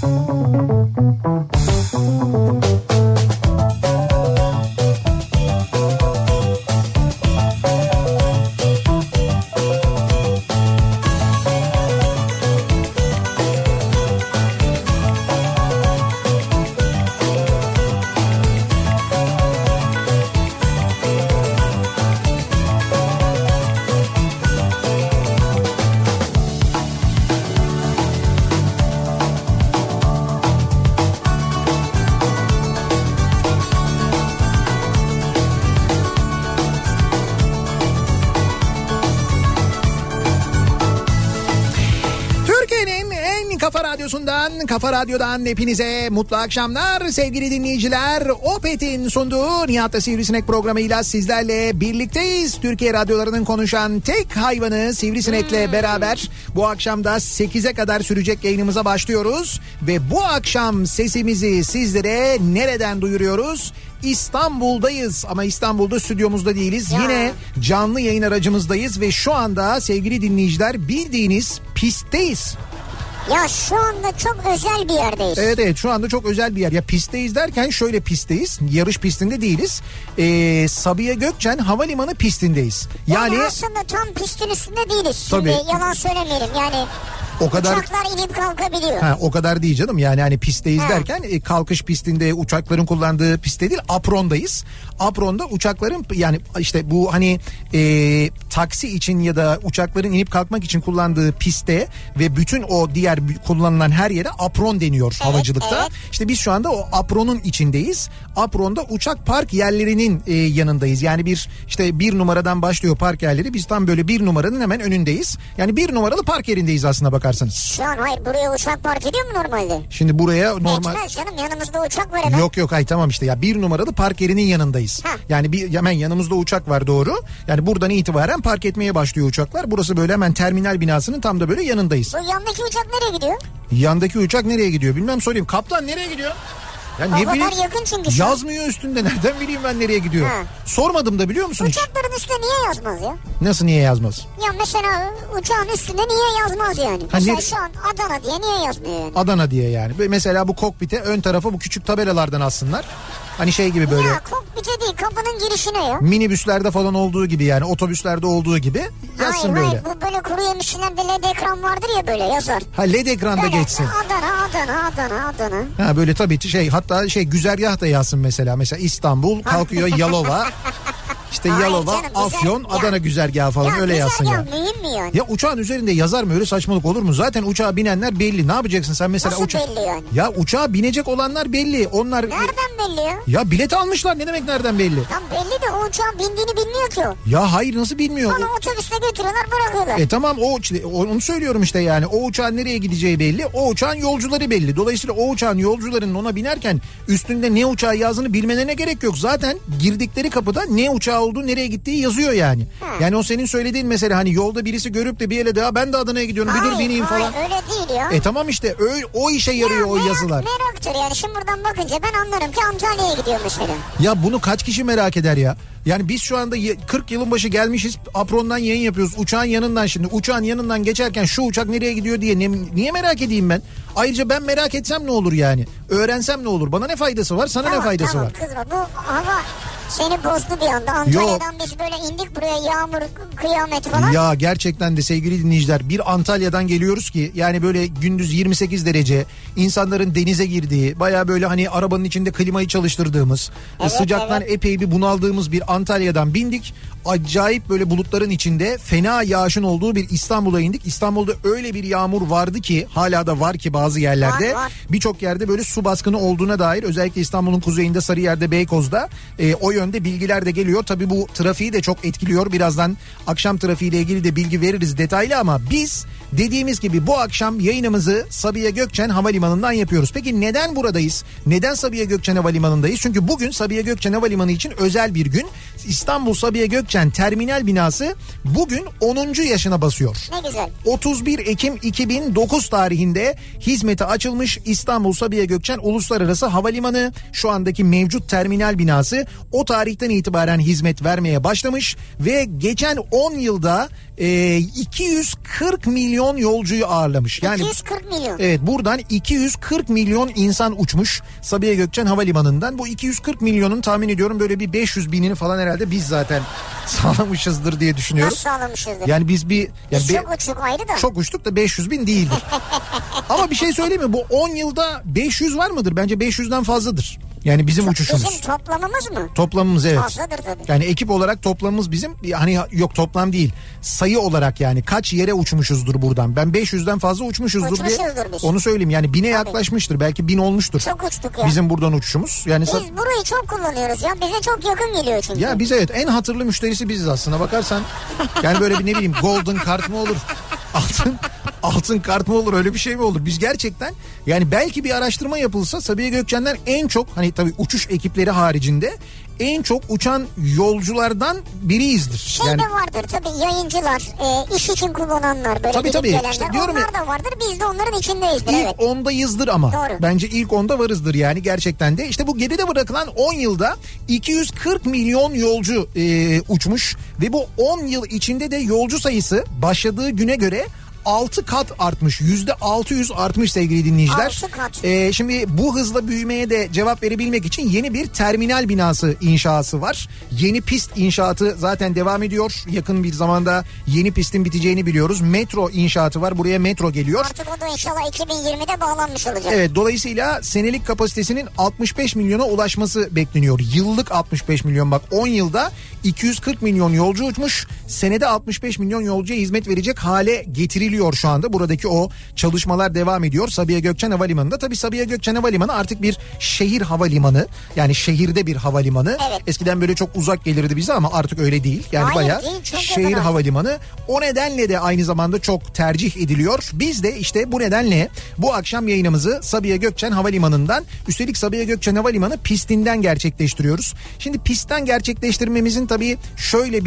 Kafa Radyo'dan hepinize mutlu akşamlar sevgili dinleyiciler. Opet'in sunduğu Nihat'la Sivrisinek programıyla sizlerle birlikteyiz. Türkiye radyolarının konuşan tek hayvanı Sivrisinek'le beraber bu akşam da 8'e kadar sürecek yayınımıza başlıyoruz. Ve bu akşam sesimizi sizlere nereden duyuruyoruz? İstanbul'dayız ama İstanbul'da stüdyomuzda değiliz. Ya. Yine canlı yayın aracımızdayız ve şu anda sevgili dinleyiciler bildiğiniz pistteyiz. Ya şu anda çok özel bir yerdeyiz. Evet şu anda çok özel bir yer. Ya pistteyiz derken şöyle pistteyiz. Yarış pistinde değiliz. Sabiha Gökçen Havalimanı pistindeyiz. Yani aslında tam pistin üstünde değiliz. Tabii. Şimdi yalan söylemeyelim yani. O kadar, uçaklar inip kalkabiliyor. O kadar değil canım yani hani pistteyiz derken kalkış pistinde uçakların kullandığı pistte değil apron'dayız. Apron'da uçakların yani işte bu hani taksi için ya da uçakların inip kalkmak için kullandığı pistte ve bütün o diğer kullanılan her yere apron deniyor havacılıkta. Evet. İşte biz şu anda o apron'un içindeyiz. Apron'da uçak park yerlerinin yanındayız. Yani bir numaradan başlıyor park yerleri. Biz tam böyle bir numaranın hemen önündeyiz. Yani bir numaralı park yerindeyiz aslında bakarsanız. Şu an hayır buraya uçak park ediyor mu normalde? Şimdi buraya normal... Etmez canım yanımızda uçak var hemen. Yok ay tamam işte ya bir numaralı park yerinin yanındayız. Yani hemen yanımızda uçak var doğru. Yani buradan itibaren park etmeye başlıyor uçaklar. Burası böyle hemen terminal binasının tam da böyle yanındayız. Bu yandaki uçak nereye gidiyor? Yandaki uçak nereye gidiyor bilmem sorayım. Kaptan nereye gidiyor? Ya ne bileyim, yakın çünkü. Yazmıyor üstünde nereden bileyim ben nereye gidiyor. Sormadım da biliyor musun uçakların hiç? üstünde niye yazmaz ya? Nasıl niye yazmaz? Ya mesela uçağın üstünde niye yazmaz yani? Mesela şu an Adana diye niye yazmıyor yani? Adana diye yani. Mesela bu kokpite ön tarafa bu küçük tabelalardan alsınlar. Hani şey gibi böyle. Ya kokpite değil kapının girişine ya. Minibüslerde falan olduğu gibi yani otobüslerde olduğu gibi yazsın böyle. Hayır bu böyle kuru yemişçilerde LED ekran vardır ya böyle yazar. LED ekranda böyle, geçsin. Adana. Böyle tabii hatta güzergah da yazsın mesela. Mesela İstanbul kalkıyor Yalova. İşte Yalova, canım, Afyon, Adana güzergahı falan ya, öyle yazsın ya. Mühim mi yani? Ya uçağın üzerinde yazar mı öyle saçmalık olur mu? Zaten uçağa binenler belli. Ne yapacaksın sen mesela? Nasıl belli yani? Ya uçağa binecek olanlar belli. Onlar nereden belli ya? Ya bilet almışlar ne demek nereden belli? Tam belli de o uçağın bindiğini bilmiyor ki o. Ya hayır nasıl bilmiyor? Onu otobüste götürüyorlar bırakıyorlar. Tamam onu söylüyorum işte yani. O uçağın nereye gideceği belli. O uçağın yolcuları belli. Dolayısıyla o uçağın yolcularının ona binerken üstünde ne uçağı yazdığını bilmelerine gerek yok. Zaten girdikleri kapıda ne uçağı olduğu nereye gittiği yazıyor yani. Yani o senin söylediğin mesela hani yolda birisi görüp de bir yere daha ben de Adana'ya gidiyorum bir dur bineyim falan. Hayır öyle değil ya. Tamam işte o işe yarıyor o yazılar. Meraktır yani şimdi buradan bakınca ben anlarım ki Antalya'ya gidiyor mesela. Ya bunu kaç kişi merak eder ya? Yani biz şu anda 40 yılın başı gelmişiz aprondan yayın yapıyoruz uçağın yanından şimdi uçağın yanından geçerken şu uçak nereye gidiyor diye niye merak edeyim ben? Ayrıca ben merak etsem ne olur yani? Öğrensem ne olur? Bana ne faydası var? Sana ne faydası var? Kızma bu hava seni bozdu bir anda. Antalya'dan biz böyle indik buraya yağmur kıyamet falan. Ya gerçekten de sevgili dinleyiciler bir Antalya'dan geliyoruz ki yani böyle gündüz 28 derece insanların denize girdiği baya böyle hani arabanın içinde klimayı çalıştırdığımız sıcaktan epey bir bunaldığımız bir Antalya'dan bindik. Acayip böyle bulutların içinde fena yağışın olduğu bir İstanbul'a indik. İstanbul'da öyle bir yağmur vardı ki hala da var ki bazı yerlerde birçok yerde böyle su baskını olduğuna dair özellikle İstanbul'un kuzeyinde Sarıyer'de Beykoz'da o yönde bilgiler de geliyor. Tabii bu trafiği de çok etkiliyor. Birazdan akşam trafiğiyle ilgili de bilgi veririz detaylı ama biz dediğimiz gibi bu akşam yayınımızı Sabiha Gökçen Havalimanı'ndan yapıyoruz. Peki neden buradayız? Neden Sabiha Gökçen Havalimanı'ndayız? Çünkü bugün Sabiha Gökçen Havalimanı için özel bir gün. İstanbul Sabiha Gökçen terminal binası bugün 10. yaşına basıyor. Ne güzel. 31 Ekim 2009 tarihinde hizmete açılmış İstanbul Sabiha Gökçen Uluslararası Havalimanı şu andaki mevcut terminal binası o tarihten itibaren hizmet vermeye başlamış ve geçen 10 yılda 240 milyon milyon yolcuyu ağırlamış. Yani 240 milyon. Evet, buradan 240 milyon insan uçmuş Sabiha Gökçen Havalimanı'ndan. Bu 240 milyonun tahmin ediyorum böyle bir 500 binini falan herhalde biz zaten sağlamışızdır diye düşünüyorum. Nasıl sağlamışızdır? Yani biz bir... Biz çok uçtuk ayrı da. Çok uçtuk da 500 bin değildir. Ama bir şey söyleyeyim mi? Bu 10 yılda 500 var mıdır? Bence 500'den fazladır. Yani bizim uçuşumuz. Bizim toplamımız mı? Toplamımız, evet. Fazladır tabii. Yani ekip olarak toplamımız bizim, hani yok toplam değil. Sayı olarak yani kaç yere uçmuşuzdur buradan. Ben 500'den fazla uçmuşuzdur diye biz. onu söyleyeyim. Yani 1000'e yaklaşmıştır. Belki 1000 olmuştur. Çok uçtuk ya. Bizim buradan uçuşumuz. Yani biz burayı çok kullanıyoruz ya. Bize çok yakın geliyor çünkü. Ya biz evet en hatırlı müşterisi biziz aslına bakarsan. Yani böyle bir ne bileyim golden kart mı olur? Altın kart mı olur, öyle bir şey mi olur? Biz gerçekten yani belki bir araştırma yapılsa Sabiha Gökçen'den en çok, hani tabii uçuş ekipleri haricinde en çok uçan yolculardan biriyizdir. Yani... de vardır tabii, yayıncılar, iş için kullananlar, böyle tabii, gelenler. İşte diyorum onlar da vardır, biz de onların içindeyizdir. İlk 10'dayızdır ama. Doğru. Bence ilk 10'da varızdır yani gerçekten de. İşte bu geride bırakılan 10 yılda 240 milyon yolcu uçmuş ve bu 10 yıl içinde de yolcu sayısı başladığı güne göre 6 kat artmış. %600 artmış sevgili dinleyiciler. 6 kat. Şimdi bu hızla büyümeye de cevap verebilmek için yeni bir terminal binası inşası var. Yeni pist inşaatı zaten devam ediyor. Yakın bir zamanda yeni pistin biteceğini biliyoruz. Metro inşaatı var. Buraya metro geliyor. Artık o da inşallah 2020'de bağlanmış olacak. Evet, dolayısıyla senelik kapasitesinin 65 milyona ulaşması bekleniyor. Yıllık 65 milyon, bak 10 yılda 240 milyon yolcu uçmuş. Senede 65 milyon yolcuya hizmet verecek hale getiriliyor şu anda. Buradaki o çalışmalar devam ediyor Sabiha Gökçen Havalimanı'nda. Tabii Sabiha Gökçen Havalimanı artık bir şehir havalimanı. Yani şehirde bir havalimanı. Evet. Eskiden böyle çok uzak gelirdi bize ama artık öyle değil. Yani bayağı şehir havalimanı. O nedenle de aynı zamanda çok tercih ediliyor. Biz de işte bu nedenle bu akşam yayınımızı Sabiha Gökçen Havalimanı'ndan, üstelik Sabiha Gökçen Havalimanı pistinden gerçekleştiriyoruz. Şimdi pistten gerçekleştirmemizin tabii şöyle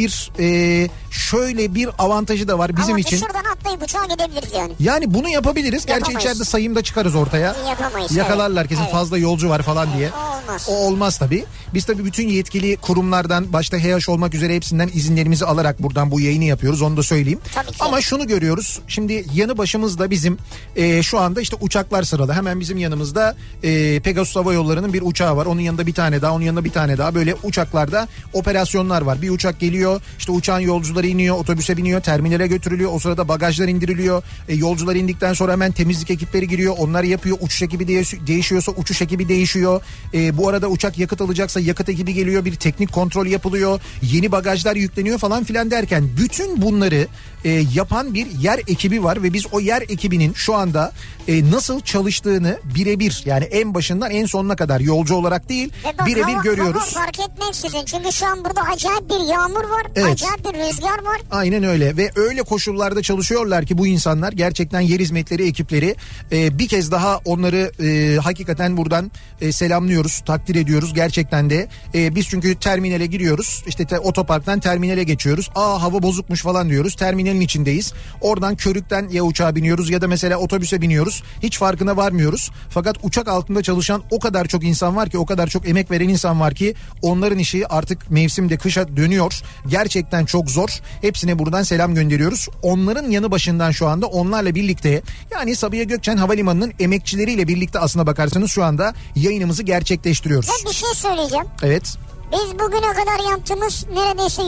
bir avantajı da var bizim için. Ama şuradan atlayıp uçağa gidebiliriz yani. Yani bunu yapabiliriz. Gerçi içeride sayımda çıkarız ortaya. Yapamayız. Yakalarlar kesin, fazla yolcu var falan diye. Olmaz. O olmaz tabii. Biz tabii bütün yetkili kurumlardan, başta HH olmak üzere hepsinden izinlerimizi alarak buradan bu yayını yapıyoruz. Onu da söyleyeyim. Ama şunu görüyoruz. Şimdi yanı başımızda bizim şu anda işte uçaklar sıralı. Hemen bizim yanımızda Pegasus Hava Yolları'nın bir uçağı var. Onun yanında bir tane daha, onun yanında bir tane daha. Böyle uçaklarda operasyonlar var. Bir uçak geliyor. İşte uçağın yolcuları iniyor. Otobüse biniyor. Terminale götürülüyor. O sırada bagajlar indiriliyor. Yolcular indikten sonra hemen temizlik ekipleri giriyor. Onlar yapıyor. Uçuş ekibi değişiyorsa uçuş ekibi değişiyor. Bu arada uçak yakıt alacaksa yakıt ekibi geliyor. Bir teknik kontrol yapılıyor. Yeni bagajlar yükleniyor falan filan derken bütün bunları yapan bir yer ekibi var ve biz o yer ekibinin şu anda nasıl çalıştığını birebir, yani en başından en sonuna kadar yolcu olarak değil birebir görüyoruz. Hava fark etmeksizin, çünkü şu an burada acayip bir yağmur var, acayip bir rüzgar var. Aynen öyle ve öyle koşullarda çalışıyorlar ki bu insanlar, gerçekten yer hizmetleri ekipleri, bir kez daha onları hakikaten buradan selamlıyoruz, takdir ediyoruz gerçekten de. Biz çünkü terminale giriyoruz, işte otoparktan terminale geçiyoruz, hava bozukmuş falan diyoruz, terminalin içindeyiz, oradan körükten ya uçağa biniyoruz ya da mesela otobüse biniyoruz, hiç farkına varmıyoruz. Fakat uçak altında çalışan o kadar çok insan var ki, o kadar çok emek veren insan var ki onların işi artık mevsimde kışa dönüyor, gerçekten çok zor. Hepsine buradan selam gönderiyoruz. Onların yanı başından şu anda onlarla birlikte, yani Sabiha Gökçen Havalimanı'nın emekçileriyle birlikte aslına bakarsanız şu anda yayınımızı gerçekleştiriyoruz. Ben bir şey söyleyeceğim. Evet. Biz bugüne kadar yaptığımız neredeyse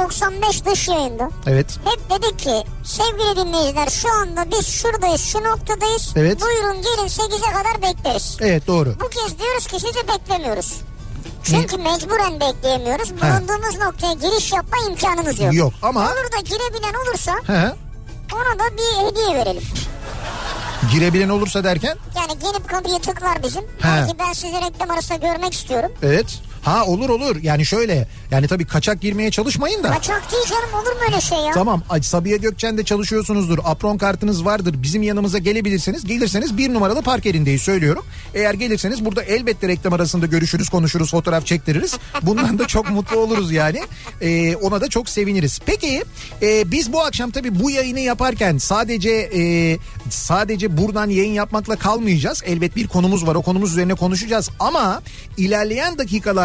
%95 dış yayında. Evet. Hep dedik ki sevgili dinleyiciler, şu anda biz şuradayız, şu noktadayız. Evet. Buyurun gelin 8'e kadar bekleriz. Evet, doğru. Bu kez diyoruz ki sizi beklemiyoruz. Çünkü mecburen bekleyemiyoruz. Bulunduğumuz noktaya giriş yapma imkanımız yok. Yok ama... Olur da girebilen olursa ona da bir hediye verelim. Girebilen olursa derken? Yani gelip kapıyı tıklar bizim. Belki ben sizi reklam arasında görmek istiyorum. Evet. Olur. Yani şöyle, yani tabii kaçak girmeye çalışmayın da. Kaçak değil canım, olur mu öyle şey ya? Tamam, Sabiha Gökçen'de çalışıyorsunuzdur, apron kartınız vardır, bizim yanımıza gelebilirsiniz. Gelirseniz 1 numaralı park yerindeyiz, söylüyorum. Eğer gelirseniz burada elbette reklam arasında görüşürüz, konuşuruz, fotoğraf çektiririz. Bundan da çok mutlu oluruz yani. Ona da çok seviniriz. Peki biz bu akşam tabii bu yayını yaparken sadece buradan yayın yapmakla kalmayacağız. Elbet bir konumuz var, o konumuz üzerine konuşacağız. Ama ilerleyen dakikalarda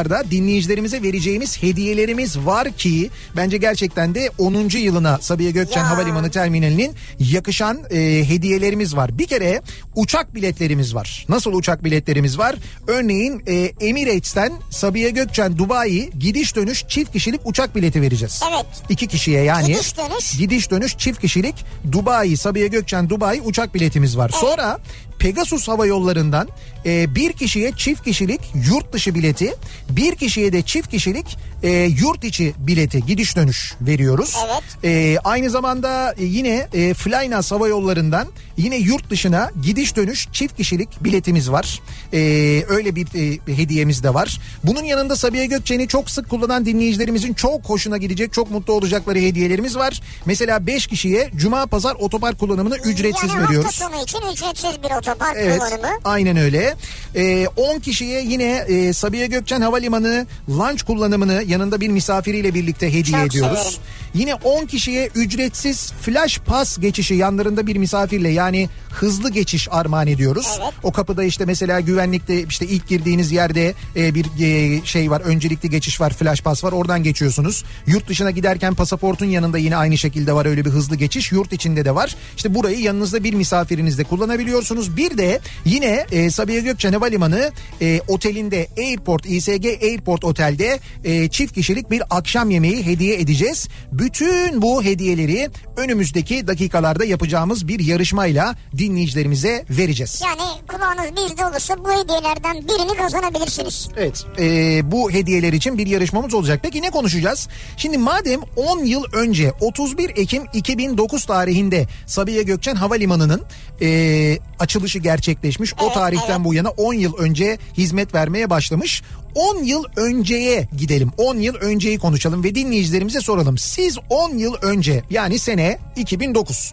dakikalarda dinleyicilerimize vereceğimiz hediyelerimiz var ki bence gerçekten de 10. yılına Sabiha Gökçen Havalimanı Terminali'nin yakışan hediyelerimiz var. Bir kere uçak biletlerimiz var. Nasıl uçak biletlerimiz var? Örneğin Emirates'ten Sabiha Gökçen Dubai gidiş dönüş çift kişilik uçak bileti vereceğiz. Evet. 2 kişiye yani. Gidiş dönüş çift kişilik Dubai, Sabiha Gökçen Dubai uçak biletimiz var. Evet. Sonra Pegasus Hava Yolları'ndan bir kişiye çift kişilik yurt dışı bileti, bir kişiye de çift kişilik yurt içi bileti gidiş dönüş veriyoruz. Evet. Aynı zamanda yine Flynas Hava Yolları'ndan yine yurt dışına gidiş dönüş çift kişilik biletimiz var. Öyle bir hediyemiz de var. Bunun yanında Sabiha Gökçen'i çok sık kullanan dinleyicilerimizin çok hoşuna gidecek, çok mutlu olacakları hediyelerimiz var. Mesela 5 kişiye Cuma Pazar otopark kullanımını ücretsiz veriyoruz. Yani hafta sonu için ücretsiz bir otopark kullanımı. Aynen öyle. 10 kişiye yine Sabiha Gökçen Havalimanı lunch kullanımını yanında bir misafiriyle birlikte hediye ediyoruz. Severim. Yine 10 kişiye ücretsiz flash pass geçişi yanlarında bir misafirle, yani hızlı geçiş armağan ediyoruz. Evet. O kapıda işte mesela güvenlikte işte ilk girdiğiniz yerde bir şey var, öncelikli geçiş var, flash pass var, oradan geçiyorsunuz. Yurt dışına giderken pasaportun yanında yine aynı şekilde var öyle bir hızlı geçiş. Yurt içinde de var. İşte burayı yanınızda bir misafirinizle kullanabiliyorsunuz. Bir de yine Sabiha Gökçen Havalimanı otelinde İSG Airport Otel'de çift kişilik bir akşam yemeği hediye edeceğiz. Bütün bu hediyeleri önümüzdeki dakikalarda yapacağımız bir yarışmayla dinleyicilerimize vereceğiz. Yani kulağınız bizde olursa bu hediyelerden birini kazanabilirsiniz. Evet, bu hediyeler için bir yarışmamız olacak. Peki ne konuşacağız? Şimdi madem 10 yıl önce 31 Ekim 2009 tarihinde Sabiha Gökçen Havalimanı'nın açılışı gerçekleşmiş. O tarihten bu yana 10 yıl önce hizmet vermeye başlamış. 10 yıl önceye gidelim. 10 yıl önceyi konuşalım ve dinleyicilerimize soralım. Siz 10 yıl önce, yani sene 2009.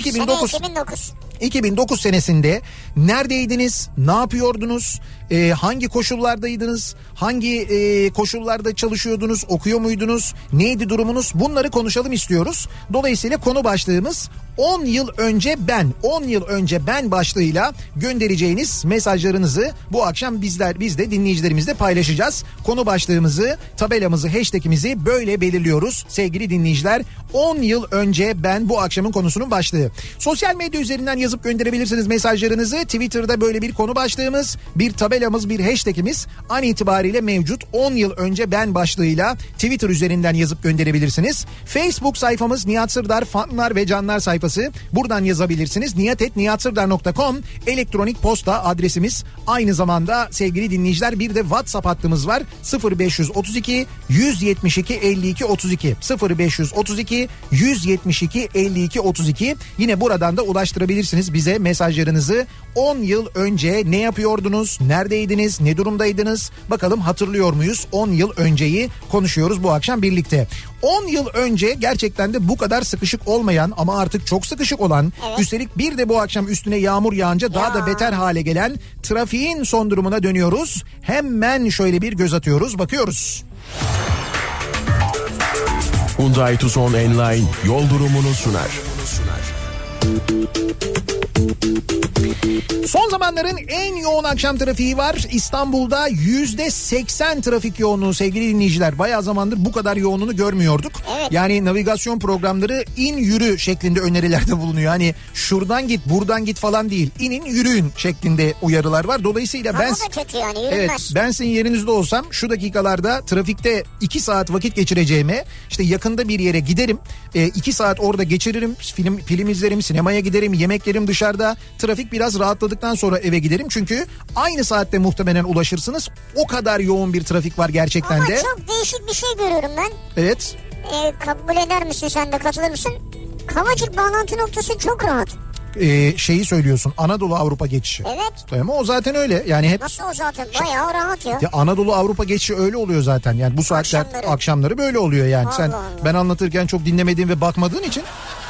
2009 senesinde neredeydiniz? Ne yapıyordunuz? Hangi koşullardaydınız? Hangi koşullarda çalışıyordunuz? Okuyor muydunuz? Neydi durumunuz? Bunları konuşalım istiyoruz. Dolayısıyla konu başlığımız 10 yıl önce ben. 10 yıl önce ben başlığıyla göndereceğiniz mesajlarınızı bu akşam biz de dinleyicilerimizle paylaşacağız. Konu başlığımızı, tabelamızı, hashtagimizi böyle belirliyoruz sevgili dinleyiciler. 10 yıl önce ben bu akşamın konusunun başlığı. Sosyal medya üzerinden yazıp gönderebilirsiniz mesajlarınızı. Twitter'da böyle bir konu başlığımız, bir tabelamız, bir hashtagimiz an itibariyle mevcut. 10 yıl önce ben başlığıyla Twitter üzerinden yazıp gönderebilirsiniz. Facebook sayfamız Nihat Sırdar fanlar ve canlar sayfası. Buradan yazabilirsiniz. niyatet.niyatsırdar.com elektronik posta adresimiz. Aynı zamanda sevgili dinleyiciler bir de WhatsApp hattımız var. 0532 172 52 32 0532 172 52 32. Yine buradan da ulaştırabilirsiniz bize mesajlarınızı. 10 yıl önce ne yapıyordunuz? Neredeydiniz? Ne durumdaydınız? Bakalım hatırlıyor muyuz? 10 yıl önceyi konuşuyoruz bu akşam birlikte. 10 yıl önce gerçekten de bu kadar sıkışık olmayan ama artık çok sıkışık olan, üstelik bir de bu akşam üstüne yağmur yağınca daha da beter hale gelen trafiğin son durumuna dönüyoruz. Hemen şöyle bir göz atıyoruz, bakıyoruz. Hyundai Tucson Enline yol durumunu sunar. Son zamanların en yoğun akşam trafiği var. İstanbul'da %80 trafik yoğunluğu sevgili dinleyiciler. Bayağı zamandır bu kadar yoğunluğunu görmüyorduk. Evet. Yani navigasyon programları in yürü şeklinde önerilerde bulunuyor. Hani şuradan git buradan git falan değil. İnin yürüyün şeklinde uyarılar var. Dolayısıyla ama da kötü yani, yürünmez. Evet, ben sizin yerinizde olsam şu dakikalarda trafikte 2 saat vakit geçireceğime işte yakında bir yere giderim. 2 saat orada geçiririm. Film izlerim, sinemaya giderim, yemek yerim dışarıda. Trafik biraz rahatladıktan sonra eve giderim. Çünkü aynı saatte muhtemelen ulaşırsınız. O kadar yoğun bir trafik var gerçekten ama de. Ama çok değişik bir şey görüyorum ben. Evet. Kabul eder misin, sen de katılır mısın? Kavacık bağlantı noktası çok rahat. Şeyi söylüyorsun, Anadolu Avrupa geçişi. Evet. Ama o zaten öyle. Yani hep nasıl o zaten? Bayağı rahat ya. Anadolu Avrupa geçişi öyle oluyor zaten. Yani bu saatler akşamları böyle oluyor yani. Allah Sen Allah. Ben anlatırken çok dinlemediğin ve bakmadığın için.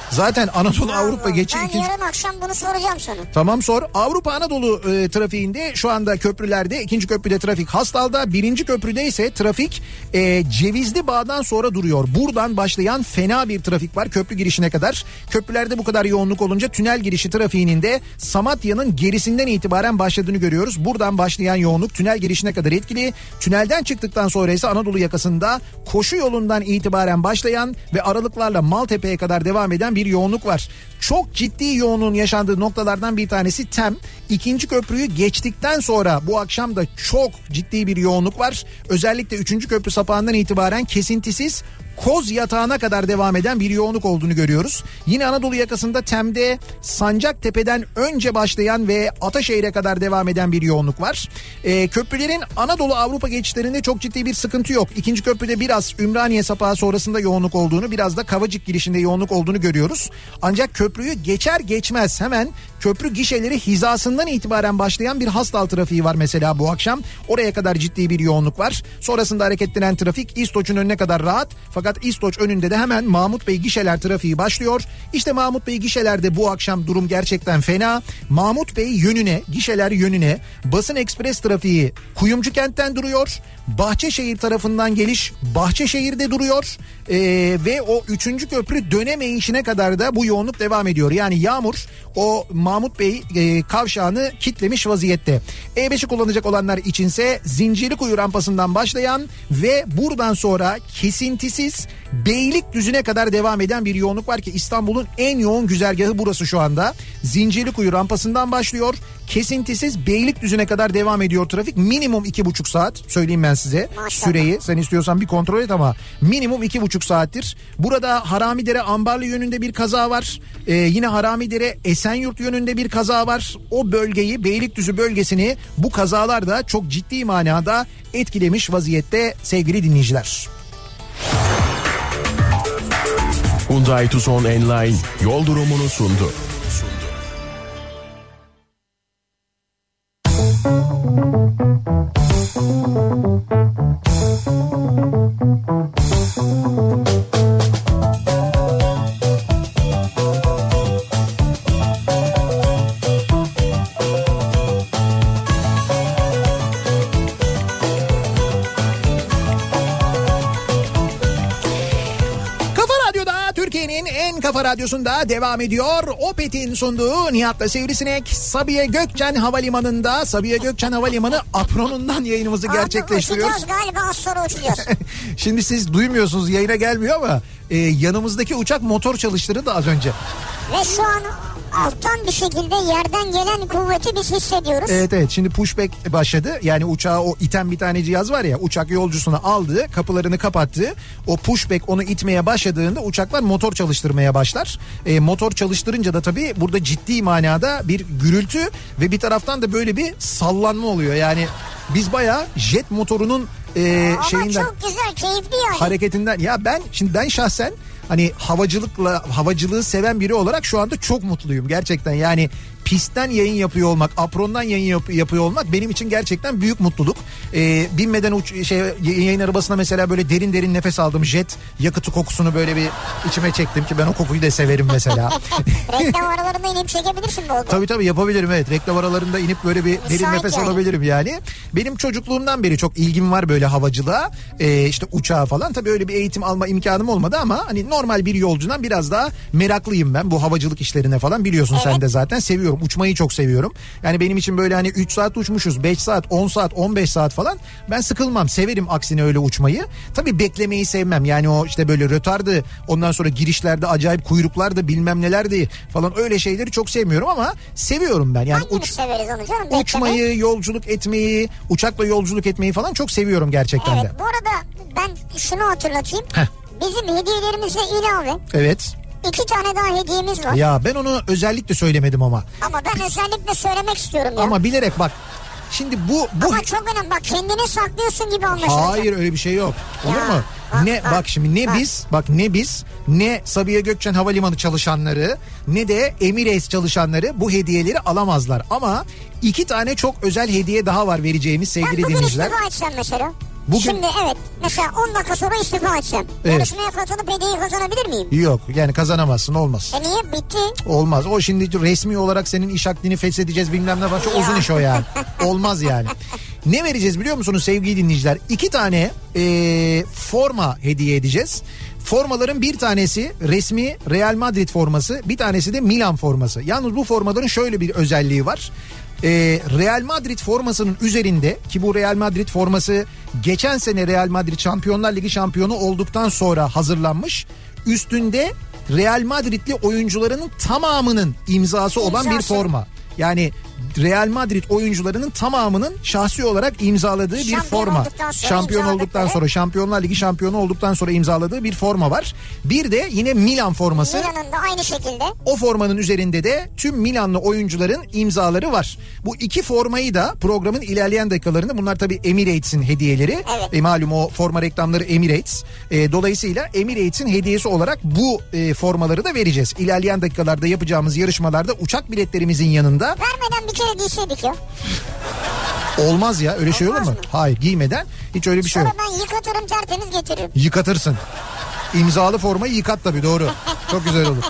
Zaten Anadolu Avrupa geçişi Ben yarın akşam bunu soracağım sana. Tamam sor. Avrupa Anadolu trafiğinde şu anda köprülerde, ikinci köprüde trafik Hastal'da, birinci köprüde ise trafik Cevizli Bağ'dan sonra duruyor. Buradan başlayan fena bir trafik var köprü girişine kadar. Köprülerde bu kadar yoğunluk olunca tünel girişi trafiğinin de Samatya'nın gerisinden itibaren başladığını görüyoruz. Buradan başlayan yoğunluk tünel girişine kadar etkili. Tünelden çıktıktan sonra ise Anadolu yakasında koşu yolundan itibaren başlayan ve aralıklarla Maltepe'ye kadar devam eden bir yoğunluk var. Çok ciddi yoğunluğun yaşandığı noktalardan bir tanesi TEM. İkinci köprüyü geçtikten sonra bu akşam da çok ciddi bir yoğunluk var. Özellikle 3. köprü sapağından itibaren kesintisiz Koz Yatağı'na kadar devam eden bir yoğunluk olduğunu görüyoruz. Yine Anadolu yakasında TEM'de Sancaktepe'den önce başlayan ve Ataşehir'e kadar devam eden bir yoğunluk var. Köprülerin Anadolu Avrupa geçişlerinde çok ciddi bir sıkıntı yok. İkinci köprüde biraz Ümraniye sapağı sonrasında yoğunluk olduğunu, biraz da Kavacık girişinde yoğunluk olduğunu görüyoruz. Ancak köprüyü geçer geçmez hemen köprü gişeleri hizasından itibaren başlayan bir Hastal trafiği var mesela bu akşam. Oraya kadar ciddi bir yoğunluk var. Sonrasında hareketlenen trafik İstoç'un önüne kadar rahat. Fakat İstoç önünde de hemen Mahmut Bey gişeler trafiği başlıyor. İşte Mahmut Bey gişelerde bu akşam durum gerçekten fena. Mahmut Bey yönüne, gişeler yönüne Basın Ekspres trafiği Kuyumcu kentten duruyor. Bahçeşehir tarafından geliş Bahçeşehir'de duruyor. Ve o 3. köprü dönemeyişine kadar da bu yoğunluk devam ediyor. Yani yağmur o Mahmut Bey kavşağını kitlemiş vaziyette. E5'i kullanacak olanlar içinse Zincirlikuyu rampasından başlayan ve buradan sonra kesintisiz Beylikdüzü'ne kadar devam eden bir yoğunluk var ki İstanbul'un en yoğun güzergahı burası şu anda. Zincirlikuyu rampasından başlıyor. Kesintisiz Beylikdüzü'ne kadar devam ediyor trafik. Minimum 2,5 saat söyleyeyim ben size. Maşallah. Süreyi sen istiyorsan bir kontrol et ama minimum 2,5 saattir. Burada Haramidere Ambarlı yönünde bir kaza var. Yine Haramidere Esenyurt yönünde bir kaza var. O bölgeyi, Beylikdüzü bölgesini bu kazalar da çok ciddi manada etkilemiş vaziyette sevgili dinleyiciler. Hyundai Tucson Enline yol durumunu sundu. Kafa Radyosu'nda devam ediyor. Opet'in sunduğu Nihat'la Sivrisinek. Sabiha Gökçen Havalimanı'nda, Sabiha Gökçen Havalimanı apronundan yayınımızı gerçekleştiriyoruz. Uçacağız galiba, az sonra uçacağız. Şimdi siz duymuyorsunuz, yayına gelmiyor ama yanımızdaki uçak motor çalıştırdı da az önce. Ve şu an alttan bir şekilde yerden gelen kuvveti biz hissediyoruz. Evet şimdi pushback başladı. Yani uçağı o iten bir tane cihaz var ya, uçak yolcusunu aldı, kapılarını kapattı. O pushback onu itmeye başladığında uçaklar motor çalıştırmaya başlar. Motor çalıştırınca da tabii burada ciddi manada bir gürültü ve bir taraftan da böyle bir sallanma oluyor. Yani biz bayağı jet motorunun şeyinden, çok güzel, keyifli yani. Hareketinden. Ya ben şahsen hani havacılığı seven biri olarak şu anda çok mutluyum gerçekten. Yani pistten yayın yapıyor olmak, aprondan yayın yapıyor olmak benim için gerçekten büyük mutluluk. Binmeden yayın arabasına mesela böyle derin derin nefes aldım. Jet yakıtı kokusunu böyle bir içime çektim ki ben o kokuyu da severim mesela. Reklam aralarında inip çekebilirsin bu oldu. Tabii yapabilirim, evet. Reklam aralarında inip böyle bir derin nefes alabilirim yani. Benim çocukluğumdan beri çok ilgim var böyle havacılığa. İşte uçağa falan. Tabii öyle bir eğitim alma imkanım olmadı ama hani normal bir yolcudan biraz daha meraklıyım ben bu havacılık işlerine falan, biliyorsun sen de zaten. Seviyorum, uçmayı çok seviyorum. Yani benim için böyle hani 3 saat uçmuşuz, 5 saat, 10 saat, 15 saat falan ben sıkılmam, severim aksine öyle uçmayı. Tabii beklemeyi sevmem yani, o işte böyle rötardı, ondan sonra girişlerde acayip kuyruklardı, bilmem nelerdi falan, öyle şeyleri çok sevmiyorum ama seviyorum ben. Yani severiz onu canım, uçmayı, yolculuk etmeyi, uçakla yolculuk etmeyi falan çok seviyorum gerçekten de. Bu arada ben şunu hatırlatayım. Bizim hediyelerimize ilave. Evet. 2 tane daha hediyemiz var. Ya ben onu özellikle söylemedim ama. Ama ben özellikle söylemek istiyorum ya. Ama bilerek bak. Şimdi bu ama çok önemli, bak kendini saklıyorsun gibi anlaşılacak. Hayır, öyle bir şey yok. Olur mu? Ne biz ne Sabiha Gökçen Havalimanı çalışanları ne de Emirates çalışanları bu hediyeleri alamazlar. Ama 2 tane çok özel hediye daha var vereceğimiz sevgili dinleyiciler. Bugün istifa etsen mesela. Şimdi evet mesela 10 dakika sonra istifa etsem. Evet. Yarışmaya katılıp hediyeyi kazanabilir miyim? Yok yani kazanamazsın, olmaz. Niye? Bitti. Olmaz. O şimdi resmi olarak senin iş akdini feshedeceğiz bilmem ne falan. Çok uzun iş o yani. Olmaz yani. Ne vereceğiz biliyor musunuz sevgili dinleyiciler? 2 tane forma hediye edeceğiz. Formaların bir tanesi resmi Real Madrid forması, bir tanesi de Milan forması. Yalnız bu formaların şöyle bir özelliği var. Real Madrid formasının üzerinde, ki bu Real Madrid forması geçen sene Real Madrid Şampiyonlar Ligi şampiyonu olduktan sonra hazırlanmış. Üstünde Real Madridli oyuncuların tamamının imzası olan bir forma. Yani Real Madrid oyuncularının tamamının şahsi olarak imzaladığı bir forma. Şampiyon olduktan sonra, Şampiyonlar Ligi şampiyonu olduktan sonra imzaladığı bir forma var. Bir de yine Milan forması. Milan'ın da aynı şekilde. O formanın üzerinde de tüm Milanlı oyuncuların imzaları var. Bu 2 formayı da programın ilerleyen dakikalarında, bunlar tabii Emirates'in hediyeleri. Evet. Malum o forma reklamları Emirates. Dolayısıyla Emirates'in hediyesi olarak bu formaları da vereceğiz. İlerleyen dakikalarda yapacağımız yarışmalarda uçak biletlerimizin yanında. Vermeden bir kere giyseydik ya. Olmaz ya, öyle şey olur mu? Hayır, giymeden hiç öyle bir şey yok. Sonra ben yıkatırım, tertemiz getiririm. Yıkatırsın. İmzalı formayı yıkat tabii, doğru. Çok güzel olur.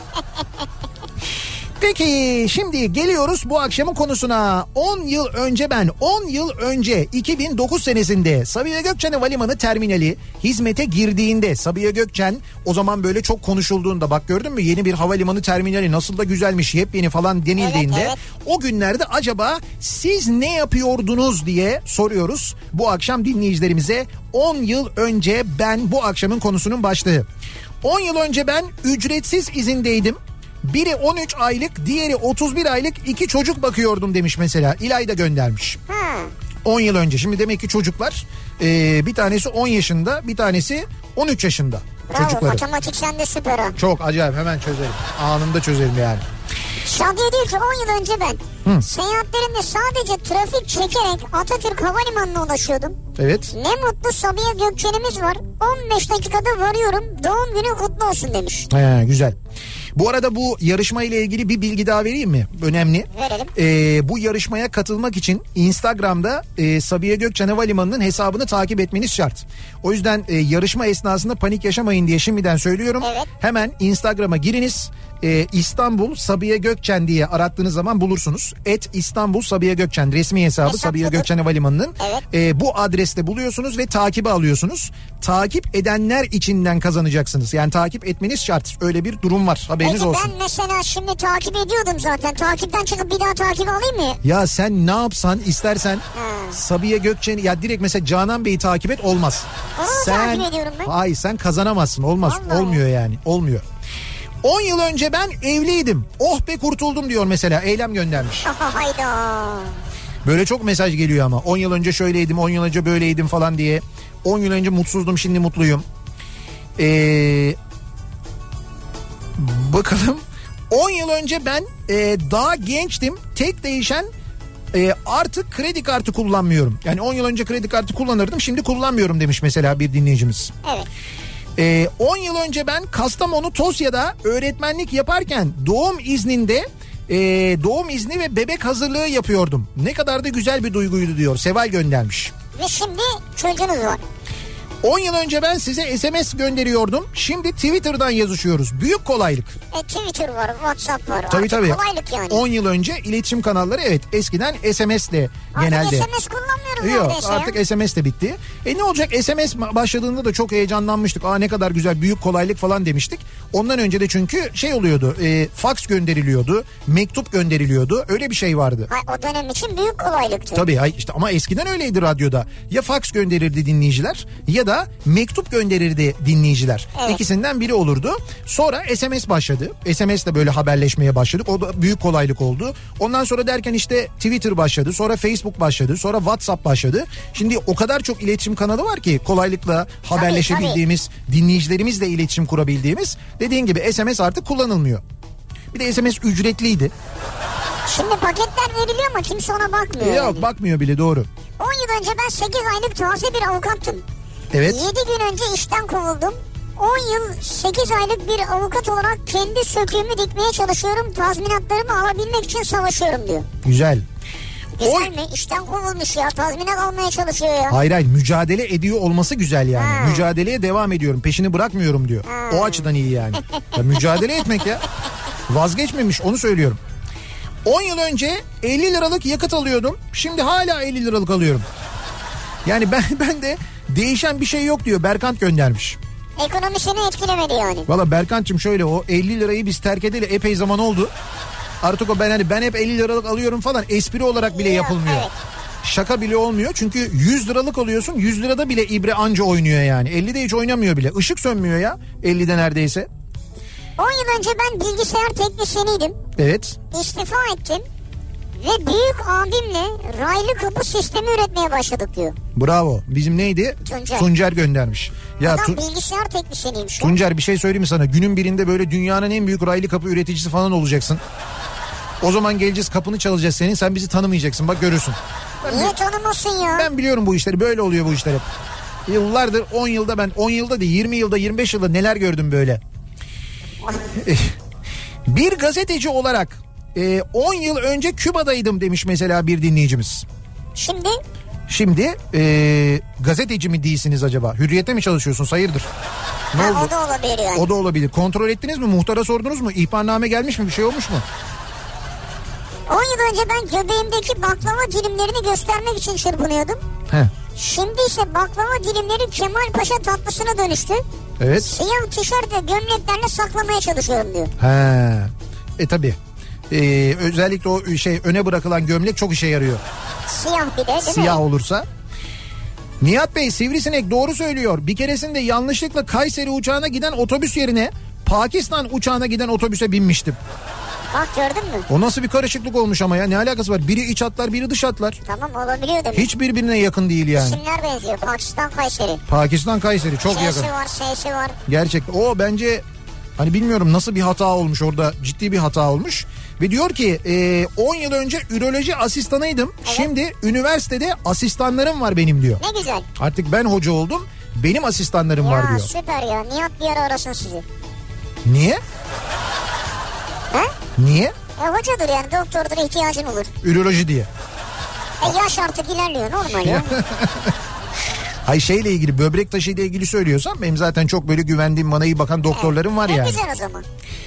Peki şimdi geliyoruz bu akşamın konusuna. 10 yıl önce 2009 senesinde Sabiha Gökçen Havalimanı terminali hizmete girdiğinde, Sabiha Gökçen o zaman böyle çok konuşulduğunda, bak gördün mü yeni bir havalimanı terminali nasıl da güzelmiş, yepyeni falan denildiğinde, evet. O günlerde acaba siz ne yapıyordunuz diye soruyoruz bu akşam dinleyicilerimize. 10 yıl önce ben, bu akşamın konusunun başlığı. 10 yıl önce ben ücretsiz izindeydim. Biri 13 aylık, diğeri 31 aylık 2 çocuk bakıyordum demiş mesela. İlayda göndermiş. 10 yıl önce. Şimdi demek ki çocuklar bir tanesi 10 yaşında, bir tanesi 13 yaşında. Bravo, çocukları. matematik sende süper ha. Çok acayip, hemen çözerim. Anında çözerim yani. Şadiye diyor ki 10 yıl önce ben seyahatlerimde sadece trafik çekerek Atatürk Havalimanı'na ulaşıyordum. Evet. Ne mutlu Sabiha Gökçen'imiz var. 15 dakikada varıyorum. Doğum günü kutlu olsun demiş. He, güzel. Bu arada bu yarışma ile ilgili bir bilgi daha vereyim mi? Önemli. Verelim. Bu yarışmaya katılmak için Instagram'da Sabiha Gökçen Havalimanı'nın hesabını takip etmeniz şart. O yüzden yarışma esnasında panik yaşamayın diye şimdiden söylüyorum. Evet. Hemen Instagram'a giriniz. İstanbul Sabiha Gökçen diye arattığınız zaman bulursunuz. @İstanbul Sabiha Gökçen resmi hesabı Sabiha Gökçen Havalimanı'nın. Evet. Bu adreste buluyorsunuz ve takibi alıyorsunuz. Takip edenler içinden kazanacaksınız. Yani takip etmeniz şart. Öyle bir durum var. Haberiniz Peki olsun. ben mesela şimdi takip ediyordum zaten. Takipten çıkıp bir daha takip alayım mı? Ya sen ne yapsan, istersen Sabiha Gökçen'i, ya direkt mesela Canan Bey'i takip et, olmaz. Onu takip ediyorum ben. Hayır, sen kazanamazsın. Olmaz. Vallahi. Olmuyor yani. Olmuyor. 10 yıl önce ben evliydim. Oh be kurtuldum diyor mesela. Eylem göndermiş. Hayda. Böyle çok mesaj geliyor ama. 10 yıl önce şöyleydim, 10 yıl önce böyleydim falan diye. 10 yıl önce mutsuzdum, şimdi mutluyum. Bakalım. 10 yıl önce ben daha gençtim. Tek değişen artık kredi kartı kullanmıyorum. Yani 10 yıl önce kredi kartı kullanırdım, şimdi kullanmıyorum demiş mesela bir dinleyicimiz. Evet. 10 yıl önce ben Kastamonu Tosya'da öğretmenlik yaparken doğum izni ve bebek hazırlığı yapıyordum. Ne kadar da güzel bir duyguydu diyor. Seval göndermiş. Ve şimdi çocuğunuz var. 10 yıl önce ben size SMS gönderiyordum. Şimdi Twitter'dan yazışıyoruz. Büyük kolaylık. Twitter var, WhatsApp var. Tabii tabii. Kolaylık yani. 10 yıl önce iletişim kanalları, evet, eskiden SMS'le genelde. Artık SMS kullanmıyoruz Yok, neredeyse artık ya. SMS de bitti. Ne olacak, SMS başladığında da çok heyecanlanmıştık. Ne kadar güzel, büyük kolaylık falan demiştik. Ondan önce de çünkü şey oluyordu. Fax gönderiliyordu. Mektup gönderiliyordu. Öyle bir şey vardı. O dönem için büyük kolaylıktı. Tabii işte, ama eskiden öyleydi radyoda. Ya fax gönderirdi dinleyiciler ya da mektup gönderirdi dinleyiciler. Evet. İkisinden biri olurdu. Sonra SMS başladı. SMS'le böyle haberleşmeye başladık. O da büyük kolaylık oldu. Ondan sonra derken işte Twitter başladı. Sonra Facebook başladı. Sonra WhatsApp başladı. Şimdi o kadar çok iletişim kanalı var ki kolaylıkla haberleşebildiğimiz, dinleyicilerimizle iletişim kurabildiğimiz. Dediğin gibi SMS artık kullanılmıyor. Bir de SMS ücretliydi. Şimdi paketler veriliyor ama kimse ona bakmıyor. Yok yani. bakmıyor bile, doğru. 10 yıl önce ben 8 aylık taze bir avukattım. Evet. 7 gün önce işten kovuldum. 10 yıl 8 aylık bir avukat olarak kendi söküğümü dikmeye çalışıyorum. Tazminatlarımı alabilmek için savaşıyorum diyor. Güzel. Güzel mi? İşten kovulmuş ya. Tazminat almaya çalışıyor ya. Hayır mücadele ediyor olması güzel yani. Mücadeleye devam ediyorum. Peşini bırakmıyorum diyor. O açıdan iyi yani. Ya mücadele etmek ya. Vazgeçmemiş, onu söylüyorum. 10 yıl önce 50 liralık yakıt alıyordum. Şimdi hala 50 liralık alıyorum. Yani ben de değişen bir şey yok diyor. Berkant göndermiş. Ekonomi seni etkilemedi yani. Valla Berkant'cığım şöyle, o 50 lirayı biz terk edeli epey zaman oldu. Artık o ben hep 50 liralık alıyorum falan espri olarak bile yapılmıyor. Evet. Şaka bile olmuyor çünkü 100 liralık alıyorsun, 100 lirada bile ibre anca oynuyor yani. 50'de hiç oynamıyor bile. Işık sönmüyor ya 50'de neredeyse. 10 yıl önce ben bilgisayar teknisyeniydim. Evet. İstifa ettim. Ve büyük abimle raylı kapı sistemi üretmeye başladık diyor. Bravo. Bizim neydi? Tuncer göndermiş. Ya adam bilgisayar teknisyeniymiş. Tuncer, bir şey söyleyeyim mi sana? Günün birinde böyle dünyanın en büyük raylı kapı üreticisi falan olacaksın. O zaman geleceğiz, kapını çalacağız senin. Sen bizi tanımayacaksın, bak görürsün. Niye tanımazsın ya? Ben biliyorum bu işleri, böyle oluyor bu işler hep. Yıllardır 10 yılda ben 10 yılda değil 20 yılda 25 yılda neler gördüm böyle. Bir gazeteci olarak 10 yıl önce Küba'daydım demiş mesela bir dinleyicimiz. Şimdi gazeteci mi değilsiniz acaba? Hürriyette mi çalışıyorsunuz? Hayırdır? Ne oldu? O da olabilir yani. O da olabilir. Kontrol ettiniz mi? Muhtara sordunuz mu? İhbarname gelmiş mi? Bir şey olmuş mu? 10 yıl önce ben göbeğimdeki baklava dilimlerini göstermek için çırpınıyordum. Şimdi ise baklava dilimleri Kemal Paşa tatlısına dönüştü. Evet. Siyah tişört ve gömleklerle saklamaya çalışıyorum diyor. Tabii. Özellikle o öne bırakılan gömlek çok işe yarıyor. Siyah bir de değil mi? Siyah olursa. Nihat Bey, Sivrisinek doğru söylüyor. Bir keresinde yanlışlıkla Kayseri uçağına giden otobüs yerine Pakistan uçağına giden otobüse binmiştim. Bak gördün mü? O nasıl bir karışıklık olmuş ama ya, ne alakası var? Biri iç hatlar, biri dış hatlar. Tamam, olabiliyor demek. Hiç birbirine yakın değil yani. İsimler benziyor. Pakistan Kayseri. Pakistan Kayseri çok yakın. S'si var, S'si var. Gerçekten o bence hani bilmiyorum nasıl bir hata olmuş orada, ciddi bir hata olmuş. Ve diyor ki 10 yıl önce üroloji asistanıydım. Evet. Şimdi üniversitede asistanlarım var benim diyor. Ne güzel. Artık ben hoca oldum, benim asistanlarım var diyor. Ya süper ya, Nihat bir ara arasın sizi. Niye? Niye? Hocadır yani, doktordur, ihtiyacın olur. Üroloji diye. Yaş artık ilerliyor, normal ya. Hay şeyle ilgili, böbrek taşı ile ilgili söylüyorsam benim zaten çok böyle güvendiğim, bana iyi bakan doktorlarım var yani. Ne güzel o zaman.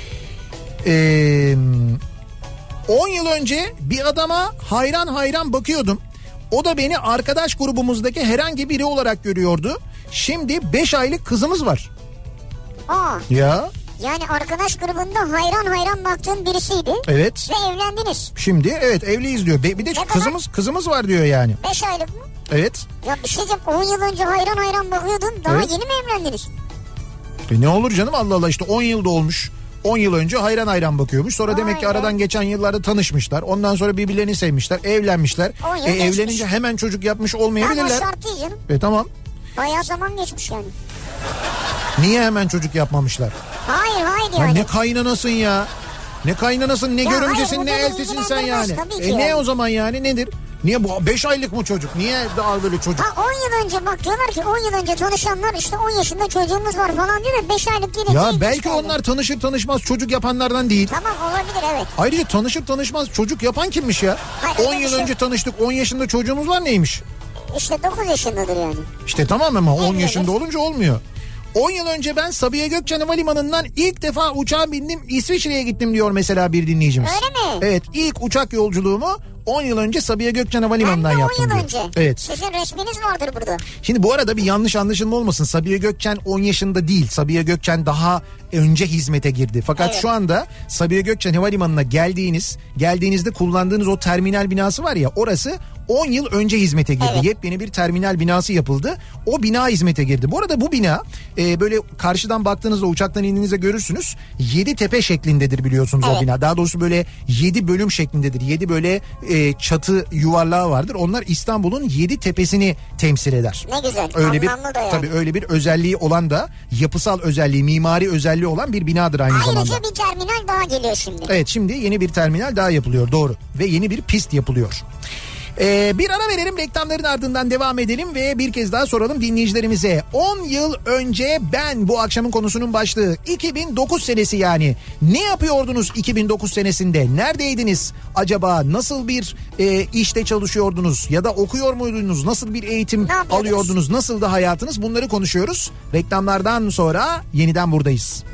10 yıl önce bir adama hayran bakıyordum. O da beni arkadaş grubumuzdaki herhangi biri olarak görüyordu. Şimdi 5 aylık kızımız var. Ya. Yani arkadaş grubunda hayran baktığın birisiydi. Evet. Ve evlendiniz. Şimdi evet evliyiz diyor. Bir de kızımız var diyor yani. 5 aylık mı? Evet. Ya bir şey diyeceğim, 10 yıl önce hayran bakıyordun, daha yeni mi evlendiniz? Ne olur canım, Allah Allah, işte 10 yılda olmuş. 10 yıl önce hayran bakıyormuş. Sonra demek ki aradan geçen yıllarda tanışmışlar. Ondan sonra birbirlerini sevmişler, evlenmişler. Evlenince hemen çocuk yapmış olmayabilirler. Ama şart değil canım. Tamam. Bayağı zaman geçmiş yani. Niye hemen çocuk yapmamışlar? Hayır yani. Ne kaynanasın ya. Ne kaynanasın, ne görümcesin, ne eltisin sen yani. Ne o zaman yani, nedir? Niye bu 5 aylık mı çocuk? Niye daha böyle çocuk? 10 yıl önce bak diyorlar ki 10 yıl önce tanışanlar işte 10 yaşında çocuğumuz var falan diyor da 5 aylık yine. Ya belki onlar tanışır tanışmaz çocuk yapanlardan değil. Tamam, olabilir, evet. Ayrıca tanışır tanışmaz çocuk yapan kimmiş ya? Hayır, 10 yıl önce tanıştık, 10 yaşında çocuğumuz var neymiş? İşte 9 yaşındadır yani. İşte tamam ama 10 yaşında olunca olmuyor. 10 yıl önce ben Sabiha Gökçen Havalimanı'ndan ilk defa uçağa bindim, İsviçre'ye gittim diyor mesela bir dinleyicimiz. Öyle mi? Evet, ilk uçak yolculuğumu 10 yıl önce Sabiha Gökçen Havalimanı'ndan yaptım diyor. 10 yıl önce. Evet. Sizin resminiz vardır burada. Şimdi bu arada bir yanlış anlaşılma olmasın. Sabiha Gökçen 10 yaşında değil. Sabiha Gökçen daha önce hizmete girdi. Fakat şu anda Sabiha Gökçen Havalimanı'na geldiğinizde kullandığınız o terminal binası var ya, orası 10 yıl önce hizmete girdi. Evet. Yepyeni bir terminal binası yapıldı. O bina hizmete girdi. Bu arada bu bina böyle karşıdan baktığınızda, uçaktan indiğinizde görürsünüz. 7 tepe şeklindedir biliyorsunuz o bina. Daha doğrusu böyle 7 bölüm şeklindedir. 7 böyle çatı yuvarlağı vardır. Onlar İstanbul'un 7 tepesini temsil eder. Ne güzel. Öyle anlamlı da yani. Tabii öyle bir özelliği olan da, yapısal özelliği, mimari özelliği olan bir binadır aynı zamanda. Ayrıca bir terminal daha geliyor şimdi. Evet, şimdi yeni bir terminal daha yapılıyor, doğru. Ve yeni bir pist yapılıyor. Bir ara verelim, reklamların ardından devam edelim ve bir kez daha soralım dinleyicilerimize. 10 yıl önce ben, bu akşamın konusunun başlığı, 2009 senesi yani. Ne yapıyordunuz 2009 senesinde? Neredeydiniz? Acaba nasıl bir işte çalışıyordunuz ya da okuyor muydunuz? Nasıl bir eğitim alıyordunuz? Nasıl da hayatınız? Bunları konuşuyoruz. Reklamlardan sonra yeniden buradayız.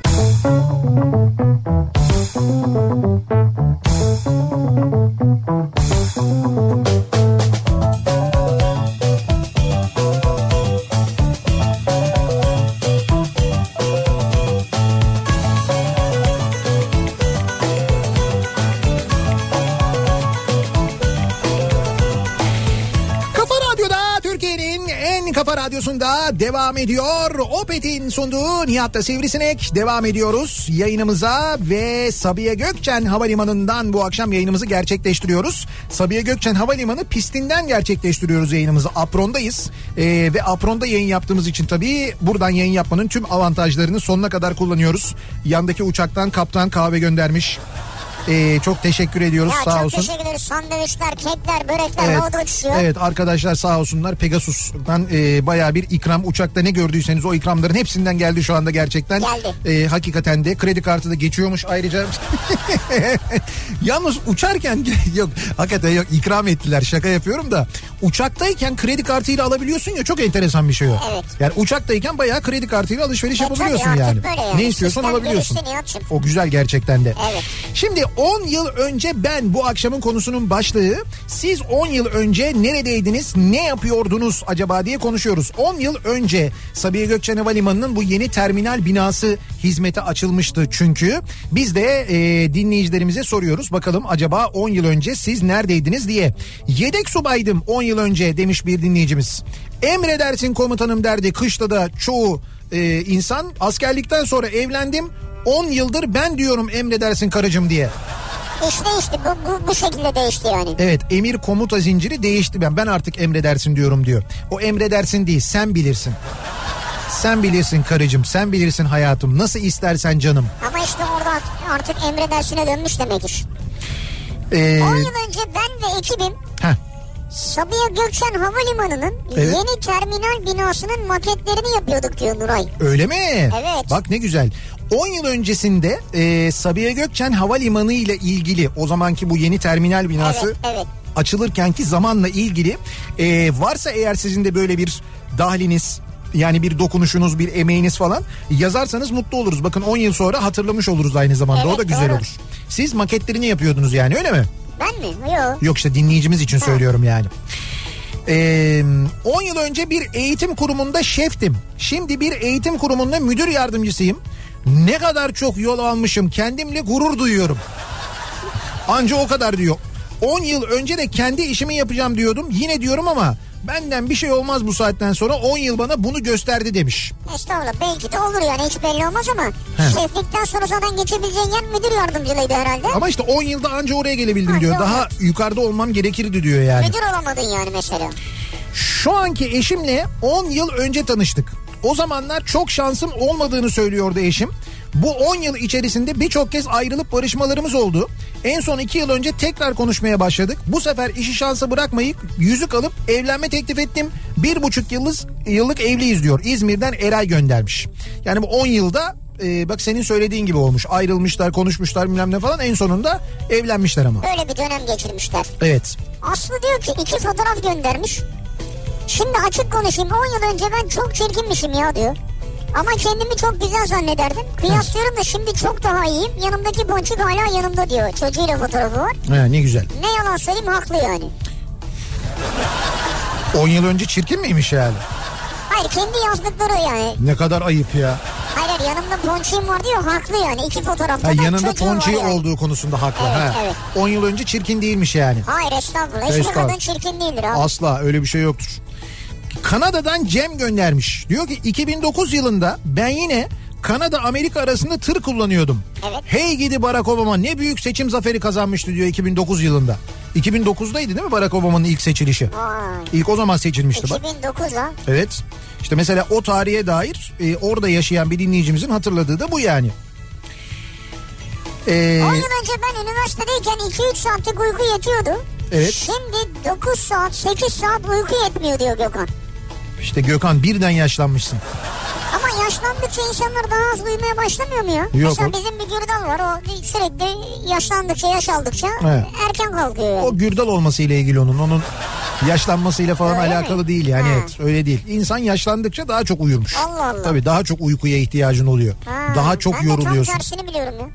Kafa Radyosu'nda devam ediyor. Opet'in sunduğu Nihat'ta Sivrisinek, devam ediyoruz yayınımıza ve Sabiha Gökçen Havalimanı'ndan bu akşam yayınımızı gerçekleştiriyoruz. Sabiha Gökçen Havalimanı pistinden gerçekleştiriyoruz yayınımızı. Apron'dayız ve Apron'da yayın yaptığımız için tabii buradan yayın yapmanın tüm avantajlarını sonuna kadar kullanıyoruz. Yandaki uçaktan kaptan kahve göndermiş. Çok teşekkür ediyoruz, ya sağ çok olsun. Çok teşekkür ederiz. Sandviçler, kekler, börekler havada uçuşuyor. Evet arkadaşlar sağ olsunlar. Pegasus'tan bayağı bir ikram, uçakta ne gördüyseniz o ikramların hepsinden geldi şu anda gerçekten. Geldi. Hakikaten de kredi kartı da geçiyormuş ayrıca. Yalnız uçarken yok hakikaten yok, ikram ettiler, şaka yapıyorum da. Uçaktayken kredi kartıyla alabiliyorsun ya, çok enteresan bir şey o. Evet. Yani uçaktayken bayağı kredi kartıyla alışveriş yapabiliyorsun yani. Yani. Ne istiyorsan Sistem alabiliyorsun. O güzel gerçekten de. Evet. Şimdi 10 yıl önce ben, bu akşamın konusunun başlığı. Siz 10 yıl önce neredeydiniz, ne yapıyordunuz acaba diye konuşuyoruz. 10 yıl önce Sabiha Gökçen Havalimanı'nın bu yeni terminal binası hizmete açılmıştı çünkü. Biz de dinleyicilerimize soruyoruz, bakalım acaba 10 yıl önce siz neredeydiniz diye. Yedek subaydım 10 yıl önce demiş bir dinleyicimiz. Emredersin komutanım derdi kışta da çoğu insan. Askerlikten sonra evlendim, 10 yıldır ben diyorum emredersin karıcığım diye. İşte bu şekilde değişti yani. Evet, emir komuta zinciri değişti, ben artık emredersin diyorum diyor. O emredersin değil, sen bilirsin. Sen bilirsin karıcığım, sen bilirsin hayatım, nasıl istersen canım. Ama işte orada artık emredersine dönmüş demek iş. 10 yıl önce ben ve ekibim Sabiha Gökçen Havalimanı'nın yeni terminal binasının maketlerini yapıyorduk diyor Nuray. Öyle mi? Evet. Bak ne güzel. 10 yıl öncesinde Sabiha Gökçen Havalimanı ile ilgili, o zamanki bu yeni terminal binası açılırkenki zamanla ilgili varsa eğer sizin de böyle bir dahliniz, yani bir dokunuşunuz, bir emeğiniz falan yazarsanız mutlu oluruz. Bakın 10 yıl sonra hatırlamış oluruz aynı zamanda. Evet, o da güzel olur. Siz maketlerini yapıyordunuz yani, öyle mi? Ben mi? Yok. Yok işte dinleyicimiz için söylüyorum yani. 10 yıl önce bir eğitim kurumunda şeftim. Şimdi bir eğitim kurumunda müdür yardımcısıyım. Ne kadar çok yol almışım, kendimle gurur duyuyorum. Anca o kadar diyor. 10 yıl önce de kendi işimi yapacağım diyordum. Yine diyorum ama benden bir şey olmaz bu saatten sonra, 10 yıl bana bunu gösterdi demiş. Estağfurullah, belki de olur yani, hiç belli olmaz ama şeflikten sonra zaten geçebileceğin yer müdür yardımcılığıydı herhalde. Ama işte 10 yılda anca oraya gelebildim diyor. Daha yukarıda olmam gerekirdi diyor yani. Müdür olamadın yani mesela. Şu anki eşimle 10 yıl önce tanıştık. O zamanlar çok şansım olmadığını söylüyordu eşim. Bu 10 yıl içerisinde birçok kez ayrılıp barışmalarımız oldu. En son 2 yıl önce tekrar konuşmaya başladık. Bu sefer işi şansa bırakmayıp yüzük alıp evlenme teklif ettim. 1,5 yıllık evliyiz diyor. İzmir'den Eray göndermiş. Yani bu 10 yılda bak senin söylediğin gibi olmuş. Ayrılmışlar, konuşmuşlar bilmem ne falan, en sonunda evlenmişler ama. Öyle bir dönem geçirmişler. Evet. Aslı diyor ki 2 fotoğraf göndermiş. Şimdi açık konuşayım, 10 yıl önce ben çok çirkinmişim ya diyor. Ama kendimi çok güzel zannederdim. Kıyaslıyorum da şimdi çok daha iyiyim. Yanımdaki Ponçik hala yanımda diyor. Çocuğuyla fotoğrafı var. Ne güzel. Ne yalan söyleyeyim, haklı yani. 10 yıl önce çirkin miymiş yani? Hayır, kendi yazdıkları yani. Ne kadar ayıp ya. Hayır, yanımda Ponçik'im var diyor, haklı yani. 2 fotoğrafta da yanında Ponçik yani olduğu konusunda haklı. Evet. 10 yıl önce çirkin değilmiş yani. Hayır, estağfurullah. Hiçbir kadın çirkin değildir abi. Asla öyle bir şey yoktur. Kanada'dan Cem göndermiş. Diyor ki 2009 yılında ben yine Kanada-Amerika arasında tır kullanıyordum. Evet. Hey gidi Barack Obama ne büyük seçim zaferi kazanmıştı diyor 2009 yılında. 2009'daydı değil mi Barack Obama'nın ilk seçilişi? Vay. İlk o zaman seçilmişti 2009 ha? Evet. İşte mesela o tarihe dair orada yaşayan bir dinleyicimizin hatırladığı da bu yani. 10 yıl önce ben üniversitedeyken 2-3 saatlik uyku yetiyordu. Evet. Şimdi 9 saat 8 saat uyku yetmiyor diyor Gökhan. İşte Gökhan birden yaşlanmışsın. Ama yaşlandıkça insanlar daha az uyumaya başlamıyor mu ya? Yok. Mesela bizim bir Gürdal var, o sürekli yaşlandıkça yaş aldıkça erken kalkıyor yani. O Gürdal olması ile ilgili onun yaşlanmasıyla falan öyle alakalı mi? değil yani. Evet, öyle değil. İnsan yaşlandıkça daha çok uyurmuş. Allah Allah. Tabii daha çok uykuya ihtiyacın oluyor. Daha çok yoruluyorsun. Ben de tam tersini biliyorum ya.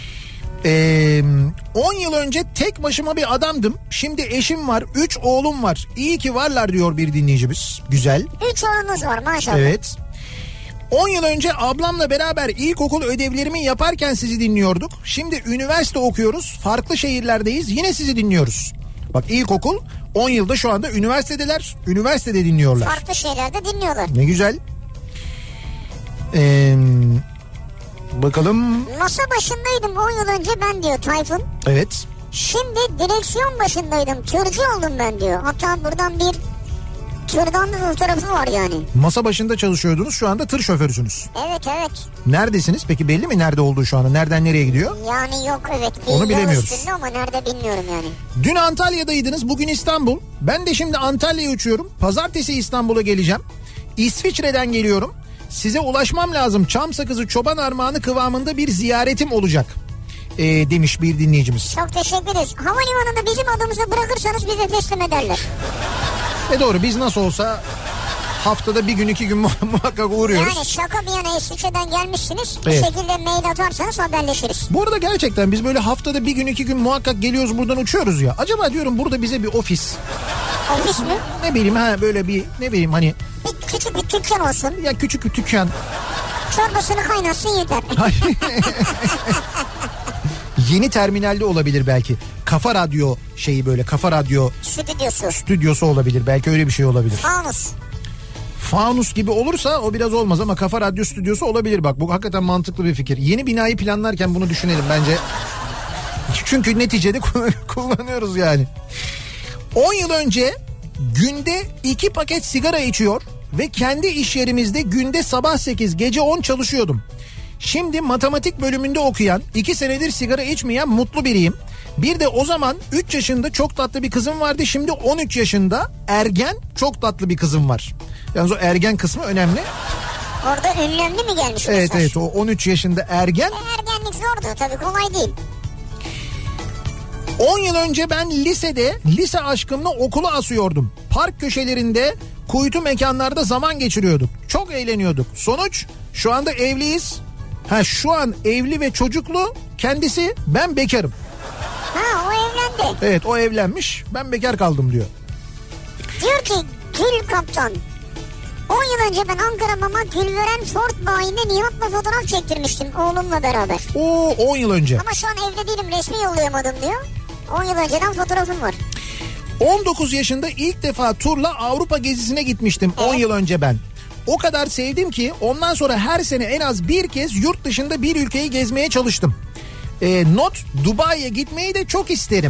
10 yıl önce tek başıma bir adamdım. Şimdi eşim var, 3 oğlum var. İyi ki varlar diyor bir dinleyicimiz. Güzel. 3 oğlunuz var maşallah. Evet. 10 yıl önce ablamla beraber ilkokul ödevlerimi yaparken sizi dinliyorduk. Şimdi üniversite okuyoruz. Farklı şehirlerdeyiz. Yine sizi dinliyoruz. Bak ilkokul, 10 yılda şu anda üniversitedeler. Üniversitede dinliyorlar. Farklı şeylerde dinliyorlar. Ne güzel. Bakalım. Masa başındaydım 10 yıl önce ben diyor Tayfun. Evet. Şimdi direksiyon başındaydım. Tırcı oldum ben diyor. Hatta buradan bir tırdan bir fotoğrafı var yani. Masa başında çalışıyordunuz, şu anda tır şoförüsünüz. Evet evet. Neredesiniz? Peki belli mi nerede olduğu şu anda? Nereden nereye gidiyor? Yani yok evet. Onu bilemiyoruz. Üstünde ama nerede bilmiyorum yani. Dün Antalya'daydınız, bugün İstanbul. Ben de şimdi Antalya'ya uçuyorum. Pazartesi İstanbul'a geleceğim. İsviçre'den geliyorum. Size ulaşmam lazım. Çam sakızı çoban armağanı kıvamında bir ziyaretim olacak. Demiş bir dinleyicimiz. Çok teşekkür ederiz. Havalimanında bizim adımıza bırakırsanız bize teslim ederler. Doğru, biz nasıl olsa haftada bir gün 2 gün muhakkak uğruyoruz. Yani şaka bir yana İsviçre'den gelmişsiniz. Evet. Bir şekilde mail atarsanız haberleşiriz. Bu arada gerçekten biz böyle haftada bir gün 2 gün muhakkak geliyoruz, buradan uçuyoruz ya. Acaba diyorum burada bize bir ofis. Ofis mi? Ne bileyim böyle bir ne bileyim hani. Bir küçük bir dükkan olsun. Ya küçük bir dükkan. Çorbasını kaynatsın yeter. Yeni terminalde olabilir belki. Kafa Radyo şeyi, böyle Kafa Radyo stüdyosu olabilir. Belki öyle bir şey olabilir. Fanus gibi olursa o biraz olmaz ama Kafa Radyo stüdyosu olabilir bak. Bu hakikaten mantıklı bir fikir. Yeni binayı planlarken bunu düşünelim bence. Çünkü neticede kullanıyoruz yani. 10 yıl önce günde 2 paket sigara içiyor ve kendi iş yerimizde günde sabah 8 gece 10 çalışıyordum. Şimdi matematik bölümünde okuyan, 2 senedir sigara içmeyen mutlu biriyim. Bir de o zaman 3 yaşında çok tatlı bir kızım vardı. Şimdi 13 yaşında ergen çok tatlı bir kızım var. Yalnız o ergen kısmı önemli. Orada ünlemli mi gelmiş? Evet evet, o 13 yaşında ergen. Ergenlik zordu tabii, kolay değil. 10 yıl önce ben lise aşkımla okula asıyordum. Park köşelerinde, kuytu mekanlarda zaman geçiriyorduk. Çok eğleniyorduk. Sonuç, şu anda evliyiz. Şu an evli ve çocuklu kendisi, ben bekarım. O evlendi. Evet, o evlenmiş, ben bekar kaldım diyor. Diyor ki Gül Kaptan, 10 yıl önce ben Ankara Mama Gülveren Ford bayinde Nihat'la fotoğraf çektirmiştim oğlumla beraber. 10 yıl önce. Ama şu an evde değilim, resmi yollayamadım diyor. 10 yıl önceden fotoğrafım var. 19 yaşında ilk defa turla Avrupa gezisine gitmiştim 10 yıl önce ben. O kadar sevdim ki ondan sonra her sene en az bir kez yurt dışında bir ülkeyi gezmeye çalıştım. Not, Dubai'ye gitmeyi de çok isterim.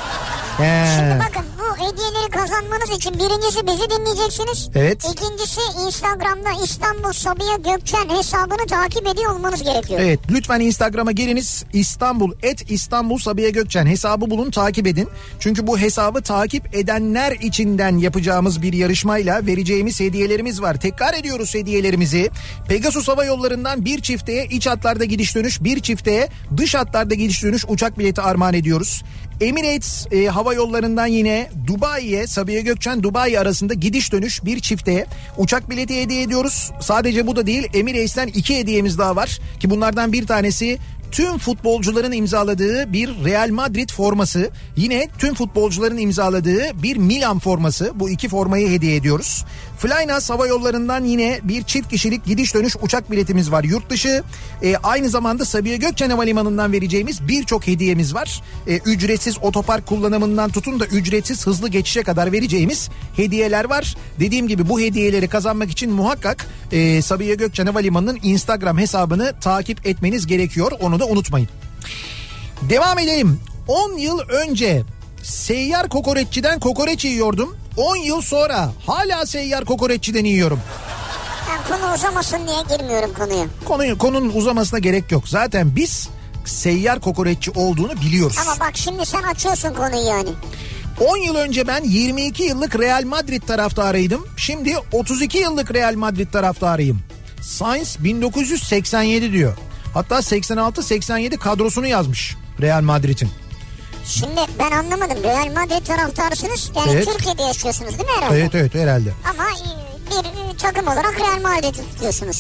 Şimdi bakın, bu hediyeleri kazanmanız için birincisi bizi dinleyeceksiniz. Evet. İkincisi Instagram'da İstanbul Sabiha Gökçen hesabını takip ediyor olmanız gerekiyor. Evet, lütfen Instagram'a giriniz. İstanbul Sabiha Gökçen hesabı bulun, takip edin. Çünkü bu hesabı takip edenler içinden yapacağımız bir yarışmayla vereceğimiz hediyelerimiz var. Tekrar ediyoruz hediyelerimizi. Pegasus Hava Yolları'ndan bir çifteye iç hatlarda gidiş dönüş, bir çifteye dış hatlarda gidiş dönüş uçak bileti armağan ediyoruz. Emirates Hava Yolları'ndan yine Dubai'ye, Sabiha Gökçen Dubai arasında gidiş dönüş bir çifteye uçak bileti hediye ediyoruz. Sadece bu da değil, Emirates'ten 2 hediyemiz daha var ki bunlardan bir tanesi tüm futbolcuların imzaladığı bir Real Madrid forması, yine tüm futbolcuların imzaladığı bir Milan forması. Bu 2 formayı hediye ediyoruz. Flynas Hava Yolları'ndan yine bir çift kişilik gidiş dönüş uçak biletimiz var yurt dışı. Aynı zamanda Sabiha Gökçen Havalimanı'ndan vereceğimiz birçok hediyemiz var. Ücretsiz otopark kullanımından tutun da ücretsiz hızlı geçişe kadar vereceğimiz hediyeler var. Dediğim gibi bu hediyeleri kazanmak için muhakkak Sabiha Gökçen Havalimanı'nın Instagram hesabını takip etmeniz gerekiyor. Onu da unutmayın. Devam edelim. 10 yıl önce seyyar kokoreççiden kokoreç yiyordum. 10 yıl sonra hala seyyar kokoreççiden yiyorum. Ben konu uzamasın diye girmiyorum konuya. Konunun uzamasına gerek yok. Zaten biz seyyar kokoreççi olduğunu biliyoruz. Ama bak şimdi sen açıyorsun konuyu yani. 10 yıl önce ben 22 yıllık Real Madrid taraftarıydım. Şimdi 32 yıllık Real Madrid taraftarıyım. Sainz 1987 diyor. Hatta 86-87 kadrosunu yazmış Real Madrid'in. Şimdi ben anlamadım. Real Madrid taraftarısınız. Yani evet. Türkiye'de yaşıyorsunuz değil mi herhalde? Evet herhalde. Ama bir takım olarak Real Madrid'i tutuyorsunuz.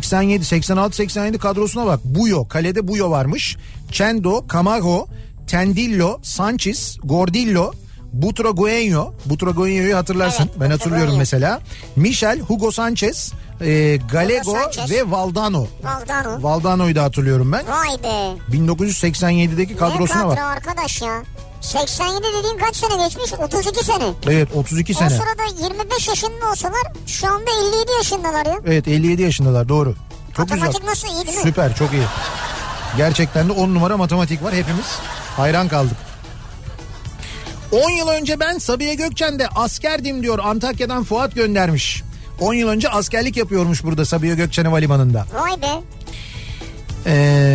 86-87 kadrosuna bak. Buyo, kalede Buyo varmış. Chendo, Camacho, Tendillo, Sanchez, Gordillo, Butragueño'yu hatırlarsın. Evet, ben hatırlıyorum mesela. Michel, Hugo Sanchez, Gallego ve Valdano'yu da hatırlıyorum ben. Vay be. 1987'deki kadrosuna bak. Ne kadro arkadaş ya. 87 dediğin kaç sene geçmiş? 32 sene. Evet 32 sene. O sırada 25 yaşında olsalar şu anda 57 yaşındalar ya. Evet 57 yaşındalar doğru. Çok matematik güzel. nasıl, iyi değil mi? Süper, çok iyi. Gerçekten de 10 numara matematik var. Hepimiz hayran kaldık. 10 yıl önce ben Sabiha Gökçen'de askerdim diyor. Antakya'dan Fuat göndermiş. 10 yıl önce askerlik yapıyormuş burada Sabiha Gökçen Havalimanı'nda. Vay be. 10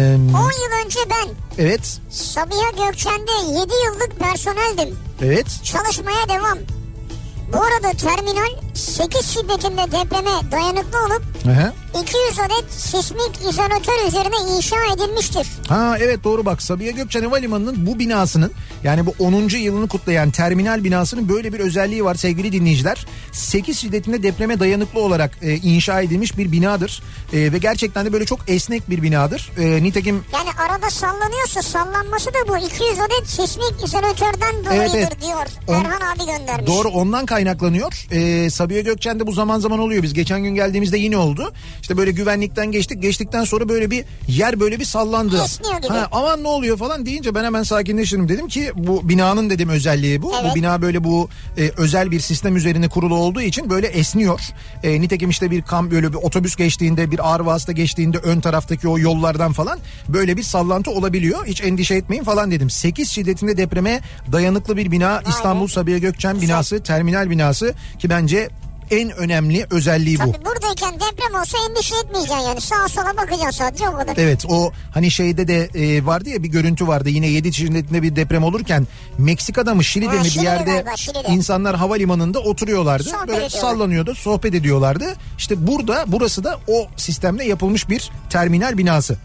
yıl önce ben evet. Sabiha Gökçen'de 7 yıllık personeldim. Evet. Çalışmaya devam. Bu arada terminal 8 şiddetinde depreme dayanıklı olup 200 adet sismik izolatör üzerine inşa edilmiştir. Ha evet doğru bak, Sabiha Gökçen Havalimanı'nın bu binasının, yani bu 10. yılını kutlayan terminal binasının böyle bir özelliği var sevgili dinleyiciler. 8 şiddetinde depreme dayanıklı olarak inşa edilmiş bir binadır. Ve gerçekten de böyle çok esnek bir binadır. Nitekim... Yani arada sallanıyorsa sallanması da bu 200 adet sismik izolatörden dolayıdır diyor. Erhan abi göndermiş. Doğru, ondan kaynaklanıyor. Sabiha Gökçen'de bu zaman zaman oluyor. Biz geçen gün geldiğimizde yine oldu. İşte böyle güvenlikten geçtik. Geçtikten sonra böyle bir yer böyle bir sallandı. Esniyor gibi. Aman ne oluyor falan deyince ben hemen sakinleştim. Dedim ki bu binanın dedim özelliği bu. Evet. Bu bina böyle bu özel bir sistem üzerine kurulu olduğu için böyle esniyor. Nitekim işte bir böyle bir otobüs geçtiğinde, bir ağır vasıta geçtiğinde ön taraftaki o yollardan falan böyle bir sallantı olabiliyor. Hiç endişe etmeyin falan dedim. 8 şiddetinde depreme dayanıklı bir bina. İstanbul Sabiha Gökçen binası, terminal binası ki bence en önemli özelliği bu. Tabii buradayken deprem olsa endişe etmeyeceksin yani. Sağa sola bakacaksın sadece, o kadar. Evet, o hani şeyde de vardı ya, bir görüntü vardı. Yine 7 şiddetinde bir deprem olurken Meksika'da mı Şili'de mi bir yerde galiba, Şili'de. İnsanlar havalimanında oturuyorlardı. Sohbet böyle ediyorlar. sallanıyordu, sohbet ediyorlardı. İşte burası da o sistemle yapılmış bir terminal binası.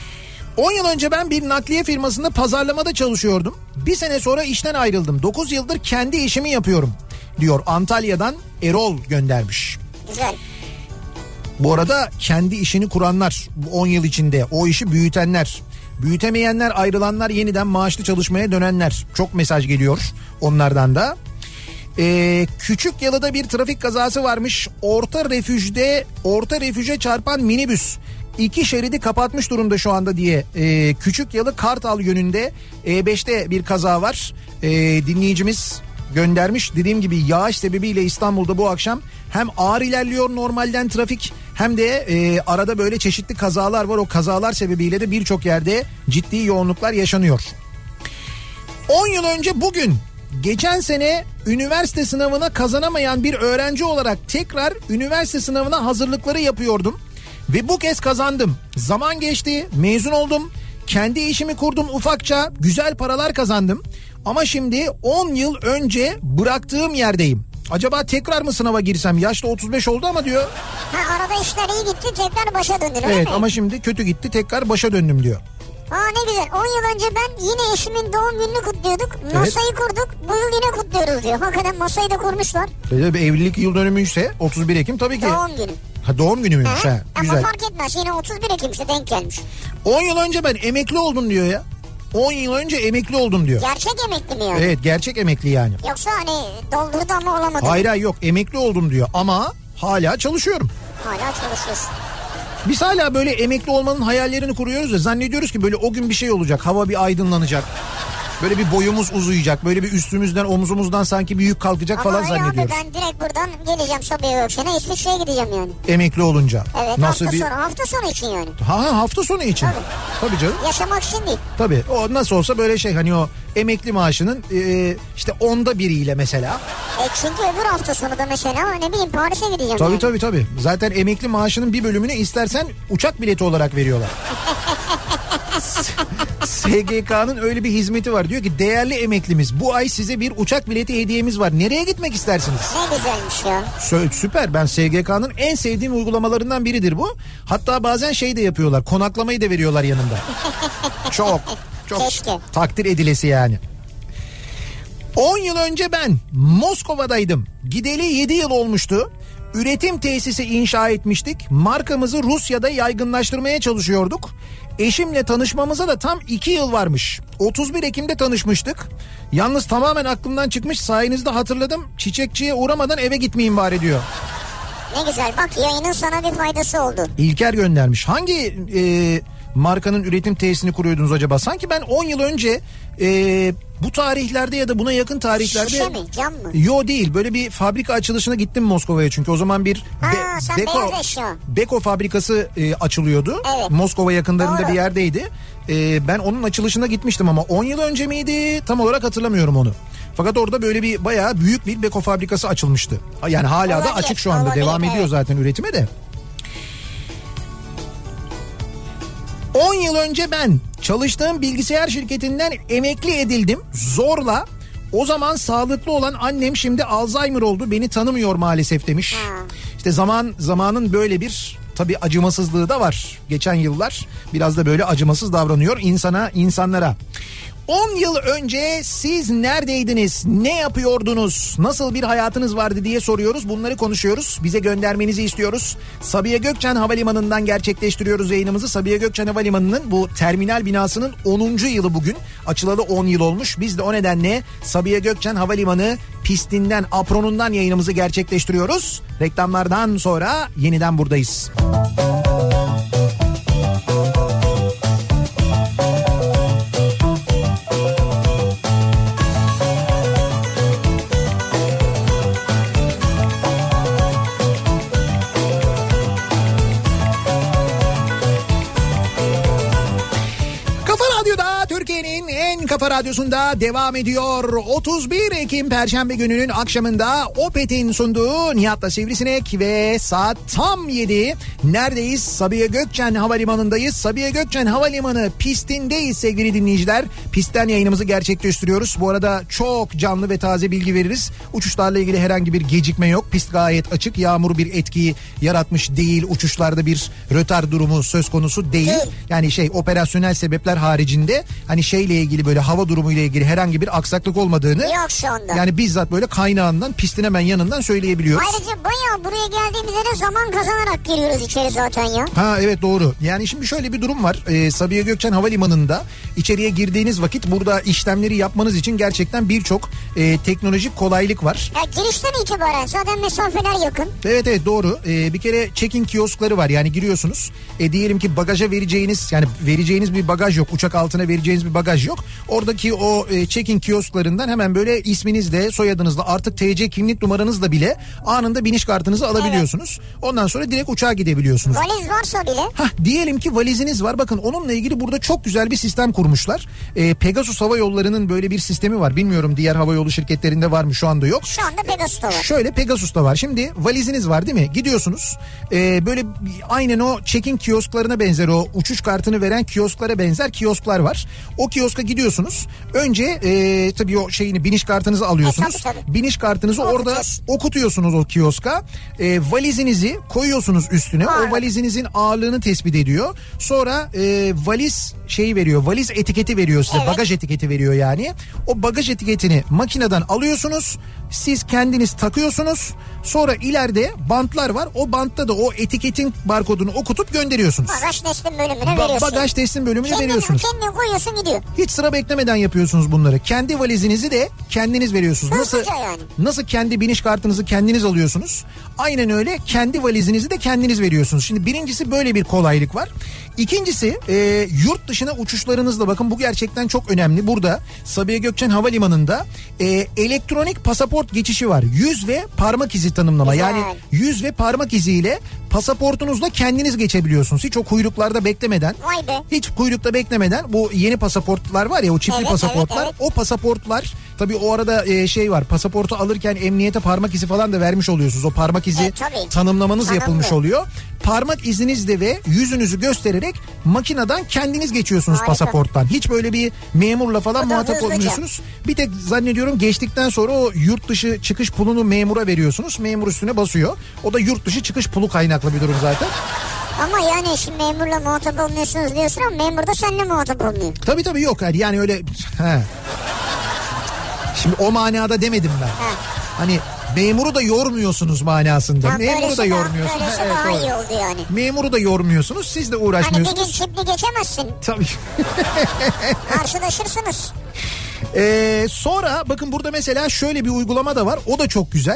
10 yıl önce ben bir nakliye firmasında pazarlamada çalışıyordum. Bir sene sonra işten ayrıldım. 9 yıldır kendi işimi yapıyorum diyor. Antalya'dan Erol göndermiş. Güzel. Bu arada kendi işini kuranlar, 10 yıl içinde o işi büyütenler, büyütemeyenler, ayrılanlar, yeniden maaşlı çalışmaya dönenler, çok mesaj geliyor onlardan da. Küçükyalı'da bir trafik kazası varmış. Orta refüje çarpan minibüs 2 şeridi kapatmış durumda şu anda diye. Küçükyalı Kartal yönünde E5'te bir kaza var. Dinleyicimiz göndermiş. Dediğim gibi yağış sebebiyle İstanbul'da bu akşam hem ağır ilerliyor normalden trafik, hem de arada böyle çeşitli kazalar var. O kazalar sebebiyle de birçok yerde ciddi yoğunluklar yaşanıyor. 10 yıl önce bugün, geçen sene üniversite sınavına kazanamayan bir öğrenci olarak tekrar üniversite sınavına hazırlıkları yapıyordum. Ve bu kez kazandım. Zaman geçti, mezun oldum. Kendi işimi kurdum ufakça, güzel paralar kazandım. Ama şimdi 10 yıl önce bıraktığım yerdeyim. Acaba tekrar mı sınava girsem? Yaşta 35 oldu ama diyor. Arada işler iyi gitti, tekrar başa döndün. Evet ama şimdi kötü gitti, tekrar başa döndüm diyor. Ne güzel. 10 yıl önce ben yine eşimin doğum gününü kutluyorduk. Masayı kurduk. Bu yıl yine kutluyoruz diyor. Hakikaten masayı da kurmuşlar. Bir evlilik yıl dönümüyse 31 Ekim tabii ki. Doğum günü. Doğum günü müymüş ha? Güzel. Ama fark etmez, yine 31 Ekim'se denk gelmiş. 10 yıl önce ben emekli oldum diyor ya. 10 yıl önce emekli oldum diyor. Gerçek emekli mi yani? Evet, gerçek emekli yani. Yoksa hani doldurdu ama olamadı. Hayır yok, emekli oldum diyor ama hala çalışıyorum. Hala çalışıyorsun. Biz hala böyle emekli olmanın hayallerini kuruyoruz ya, zannediyoruz ki böyle o gün bir şey olacak, hava bir aydınlanacak. Böyle bir boyumuz uzayacak, böyle bir üstümüzden omzumuzdan sanki bir yük kalkacak ama falan öyle zannediyoruz. Abi, ben direkt buradan geleceğim Sabiha Gökçen'e, İsviçre'ye gideceğim yani. Emekli olunca. Evet, nasıl hafta sonu için yani. Hafta sonu için. Tabii canım. Yaşamak için değil. Tabii, o nasıl olsa böyle şey, hani o emekli maaşının işte 1/10'iyle mesela. Çünkü öbür hafta sonu da mesela ne bileyim Paris'e gideceğim. Tabii. Zaten emekli maaşının bir bölümünü istersen uçak bileti olarak veriyorlar. SGK'nın öyle bir hizmeti var. Diyor ki değerli emeklimiz bu ay size bir uçak bileti hediyemiz var. Nereye gitmek istersiniz? Ne güzelmiş ya. Süper. Ben SGK'nın en sevdiğim uygulamalarından biridir bu. Hatta bazen şey de yapıyorlar. Konaklamayı da veriyorlar yanında. Çok Keşke. takdir edilesi yani. 10 yıl önce ben Moskova'daydım. Gideli 7 yıl olmuştu. Üretim tesisi inşa etmiştik. Markamızı Rusya'da yaygınlaştırmaya çalışıyorduk. Eşimle tanışmamıza da tam 2 yıl varmış. 31 Ekim'de tanışmıştık. Yalnız tamamen aklımdan çıkmış. Sayenizde hatırladım. Çiçekçiye uğramadan eve gitmeyeyim bari diyor. Ne güzel, bak yayının sana bir faydası oldu. İlker göndermiş. Hangi markanın üretim tesisini kuruyordunuz acaba? Sanki ben 10 yıl önce bu tarihlerde ya da buna yakın tarihlerde... Şişe mi, cam mı? Yo değil, böyle bir fabrika açılışına gittim Moskova'ya çünkü o zaman bir Beko fabrikası açılıyordu. Evet. Moskova yakınlarında Doğru. bir yerdeydi. Ben onun açılışına gitmiştim ama 10 yıl önce miydi tam olarak hatırlamıyorum onu. Fakat orada böyle bir bayağı büyük bir Beko fabrikası açılmıştı. Yani hala da açık şu anda, devam ediyor zaten üretime de. 10 yıl önce ben çalıştığım bilgisayar şirketinden emekli edildim zorla. O zaman sağlıklı olan annem şimdi Alzheimer oldu, beni tanımıyor maalesef demiş. İşte zamanın böyle bir tabii acımasızlığı da var. Geçen yıllar biraz da böyle acımasız davranıyor insanlara. 10 yıl önce siz neredeydiniz? Ne yapıyordunuz? Nasıl bir hayatınız vardı diye soruyoruz. Bunları konuşuyoruz. Bize göndermenizi istiyoruz. Sabiha Gökçen Havalimanı'ndan gerçekleştiriyoruz yayınımızı. Sabiha Gökçen Havalimanı'nın bu terminal binasının 10. yılı bugün. Açılalı 10 yıl olmuş. Biz de o nedenle Sabiha Gökçen Havalimanı pistinden, apronundan yayınımızı gerçekleştiriyoruz. Reklamlardan sonra yeniden buradayız. Kafa Radyosu'nda devam ediyor. 31 Ekim Perşembe gününün akşamında Opet'in sunduğu Nihat'la Sivrisinek ve saat tam 7. Neredeyiz? Sabiha Gökçen Havalimanı'ndayız. Sabiha Gökçen Havalimanı pistindeyiz sevgili dinleyiciler. Pistten yayınımızı gerçekleştiriyoruz. Bu arada çok canlı ve taze bilgi veririz. Uçuşlarla ilgili herhangi bir gecikme yok. Pist gayet açık. Yağmur bir etki yaratmış değil. Uçuşlarda bir rötar durumu söz konusu değil. Yani operasyonel sebepler haricinde hani şeyle ilgili böyle hava durumuyla ilgili herhangi bir aksaklık olmadığını yok şu anda. Yani bizzat böyle kaynağından, pistin hemen yanından söyleyebiliyoruz. Ayrıca bayağı buraya geldiğimizde de zaman kazanarak giriyoruz içeri zaten ya. Ha evet doğru. Yani şimdi şöyle bir durum var. Sabiha Gökçen Havalimanı'nda içeriye girdiğiniz vakit burada işlemleri yapmanız için gerçekten birçok teknolojik kolaylık var. Ya girişten itibaren zaten mesafeler yakın. Evet doğru. Bir kere check-in kioskları var. Yani giriyorsunuz. Diyelim ki bagaja vereceğiniz bir bagaj yok. Uçak altına vereceğiniz bir bagaj yok. Oradaki o check-in kiosklarından hemen böyle isminizle, soyadınızla, artık TC kimlik numaranızla bile anında biniş kartınızı alabiliyorsunuz. Evet. Ondan sonra direkt uçağa gidebiliyorsunuz. Valiz varsa bile. Diyelim ki valiziniz var. Bakın onunla ilgili burada çok güzel bir sistem kurmuşlar. Pegasus Hava Yolları'nın böyle bir sistemi var. Bilmiyorum diğer havayolu şirketlerinde var mı, şu anda yok. Şu anda Pegasus'ta var. Şöyle Pegasus'ta var. Şimdi valiziniz var değil mi? Gidiyorsunuz. Böyle aynen o check-in kiosklarına benzer, o uçuş kartını veren kiosklara benzer kiosklar var. O kioska gidiyorsunuz. Önce tabii o biniş kartınızı alıyorsunuz. Tabii. Biniş kartınızı orada okutuyorsunuz o kioska. Valizinizi koyuyorsunuz üstüne. O valizinizin ağırlığını tespit ediyor. Sonra valiz veriyor. Valiz etiketi veriyor size. Evet. Bagaj etiketi veriyor yani. O bagaj etiketini makineden alıyorsunuz. Siz kendiniz takıyorsunuz. Sonra ileride bantlar var. O bantta da o etiketin barkodunu okutup gönderiyorsunuz. Bagaj teslim bölümüne veriyorsun. Bagaj teslim bölümüne veriyorsunuz. Kendin koyuyorsun, gidiyor. Hiç sıra beklemeden yapıyorsunuz bunları. Kendi valizinizi de kendiniz veriyorsunuz. Nasıl kendi biniş kartınızı kendiniz alıyorsunuz? Aynen öyle kendi valizinizi de kendiniz veriyorsunuz. Şimdi birincisi böyle bir kolaylık var. İkincisi yurt dışına uçuşlarınızda, bakın bu gerçekten çok önemli. Burada Sabiha Gökçen Havalimanı'nda elektronik pasaport geçişi var. Yüz ve parmak izi tanımlama. Güzel. Yani yüz ve parmak iziyle pasaportunuzla kendiniz geçebiliyorsunuz. Hiç o kuyruklarda beklemeden. Vay be. Hiç kuyrukta beklemeden bu yeni pasaportlar var ya, o çipli pasaportlar. Evet. O pasaportlar tabii o arada var, pasaportu alırken emniyete parmak izi falan da vermiş oluyorsunuz. O parmak izi tanımlamanız yapılmış oluyor. parmak izinizle ve yüzünüzü göstererek makineden kendiniz geçiyorsunuz pasaporttan. Hiç böyle bir memurla falan muhatap olmuyorsunuz. Bir tek zannediyorum geçtikten sonra o yurt dışı çıkış pulunu memura veriyorsunuz. Memur üstüne basıyor. O da yurt dışı çıkış pulu kaynaklı bir durum zaten. Ama yani şimdi memurla muhatap olmuyorsunuz diyorsun ama memur da seninle muhatap olmuyor. Tabii yok yani öyle. Şimdi o manada demedim ben. Hani memuru da yormuyorsunuz manasında. Ya memuru da yormuyorsunuz. Böylesi daha iyi oldu yani. Memuru da yormuyorsunuz. Siz de uğraşmıyorsunuz. Hani bir gün çipli geçemezsin. Tabii. Karşılaşırsınız. Sonra bakın burada mesela şöyle bir uygulama da var. O da çok güzel.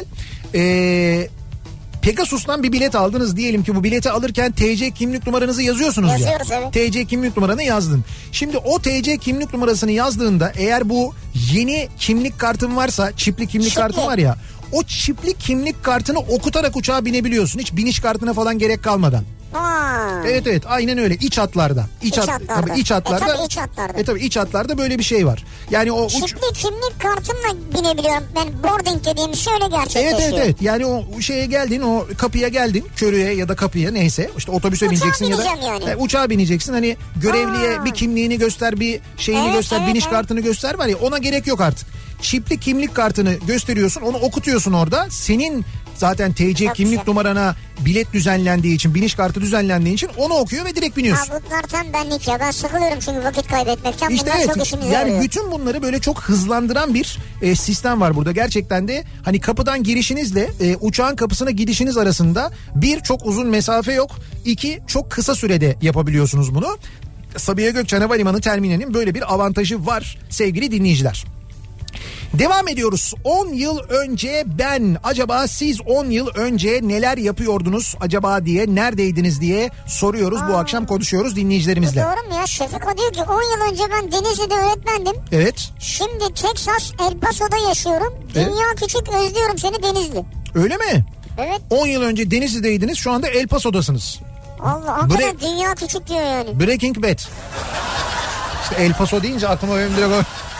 Pegasus'tan bir bilet aldınız, diyelim ki bu bileti alırken TC kimlik numaranızı yazıyorsunuz. Yazıyoruz, ya. Evet. TC kimlik numaranı yazdın. Şimdi o TC kimlik numarasını yazdığında eğer bu yeni kimlik kartın varsa, çipli kimlik kartın var ya, o çipli kimlik kartını okutarak uçağa binebiliyorsun. Hiç biniş kartına falan gerek kalmadan. Evet aynen öyle, iç hatlarda. İç hatlarda. Tabii iç hatlarda. Tabii iç hatlarda böyle bir şey var. Yani o çipli kimlik kartımla binebiliyorum. Ben boarding dediğim şey öyle gerçekleşiyor. Evet. Yani o şeye geldin, o kapıya geldin, körüye ya da kapıya neyse, işte otobüse bineceksin ya da yani. Uçağa bineceksin. Hani görevliye bir kimliğini göster, bir şeyini göster, biniş kartını göster var ya, ona gerek yok artık. Çipli kimlik kartını gösteriyorsun, onu okutuyorsun orada. Senin zaten TC kimlik numarana bilet düzenlendiği için, biniş kartı düzenlendiği için onu okuyor ve direkt biniyorsun. Bunlar tam benlik ya. Ben sıkılıyorum çünkü vakit kaybetmekten. İşte bunlar çok işimize yarıyor. Yani bütün bunları böyle çok hızlandıran bir sistem var burada. Gerçekten de hani kapıdan girişinizle uçağın kapısına gidişiniz arasında bir, çok uzun mesafe yok. İki, çok kısa sürede yapabiliyorsunuz bunu. Sabiha Gökçen Havalimanı terminalinin böyle bir avantajı var sevgili dinleyiciler. Devam ediyoruz. 10 yıl önce ben, acaba siz 10 yıl önce neler yapıyordunuz acaba diye, neredeydiniz diye soruyoruz. Bu akşam konuşuyoruz dinleyicilerimizle. Doğru mu ya? Şefika diyor ki 10 yıl önce ben Denizli'de öğretmendim. Evet. Şimdi Texas El Paso'da yaşıyorum. Dünya küçük, özlüyorum seni Denizli. Öyle mi? Evet. 10 yıl önce Denizli'deydiniz, şu anda El Paso'dasınız. Allah, hakikaten dünya küçük diyor yani. Breaking Bad. İşte El Paso deyince aklıma benim direkt o...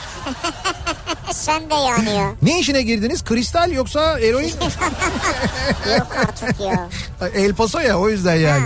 Sen de yani ya. Ne işine girdiniz? Kristal yoksa eroin? Yok artık ya. El Paso ya, o yüzden yani.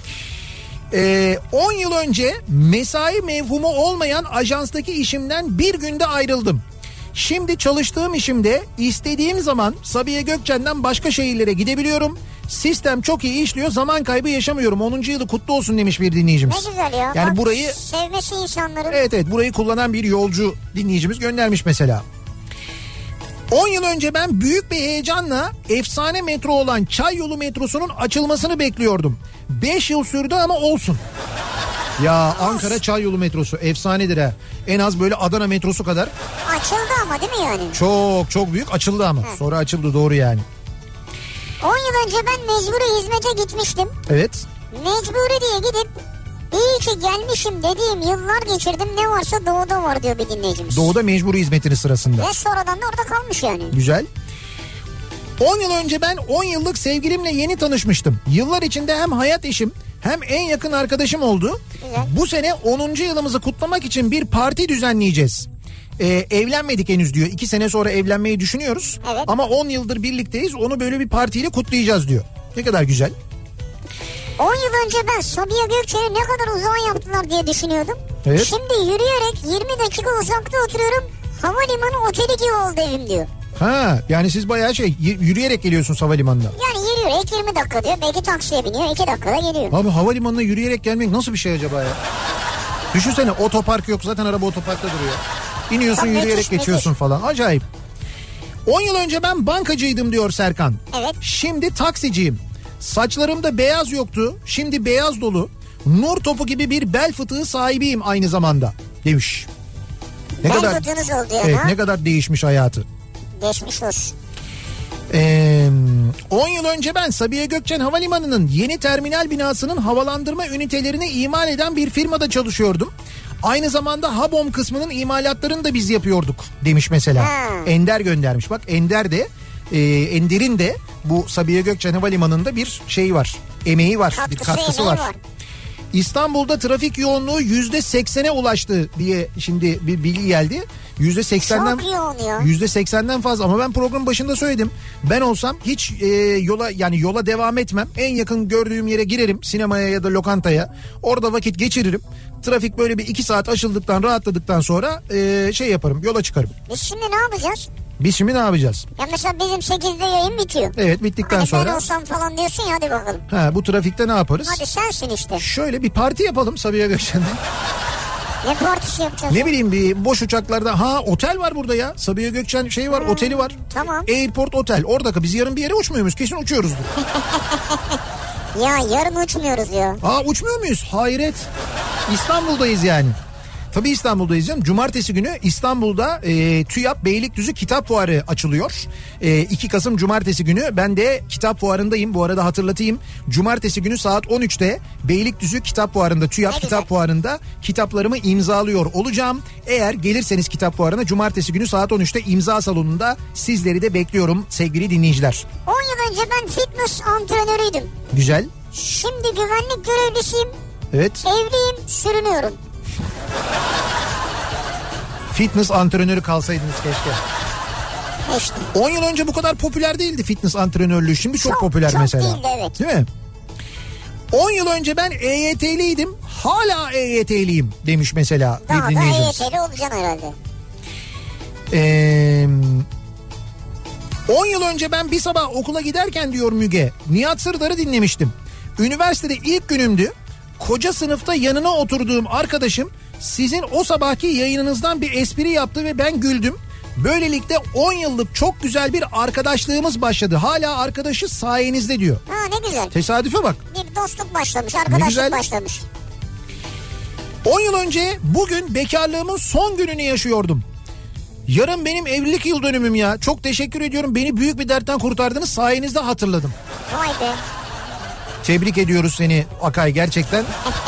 10 yıl önce mesai mevhumu olmayan ajanstaki işimden bir günde ayrıldım. Şimdi çalıştığım işimde istediğim zaman Sabiha Gökçen'den başka şehirlere gidebiliyorum. Sistem çok iyi işliyor, zaman kaybı yaşamıyorum. 10. yılı kutlu olsun demiş bir dinleyicimiz. Ne güzel ya. Yani bak, burayı sevmesi insanların. Evet, burayı kullanan bir yolcu dinleyicimiz göndermiş mesela. 10 yıl önce ben büyük bir heyecanla efsane metro olan Çayyolu metrosunun açılmasını bekliyordum. 5 yıl sürdü ama olsun. Ya Ankara Çayyolu metrosu efsanedir ha. En az böyle Adana metrosu kadar. Açıldı ama değil mi yani? Çok büyük açıldı ama. Sonra açıldı, doğru yani. 10 yıl önce ben mecburi hizmete gitmiştim. Evet. Mecburi diye gidip iyi ki gelmişim dediğim yıllar geçirdim, ne varsa doğuda var diyor bir dinleyicimiz. Doğuda mecburi hizmetini sırasında. Ve sonradan da orada kalmış yani. Güzel. 10 yıl önce ben 10 yıllık sevgilimle yeni tanışmıştım. Yıllar içinde hem hayat eşim hem en yakın arkadaşım oldu. Güzel. Bu sene 10. yılımızı kutlamak için bir parti düzenleyeceğiz. Evlenmedik henüz diyor. 2 sene sonra evlenmeyi düşünüyoruz. Evet. Ama 10 yıldır birlikteyiz. Onu böyle bir partiyle kutlayacağız diyor. Ne kadar güzel. 10 yıl önce ben Sabiha Gökçen'i ne kadar uzağa yaptılar diye düşünüyordum. Evet. Şimdi yürüyerek 20 dakika uzakta oturuyorum. Havalimanı oteli gibi oldu evim diyor. Ha, yani siz bayağı yürüyerek geliyorsunuz havalimanına. Yani yürüyerek 20 dakika diyor. Belki taksiye biniyor, 2 dakikada geliyor. Abi havalimanına yürüyerek gelmek nasıl bir şey acaba ya? Düşünsene, otopark yok zaten, araba otoparkta duruyor. İniyorsun, yürüyerek geçiyorsun falan. Acayip. 10 yıl önce ben bankacıydım diyor Serkan. Evet. Şimdi taksiciyim. Saçlarımda beyaz yoktu. Şimdi beyaz dolu. Nur topu gibi bir bel fıtığı sahibiyim aynı zamanda demiş. Ne bel kadar fıtığınız oldu ya. Evet, ne kadar değişmiş hayatı. Geçmiş olsun. 10 yıl önce ben Sabiha Gökçen Havalimanı'nın yeni terminal binasının havalandırma ünitelerini imal eden bir firmada çalışıyordum. Aynı zamanda Habom kısmının imalatlarını da biz yapıyorduk demiş mesela. Ender göndermiş. Bak Ender de Ender'in de bu Sabiha Gökçen Havalimanı'nda bir şey var. Emeği var. Bir katkısı var. İstanbul'da trafik yoğunluğu %80'e ulaştı diye şimdi bir bilgi geldi. %80'den Çok yoğun ya. %80'den fazla ama ben programın başında söyledim. Ben olsam hiç yola devam etmem. En yakın gördüğüm yere girerim, sinemaya ya da lokantaya. Orada vakit geçiririm. Trafik böyle bir 2 saat açıldıktan, rahatladıktan sonra şey yaparım, yola çıkarım. Biz şimdi ne yapacağız? Biz şimdi ne yapacağız? Ya mesela bizim 8'de yayın bitiyor. Evet, bittikten hani sonra. Ben olsam falan diyorsun ya, hadi bakalım. Bu trafikte ne yaparız? Hadi sensin işte. Şöyle bir parti yapalım Sabiha Gökçen'de. Ne partisi yapacağız? Ne bileyim, bir boş uçaklarda. Otel var burada ya. Sabiha Gökçen şey var, oteli var. Tamam. Airport Otel. Orada biz yarın bir yere uçmuyor muyuz? Kesin uçuyoruzdur. Ya yarın uçmuyoruz ya. Uçmuyor muyuz? Hayret. İstanbul'dayız yani. Tabii İstanbul'dayız canım. Cumartesi günü İstanbul'da TÜYAP Beylikdüzü Kitap Fuarı açılıyor. 2 Kasım Cumartesi günü ben de kitap fuarındayım. Bu arada hatırlatayım. Cumartesi günü saat 13'te Beylikdüzü Kitap Fuarı'nda, TÜYAP Kitap Fuarı'nda kitaplarımı imzalıyor olacağım. Eğer gelirseniz kitap fuarına Cumartesi günü saat 13'te imza salonunda sizleri de bekliyorum sevgili dinleyiciler. 10 yıl önce ben fitness antrenörüydüm. Güzel. Şimdi güvenlik görevlisiyim. Evet. Evliyim, sürünüyorum. Fitness antrenörü kalsaydınız keşke. İşte. 10 yıl önce bu kadar popüler değildi fitness antrenörlüğü. Şimdi çok popüler çok mesela. Değildi, evet. Değil mi? 10 yıl önce ben EYT'liydim. Hala EYT'liyim demiş mesela Daha bir da dinleyicimiz. EYT'li olacaksın herhalde. 10 yıl önce ben bir sabah okula giderken diyor Müge, Nihat Sırdar'ı dinlemiştim. Üniversitede ilk günümdü. Koca sınıfta yanına oturduğum arkadaşım sizin o sabahki yayınınızdan bir espri yaptı ve ben güldüm. Böylelikle 10 yıllık çok güzel bir arkadaşlığımız başladı. Hala arkadaşız sayenizde diyor. Ne güzel. Tesadüfe bak. Bir dostluk başlamış, arkadaşlık başlamış. 10 yıl önce bugün bekarlığımın son gününü yaşıyordum. Yarın benim evlilik yıl dönümüm ya. Çok teşekkür ediyorum. Beni büyük bir dertten kurtardınız. Sayenizde hatırladım. Vay be. Tebrik ediyoruz seni Akay gerçekten.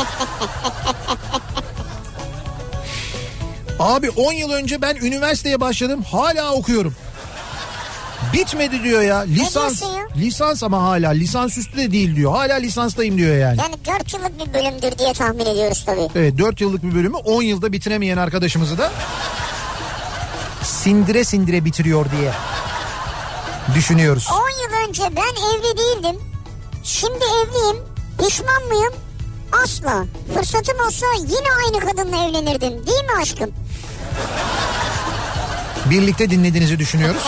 Abi 10 yıl önce ben üniversiteye başladım. Hala okuyorum. Bitmedi diyor ya. Lisans ama hala. Lisansüstü de değil diyor. Hala lisanstayım diyor yani. Yani 4 yıllık bir bölümdür diye tahmin ediyoruz tabii. Evet, 4 yıllık bir bölümü 10 yılda bitiremeyen arkadaşımızı da sindire sindire bitiriyor diye düşünüyoruz. 10 yıl önce ben evli değildim. Şimdi evliyim. Pişman mıyım? Asla. Fırsatım olsa yine aynı kadınla evlenirdim. Değil mi aşkım? Birlikte dinlediğinizi düşünüyoruz.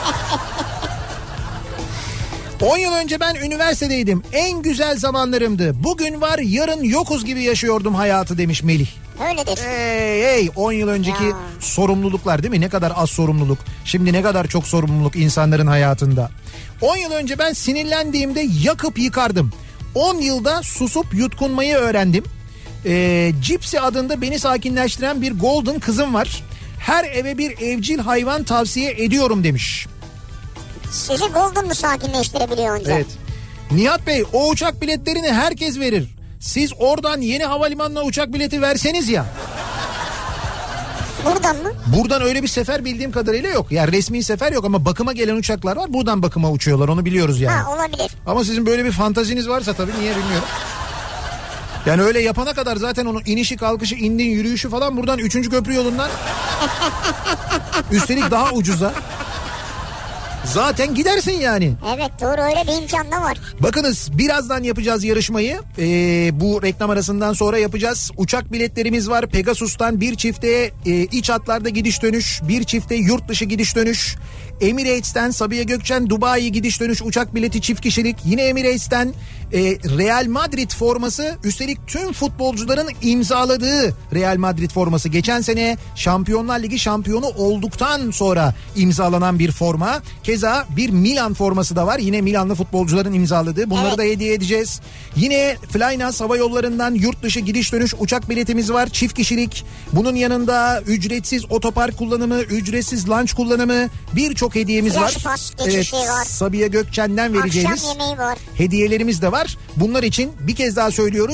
10 yıl önce ben üniversitedeydim. En güzel zamanlarımdı. Bugün var, yarın yokuz gibi yaşıyordum hayatı demiş Melih. Öyledir. Hey 10 yıl önceki sorumluluklar değil mi? Ne kadar az sorumluluk. Şimdi ne kadar çok sorumluluk insanların hayatında. 10 yıl önce ben sinirlendiğimde yakıp yıkardım. 10 yılda susup yutkunmayı öğrendim. Gypsy adında beni sakinleştiren bir golden kızım var. Her eve bir evcil hayvan tavsiye ediyorum demiş. Sizi golden mu sakinleştirebiliyor önce? Evet. Nihat Bey, o uçak biletlerini herkes verir. Siz oradan yeni havalimanına uçak bileti verseniz ya. Buradan mı? Buradan öyle bir sefer bildiğim kadarıyla yok. Yani resmi sefer yok ama bakıma gelen uçaklar var. Buradan bakıma uçuyorlar, onu biliyoruz yani. Olabilir. Ama sizin böyle bir fantaziniz varsa tabii, niye bilmiyorum. Yani öyle yapana kadar zaten onun inişi, kalkışı, indiğin yürüyüşü falan buradan 3. köprü yolundan üstelik daha ucuza zaten gidersin yani. Evet, doğru, öyle bir imkan da var. Bakınız, birazdan yapacağız yarışmayı. Bu reklam arasından sonra yapacağız. Uçak biletlerimiz var. Pegasus'tan bir çifte iç hatlarda gidiş dönüş, bir çifte yurt dışı gidiş dönüş. Emirates'ten Sabiha Gökçen Dubai gidiş dönüş uçak bileti çift kişilik. Yine Emirates'ten Real Madrid forması, üstelik tüm futbolcuların imzaladığı Real Madrid forması. Geçen sene Şampiyonlar Ligi şampiyonu olduktan sonra imzalanan bir forma. Keza bir Milan forması da var. Yine Milanlı futbolcuların imzaladığı. Bunları da hediye edeceğiz. Yine Flynas Hava Yolları'ndan yurt dışı gidiş dönüş uçak biletimiz var. Çift kişilik. Bunun yanında ücretsiz otopark kullanımı, ücretsiz lunch kullanımı, birçok hediyemiz var. Evet, var. Sabiha Gökçen'den vereceğimiz akşam yemeği var. Hediyelerimiz de var. Bunlar için bir kez daha söylüyoruz.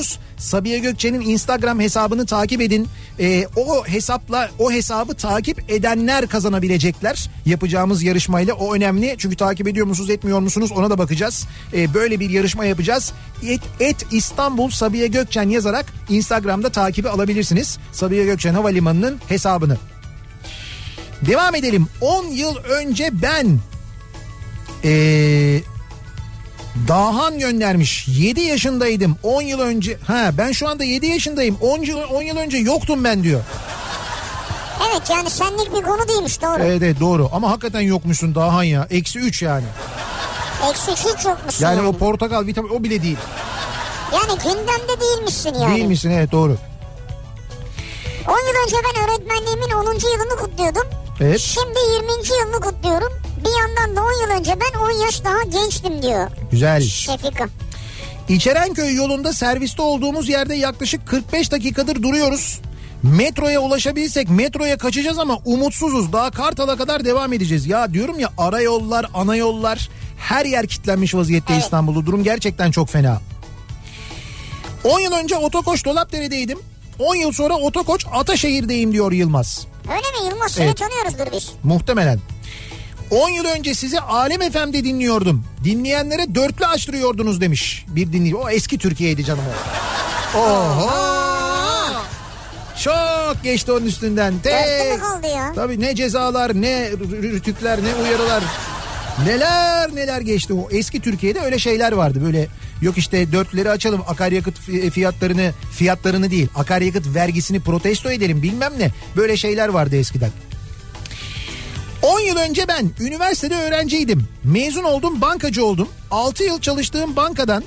Sabiha Gökçen'in Instagram hesabını takip edin. O hesabı takip edenler kazanabilecekler. Yapacağımız yarışmayla o önemli. Çünkü takip ediyor musunuz etmiyor musunuz ona da bakacağız. Böyle bir yarışma yapacağız. İstanbul Sabiha Gökçen yazarak Instagram'da takibi alabilirsiniz. Sabiha Gökçen Havalimanı'nın hesabını. Devam edelim. 10 yıl önce ben Dahan göndermiş. 7 yaşındaydım 10 yıl önce. Ben şu anda 7 yaşındayım. 10 yıl önce yoktum ben diyor. Evet yani senlik bir konu değilmiş, doğru. Evet doğru ama hakikaten yokmuşsun Dahan ya. -3 yani. -3 hiç yokmuşsun yani. O portakal vitamin o bile değil. Yani gündemde değilmişsin yani. Değilmişsin, evet doğru. 10 yıl önce ben öğretmenliğimin 10. yılını kutluyordum. Evet. Şimdi 20. yılını kutluyorum. Bir yandan da 10 yıl önce ben 10 yaş daha gençtim diyor. Güzel. Şefika. İçerenköy yolunda serviste olduğumuz yerde yaklaşık 45 dakikadır duruyoruz. Metroya ulaşabilsek metroya kaçacağız ama umutsuzuz. Daha Kartal'a kadar devam edeceğiz. Ya diyorum ya, ara yollar, ana yollar, her yer kilitlenmiş vaziyette, evet. İstanbul'da durum gerçekten çok fena. 10 yıl önce Otokoç Dolapdere'deydim. 10 yıl sonra Otokoç Ataşehir'deyim diyor Yılmaz. Öyle mi Yılmaz? Seni evet. Tanıyoruzdur biz. Muhtemelen. 10 yıl önce sizi Alem FM'de dinliyordum. Dinleyenlere dörtlü açtırıyordunuz demiş bir dinleyici. O eski Türkiye'ydi canım o. Oho! Çok geçti onun üstünden. Dörtlü mü kaldı ya? Tabii ne cezalar, ne rütükler, ne uyarılar. Neler geçti. O eski Türkiye'de öyle şeyler vardı. Böyle yok işte dörtleri açalım, akaryakıt fiyatlarını değil, akaryakıt vergisini protesto edelim bilmem ne. Böyle şeyler vardı eskiden. 10 yıl önce ben üniversitede öğrenciydim. Mezun oldum, bankacı oldum. 6 yıl çalıştığım bankadan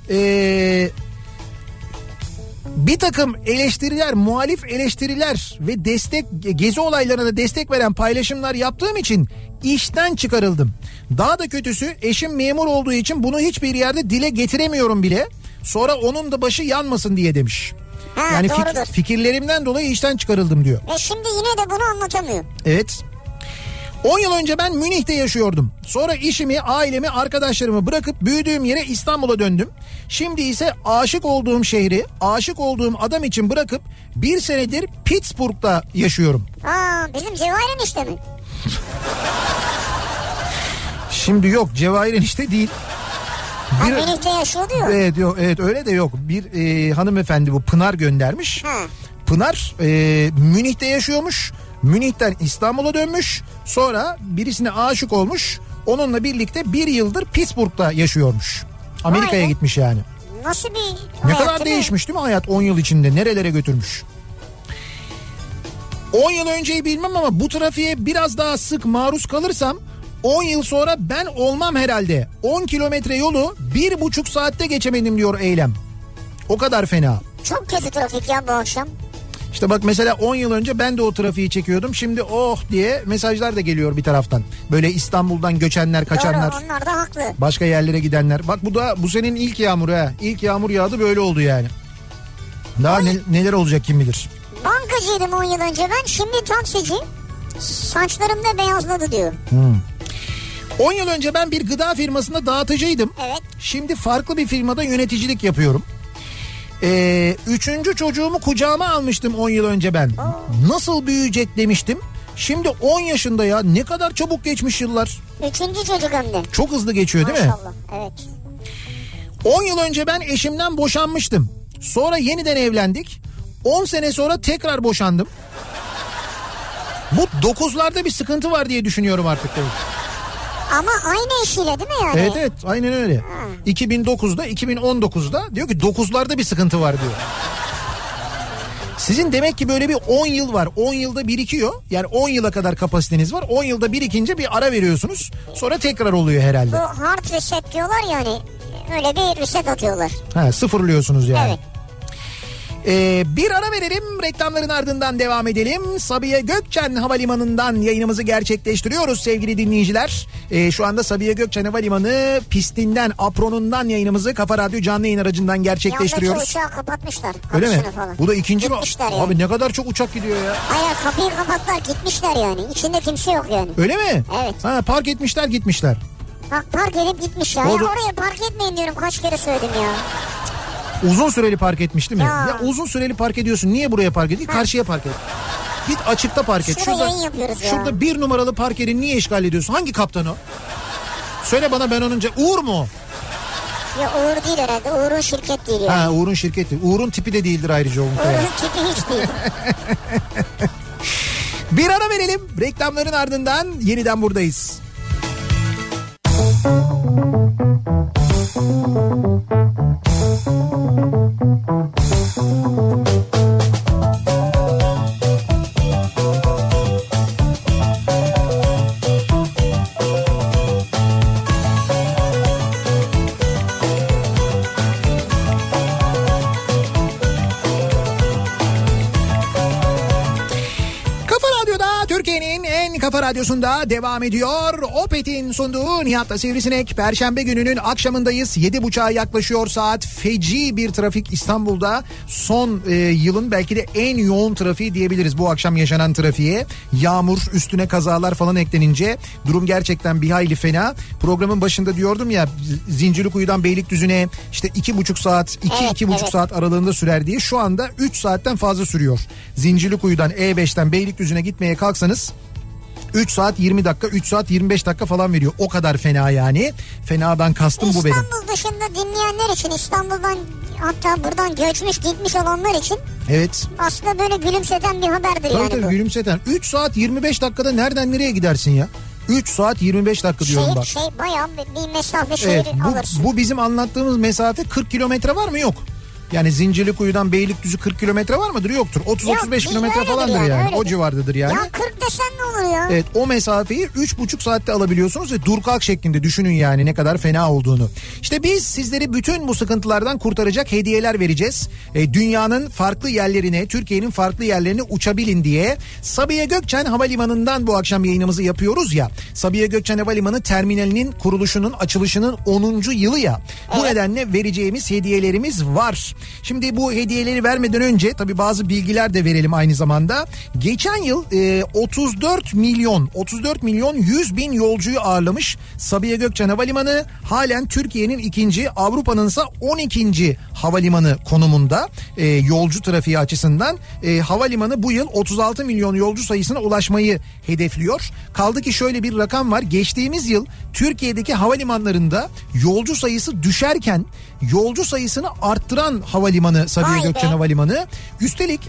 bir takım eleştiriler, muhalif eleştiriler ve gezi olaylarına da destek veren paylaşımlar yaptığım için işten çıkarıldım. Daha da kötüsü, eşim memur olduğu için bunu hiçbir yerde dile getiremiyorum bile. Sonra onun da başı yanmasın diye demiş. Yani fikirlerimden dolayı işten çıkarıldım diyor. Ve şimdi yine de bunu anlatamıyor. Evet. 10 yıl önce ben Münih'te yaşıyordum. Sonra işimi, ailemi, arkadaşlarımı bırakıp büyüdüğüm yere İstanbul'a döndüm. Şimdi ise aşık olduğum şehri, aşık olduğum adam için bırakıp bir senedir Pittsburgh'da yaşıyorum. Bizim Cevahir'in işte mi? Şimdi yok, Cevahir'in işte değil. Münih'te yaşıyor diyor. Evet öyle de yok. Bir hanımefendi, bu Pınar göndermiş. Pınar Münih'te yaşıyormuş. Münih'ten İstanbul'a dönmüş. Sonra birisine aşık olmuş. Onunla birlikte bir yıldır Pittsburgh'da yaşıyormuş. Amerika'ya gitmiş yani. Nasıl bir hayat, ne kadar değişmiş değil mi hayat 10 yıl içinde? Nerelere götürmüş? 10 yıl önceyi bilmem ama bu trafiğe biraz daha sık maruz kalırsam 10 yıl sonra ben olmam herhalde. 10 kilometre yolu 1,5 saatte geçemedim diyor Eylem. O kadar fena. Çok kötü trafik ya bu akşam. İşte bak mesela 10 yıl önce ben de o trafiği çekiyordum. Şimdi diye mesajlar da geliyor bir taraftan. Böyle İstanbul'dan göçenler, kaçanlar. Doğru, onlar da haklı. Başka yerlere gidenler. Bak bu senin ilk yağmuru ha. İlk yağmur yağdı, böyle oldu yani. Daha neler olacak kim bilir. Bankacıydım 10 yıl önce ben. Şimdi taksici. Saçlarım da beyazladı diyor. 10 yıl önce ben bir gıda firmasında dağıtıcıydım. Evet. Şimdi farklı bir firmada yöneticilik yapıyorum. 3. çocuğumu kucağıma almıştım 10 yıl önce ben. Nasıl büyüyecek demiştim. Şimdi 10 yaşında ya, ne kadar çabuk geçmiş yıllar. 3. çocuk hem de. Çok hızlı geçiyor değil mi? Maşallah, evet. 10 yıl önce ben eşimden boşanmıştım. Sonra yeniden evlendik. 10 sene sonra tekrar boşandım. Bu 9'larda bir sıkıntı var diye düşünüyorum artık demiş. Ama aynı eşiyle değil mi yani? Evet aynen öyle. 2009'da 2019'da diyor ki 9'larda bir sıkıntı var diyor. Sizin demek ki böyle bir 10 yıl var. 10 yılda birikiyor. Yani 10 yıla kadar kapasiteniz var. 10 yılda birikince bir ara veriyorsunuz. Sonra tekrar oluyor herhalde. Bu hard reset diyorlar yani. Öyle bir reset atıyorlar. Sıfırlıyorsunuz yani. Evet. Bir ara verelim, reklamların ardından devam edelim. Sabiha Gökçen Havalimanı'ndan yayınımızı gerçekleştiriyoruz sevgili dinleyiciler. Şu anda Sabiha Gökçen Havalimanı pistinden, apronundan yayınımızı Kafa Radyo canlı yayın aracından gerçekleştiriyoruz. Yandaki uçağı kapatmışlar. Öyle mi? Falan. Bu da ikinci mi? Yani. Abi ne kadar çok uçak gidiyor ya. Hayır, kapıyı kapattılar, gitmişler yani. İçinde kimse yok yani. Öyle mi? Evet. Park etmişler gitmişler. Bak park edip gitmişler. Oraya park etmeyin diyorum, kaç kere söyledim ya. Uzun süreli park etmiş değil mi? Ya. Ya uzun süreli park ediyorsun. Niye buraya park ediyorsun? Karşıya park et. Git açıkta park et. Şurada yayın yapıyoruz ya. Şurada 1 numaralı park yerini niye işgal ediyorsun? Hangi kaptan o? Söyle bana, ben onunca. Uğur mu o? Ya Uğur değil herhalde. Uğur'un şirket değil yani. Ha, Uğur'un şirketi. Uğur'un tipi de değildir ayrıca o muhtemelen. Uğur'un tipi hiç değil. Bir ara verelim. Reklamların ardından yeniden buradayız. Kafa Radyosu'nda devam ediyor. Opet'in sunduğu Nihat'la Sivrisinek. Perşembe gününün akşamındayız. 7.30'a yaklaşıyor saat. Feci bir trafik İstanbul'da. Son yılın belki de en yoğun trafiği diyebiliriz bu akşam yaşanan trafiğe. Yağmur, üstüne kazalar falan eklenince durum gerçekten bir hayli fena. Programın başında diyordum ya, Zincirlikuyu'dan Beylikdüzü'ne işte 2,5 saat, 2-2,5 saat aralığında sürer diye. Şu anda 3 saatten fazla sürüyor. Zincirlikuyu'dan E5'ten Beylikdüzü'ne gitmeye kalksanız 3 saat 20 dakika, 3 saat 25 dakika falan veriyor. O kadar fena yani. Fenadan kastım bu benim. İstanbul dışında dinleyenler için, İstanbul'dan hatta buradan göçmüş gitmiş olanlar için evet, aslında böyle gülümseten bir haberdir yani tabii bu. Gülümseten. 3 saat 25 dakikada nereden nereye gidersin ya? 3 saat 25 dakika diyorum bak. Bayağı bir mesafe şehri alırsın. Bu bizim anlattığımız mesafe 40 kilometre var mı? Yok. Yani Zincirlikuyu'dan Beylikdüzü 40 kilometre var mıdır? Yoktur. 30-35 kilometre falandır yani. O civardadır yani. Ya 40 desen ne olur ya? Evet, o mesafeyi 3,5 saatte alabiliyorsunuz ve dur kalk şeklinde, düşünün yani ne kadar fena olduğunu. İşte biz sizleri bütün bu sıkıntılardan kurtaracak hediyeler vereceğiz. Dünyanın farklı yerlerine, Türkiye'nin farklı yerlerine uçabilin diye Sabiha Gökçen Havalimanı'ndan bu akşam yayınımızı yapıyoruz ya. Sabiha Gökçen Havalimanı terminalinin kuruluşunun, açılışının 10. yılı ya. Bu nedenle vereceğimiz hediyelerimiz var. Şimdi bu hediyeleri vermeden önce tabii bazı bilgiler de verelim aynı zamanda. Geçen yıl 34 milyon 100 bin yolcuyu ağırlamış Sabiha Gökçen Havalimanı. Halen Türkiye'nin ikinci, Avrupa'nın ise 12. havalimanı konumunda yolcu trafiği açısından. Havalimanı bu yıl 36 milyon yolcu sayısına ulaşmayı hedefliyor. Kaldı ki şöyle bir rakam var. Geçtiğimiz yıl Türkiye'deki havalimanlarında yolcu sayısı düşerken yolcu sayısını arttıran havalimanı Sabiha Gökçen Havalimanı. Üstelik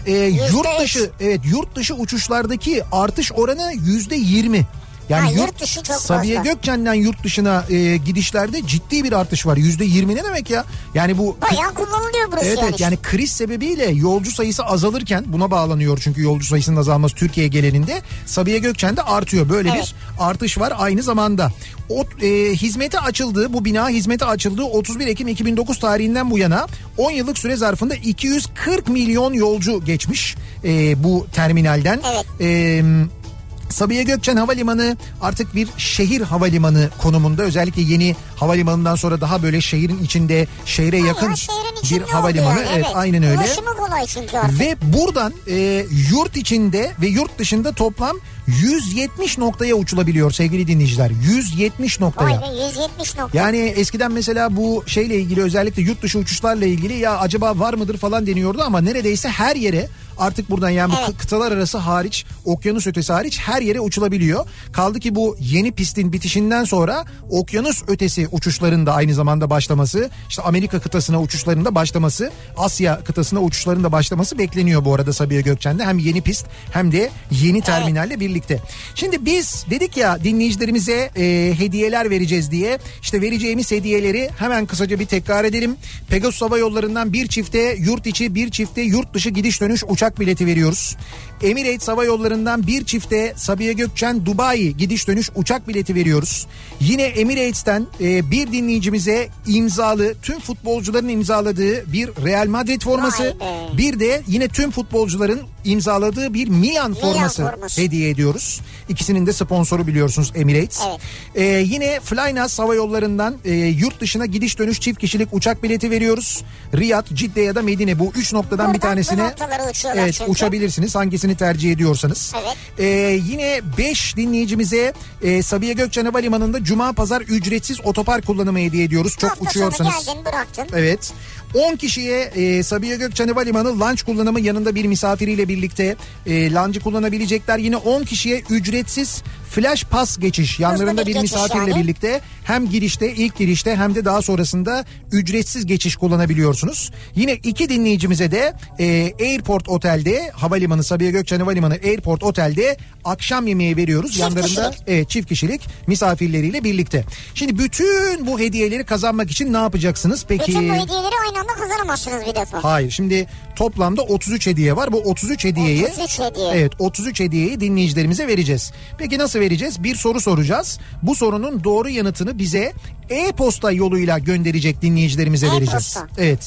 yurt dışı uçuşlardaki artış oranı %20. Yani Sabiha Gökçen'den yurt dışına gidişlerde ciddi bir artış var. %20 ne demek ya? Yani bu bayağı kullanılıyor burası yani. Evet, yani kriz sebebiyle yolcu sayısı azalırken, buna bağlanıyor çünkü yolcu sayısının azalması Türkiye genelinde, Sabiha Gökçen'de artıyor. Böyle bir artış var aynı zamanda. Hizmete açıldığı, bu bina hizmete açıldığı 31 Ekim 2009 tarihinden bu yana 10 yıllık süre zarfında 240 milyon yolcu geçmiş bu terminalden. Evet. Sabiha Gökçen Havalimanı artık bir şehir havalimanı konumunda. Özellikle yeni havalimanından sonra daha böyle şehrin içinde, şehre yakın bir havalimanı. Yani. Evet, aynen öyle. Ulaşımı kolay çünkü artık. Ve buradan yurt içinde ve yurt dışında toplam 170 noktaya uçulabiliyor sevgili dinleyiciler. 170 noktaya. Vay be, 170 nokta. Yani eskiden mesela bu şeyle ilgili, özellikle yurt dışı uçuşlarla ilgili ya acaba var mıdır falan deniyordu ama neredeyse her yere artık buradan, yani bu kıtalar arası hariç, okyanus ötesi hariç her yere uçulabiliyor. Kaldı ki bu yeni pistin bitişinden sonra okyanus ötesi uçuşların da aynı zamanda başlaması, işte Amerika kıtasına uçuşların da başlaması, Asya kıtasına uçuşların da başlaması bekleniyor bu arada Sabiha Gökçen'de. Hem yeni pist hem de yeni terminalle birlikte. Şimdi biz dedik ya dinleyicilerimize hediyeler vereceğiz diye. İşte vereceğimiz hediyeleri hemen kısaca bir tekrar edelim. Pegasus Hava Yolları'ndan bir çifte yurt içi, bir çifte yurt dışı gidiş dönüş uçak bileti veriyoruz. Emirates Hava Yolları'ndan bir çifte Sabiha Gökçen Dubai gidiş dönüş uçak bileti veriyoruz. Yine Emirates'ten bir dinleyicimize imzalı, tüm futbolcuların imzaladığı bir Real Madrid forması, bir de yine tüm futbolcuların imzaladığı bir Milan forması hediye ediyoruz. diyoruz. İkisinin de sponsoru biliyorsunuz Emirates. Evet. Yine Flynas Hava Yolları'ndan yurt dışına gidiş dönüş çift kişilik uçak bileti veriyoruz. Riyad, Cidde ya da Medine, bu 3 noktadan Buradan bir tanesine uçabilirsiniz hangisini tercih ediyorsanız. Evet. Yine 5 dinleyicimize Sabiha Gökçen Havalimanı'nda Cuma Pazar ücretsiz otopark kullanımı hediye ediyoruz. Çok hafta uçuyorsanız. sonu geldin bıraktın. Evet. 10 kişiye Sabiha Gökçen Havalimanı lunch kullanımı, yanında bir misafiriyle birlikte lunch'ı kullanabilecekler. Yine 10 kişiye ücretsiz flash pass geçiş, yanlarında bir misafirle birlikte hem girişte, ilk girişte hem de daha sonrasında ücretsiz geçiş kullanabiliyorsunuz. Yine 2 dinleyicimize de Airport Otel'de, havalimanı Sabiha Gökçen Havalimanı Airport Otel'de akşam yemeği veriyoruz. Yanlarında çift kişilik misafirleriyle birlikte. Şimdi bütün bu hediyeleri kazanmak için ne yapacaksınız? Peki. Bütün bu hediyeleri aynı anda kazanamazsınız bir defa. Hayır, şimdi toplamda 33 hediye var. Bu 33 hediyeyi 33 hediye. Evet, 33 hediyeyi dinleyicilerimize vereceğiz. Peki nasıl vereceğiz? Bir soru soracağız. Bu sorunun doğru yanıtını bize e-posta yoluyla gönderecek dinleyicilerimize vereceğiz. Evet.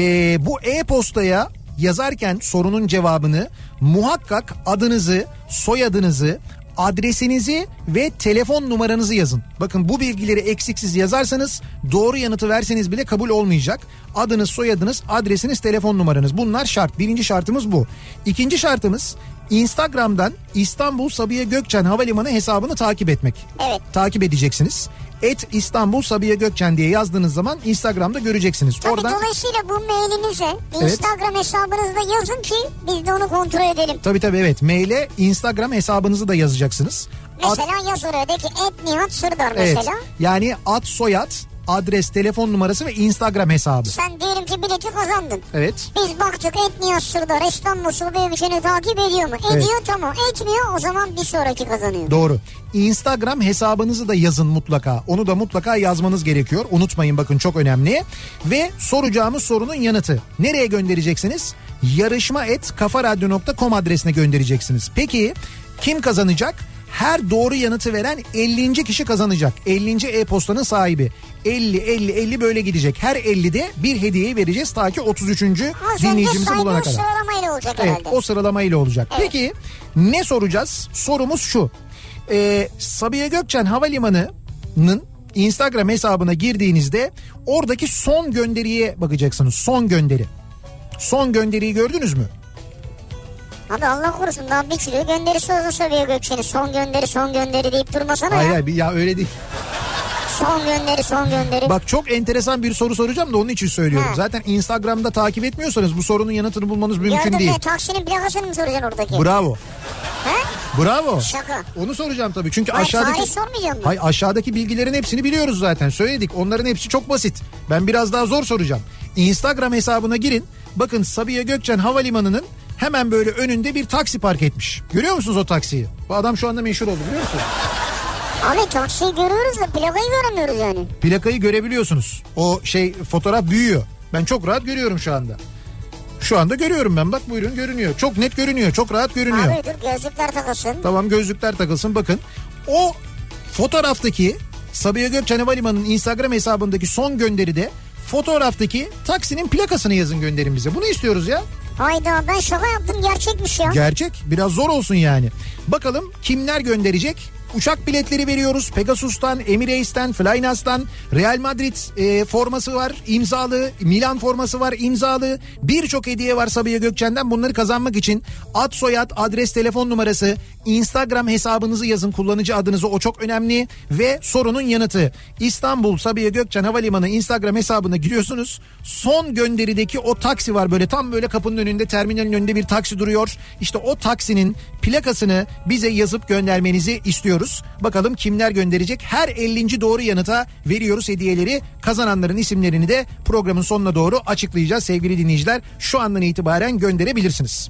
Bu e-postaya yazarken sorunun cevabını muhakkak adınızı, soyadınızı, adresinizi ve telefon numaranızı yazın. Bakın, bu bilgileri eksiksiz yazarsanız doğru yanıtı verseniz bile kabul olmayacak. Adınız, soyadınız, adresiniz, telefon numaranız, bunlar şart. Birinci şartımız bu. İkinci şartımız Instagram'dan İstanbul Sabiha Gökçen Havalimanı hesabını takip etmek. Evet. Takip edeceksiniz. @İstanbul Sabiha Gökçen diye yazdığınız zaman Instagram'da göreceksiniz. Tabii dolayısıyla bu mailinize Instagram hesabınızda yazın ki biz de onu kontrol edelim. Tabii evet, maile Instagram hesabınızı da yazacaksınız. Mesela yaz oraya de ki @Nihat Sırdar mesela. Evet, yani ad, soyad, adres, telefon numarası ve Instagram hesabı. Sen diyelim ki bileti kazandın. Evet. Biz baktık Nihat Sırdar İstanbul Sabiha Gökçen'i takip ediyor mu? Ediyor, tamam. Etmiyor, o zaman bir sonraki kazanıyor. Doğru. Instagram hesabınızı da yazın mutlaka. Onu da mutlaka yazmanız gerekiyor. Unutmayın, bakın, çok önemli. Ve soracağımız sorunun yanıtı. Nereye göndereceksiniz? yarışma@kafaradyo.com adresine göndereceksiniz. Peki kim kazanacak? Her doğru yanıtı veren 50. kişi kazanacak. 50. e-postanın sahibi. 50 böyle gidecek. Her 50'de bir hediyeyi vereceğiz ta ki 33. dinleyicimizi bulana kadar. Sıralamayla olacak herhalde. Evet, o sıralamayla olacak. Evet. Peki ne soracağız? Sorumuz şu. Sabiha Gökçen Havalimanı'nın Instagram hesabına girdiğinizde oradaki son gönderiye bakacaksınız. Son gönderi. Son gönderiyi gördünüz mü? Abi Allah korusun, daha bir kilo gönderisi olsun Sabiha Gökçen'i. Son gönderi deyip durmasana ya. Hayır ya, öyle değil. Son gönderi. Bak, çok enteresan bir soru soracağım da onun için söylüyorum. Zaten Instagram'da takip etmiyorsanız bu sorunun yanıtını bulmanız mümkün değil. Taksinin plakasını mı soracaksın oradaki? Bravo. Bravo. Şaka. Onu soracağım tabii. Çünkü tarih sormayacağım mı? Hayır, aşağıdaki bilgilerin hepsini biliyoruz zaten. Söyledik. Onların hepsi çok basit. Ben biraz daha zor soracağım. Instagram hesabına girin. Bakın, Sabiha Gökçen Havalimanı'nın hemen böyle önünde bir taksi park etmiş. Görüyor musunuz o taksiyi? Bu adam şu anda meşhur oldu, biliyor musunuz? Abi taksiyi görüyoruz da plakayı göremiyoruz yani. Plakayı görebiliyorsunuz. O fotoğraf büyüyor. Ben çok rahat görüyorum şu anda. Şu anda görüyorum ben, bak buyurun, görünüyor. Çok net görünüyor, çok rahat görünüyor. Abi dur, gözlükler takılsın. Tamam, gözlükler takılsın, bakın. O fotoğraftaki Sabiha Gökçen Havalimanı'nın Instagram hesabındaki son gönderide fotoğraftaki taksinin plakasını yazın, gönderin bize. Bunu istiyoruz ya. Hayda, ben şaka yaptım, gerçekmiş ya. Gerçek, biraz zor olsun yani. Bakalım kimler gönderecek? Uçak biletleri veriyoruz. Pegasus'tan, Emirates'ten, Flynas'tan, Real Madrid forması var imzalı, Milan forması var imzalı. Birçok hediye var Sabiha Gökçen'den. Bunları kazanmak için ad, soyad, adres, telefon numarası, Instagram hesabınızı yazın, kullanıcı adınızı, o çok önemli. Ve sorunun yanıtı. İstanbul Sabiha Gökçen Havalimanı Instagram hesabına giriyorsunuz. Son gönderideki o taksi var, böyle tam böyle kapının önünde, terminalin önünde bir taksi duruyor. İşte o taksinin plakasını bize yazıp göndermenizi istiyoruz. Bakalım kimler gönderecek? Her 50. doğru yanıta veriyoruz hediyeleri. Kazananların isimlerini de programın sonuna doğru açıklayacağız sevgili dinleyiciler. Şu andan itibaren gönderebilirsiniz.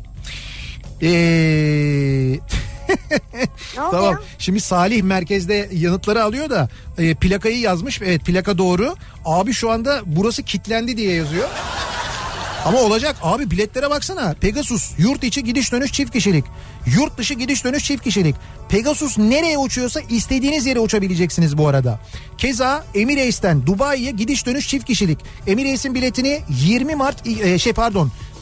Tamam. Şimdi Salih merkezde yanıtları alıyor da plakayı yazmış. Evet, plaka doğru. Abi şu anda burası kilitlendi diye yazıyor. Ama olacak abi, biletlere baksana. Pegasus yurt içi gidiş dönüş çift kişilik. Yurt dışı gidiş dönüş çift kişilik. Pegasus nereye uçuyorsa istediğiniz yere uçabileceksiniz bu arada. Keza Emirates'ten Dubai'ye gidiş dönüş çift kişilik. Emirates'in biletini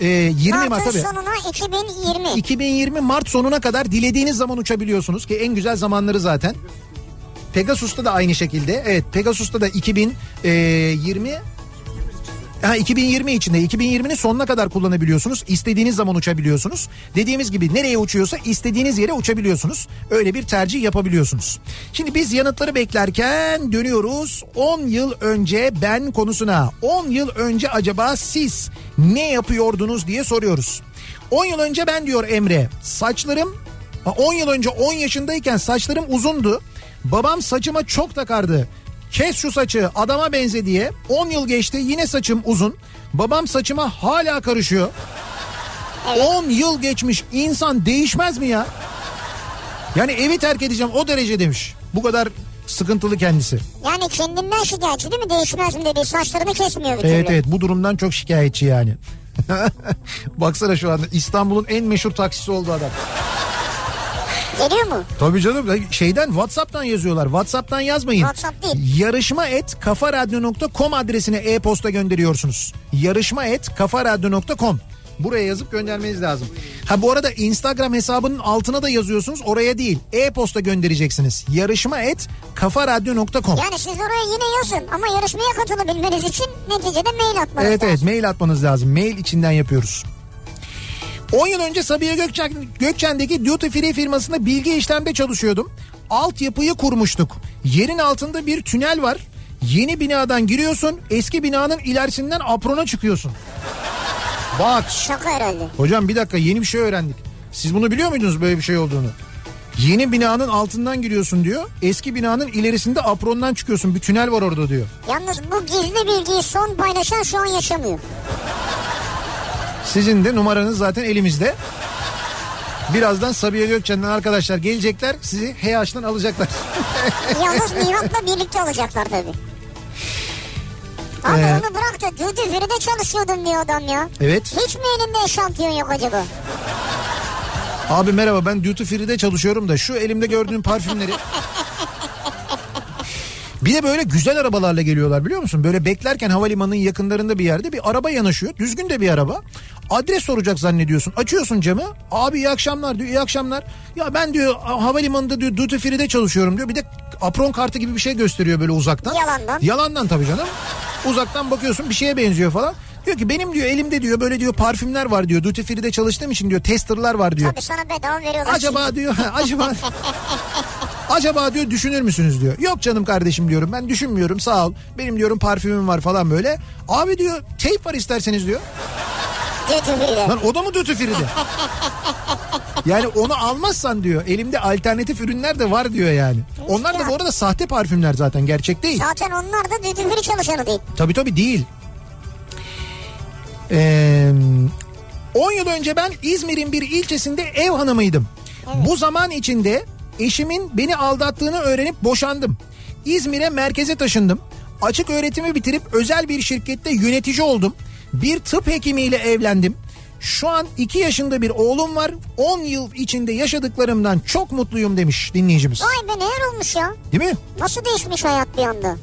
20 Mart Mart'ın tabii. sonuna 2020. 2020 Mart sonuna kadar dilediğiniz zaman uçabiliyorsunuz ki en güzel zamanları zaten. Pegasus'ta da aynı şekilde. Evet, Pegasus'ta da 2020 içinde 2020'nin sonuna kadar kullanabiliyorsunuz. İstediğiniz zaman uçabiliyorsunuz. Dediğimiz gibi nereye uçuyorsa istediğiniz yere uçabiliyorsunuz. Öyle bir tercih yapabiliyorsunuz. Şimdi biz yanıtları beklerken dönüyoruz 10 yıl önce ben konusuna. 10 yıl önce acaba siz ne yapıyordunuz diye soruyoruz. 10 yıl önce ben diyor Emre. Saçlarım 10 yıl önce 10 yaşındayken saçlarım uzundu. Babam saçıma çok takardı. Kes şu saçı, adama benze diye. 10 yıl geçti, yine saçım uzun. Babam saçıma hala karışıyor. Evet. 10 yıl geçmiş, insan değişmez mi ya? Yani evi terk edeceğim o derece demiş. Bu kadar sıkıntılı kendisi. Yani kendinden şikayetçi değil mi? Değişmez mi dedi. Saçlarını kesmiyor bir türlü. Evet, bu durumdan çok şikayetçi yani. Baksana şu anda İstanbul'un en meşhur taksisi oldu adam. Geliyor mu? Tabii canım, şeyden WhatsApp'tan yazıyorlar. WhatsApp'tan yazmayın. WhatsApp değil. Yarışma@kafaradyo.com adresine e-posta gönderiyorsunuz. Yarışma@kafaradyo.com. Buraya yazıp göndermeniz lazım. Ha bu arada Instagram hesabının altına da yazıyorsunuz. Oraya değil. E-posta göndereceksiniz. Yarışma@kafaradyo.com. Yani siz oraya yine yazın ama yarışmaya katılabilmeniz için neticede mail atmanız lazım. Evet, mail atmanız lazım. Mail içinden yapıyoruz. 10 yıl önce Sabiha Gökçen'deki Duty Free firmasında bilgi işlemde çalışıyordum. Altyapıyı kurmuştuk. Yerin altında bir tünel var. Yeni binadan giriyorsun, eski binanın ilerisinden aprona çıkıyorsun. Bak. Şaka herhalde. Hocam bir dakika, yeni bir şey öğrendik. Siz bunu biliyor muydunuz böyle bir şey olduğunu? Yeni binanın altından giriyorsun diyor. Eski binanın ilerisinde aprondan çıkıyorsun. Bir tünel var orada diyor. Yalnız bu gizli bilgiyi son paylaşan şu an yaşamıyor. Sizin de numaranız zaten elimizde. Birazdan Sabiha Gökçen'den arkadaşlar gelecekler, sizi HH'dan alacaklar. Yalnız Nihat'la birlikte alacaklar tabii. Abi onu bırak da Duty Free'de çalışıyordum diyor adam ya. Evet. Hiç mi elinde eşantiyon yok acaba? Abi merhaba, ben Duty Free'de çalışıyorum da şu elimde gördüğün parfümleri... Bir de böyle güzel arabalarla geliyorlar, biliyor musun? Böyle beklerken havalimanının yakınlarında bir yerde bir araba yanaşıyor. Düzgün de bir araba. Adres soracak zannediyorsun. Açıyorsun camı. Abi iyi akşamlar diyor. İyi akşamlar. Ya ben diyor havalimanında diyor Duty Free'de çalışıyorum diyor. Bir de apron kartı gibi bir şey gösteriyor böyle uzaktan. Yalandan. Yalandan tabii canım. Uzaktan bakıyorsun bir şeye benziyor falan. Diyor ki benim diyor elimde diyor böyle diyor parfümler var diyor. Duty Free'de çalıştığım için diyor testerlar var diyor. Tabii sana bedava veriyorlar. Acaba diyor acaba diyor düşünür müsünüz diyor. Yok canım kardeşim diyorum, ben düşünmüyorum, sağ ol. Benim diyorum parfümüm var falan böyle. Abi diyor teyp var isterseniz diyor. Duty Free'de. Lan o da mı Duty Free'de? Yani onu almazsan diyor elimde alternatif ürünler de var diyor yani. Onlar da bu arada sahte parfümler zaten, gerçek değil. Zaten onlar da Duty Free çalışanı değil. Tabii değil. 10 yıl önce ben İzmir'in bir ilçesinde ev hanımıydım. Evet. Bu zaman içinde eşimin beni aldattığını öğrenip boşandım. İzmir'e merkeze taşındım. Açık öğretimi bitirip özel bir şirkette yönetici oldum. Bir tıp hekimiyle evlendim. Şu an 2 yaşında bir oğlum var. 10 yıl içinde yaşadıklarımdan çok mutluyum demiş dinleyicimiz. Vay be, neler olmuş ya. Değil mi? Nasıl değişmiş hayat bir anda.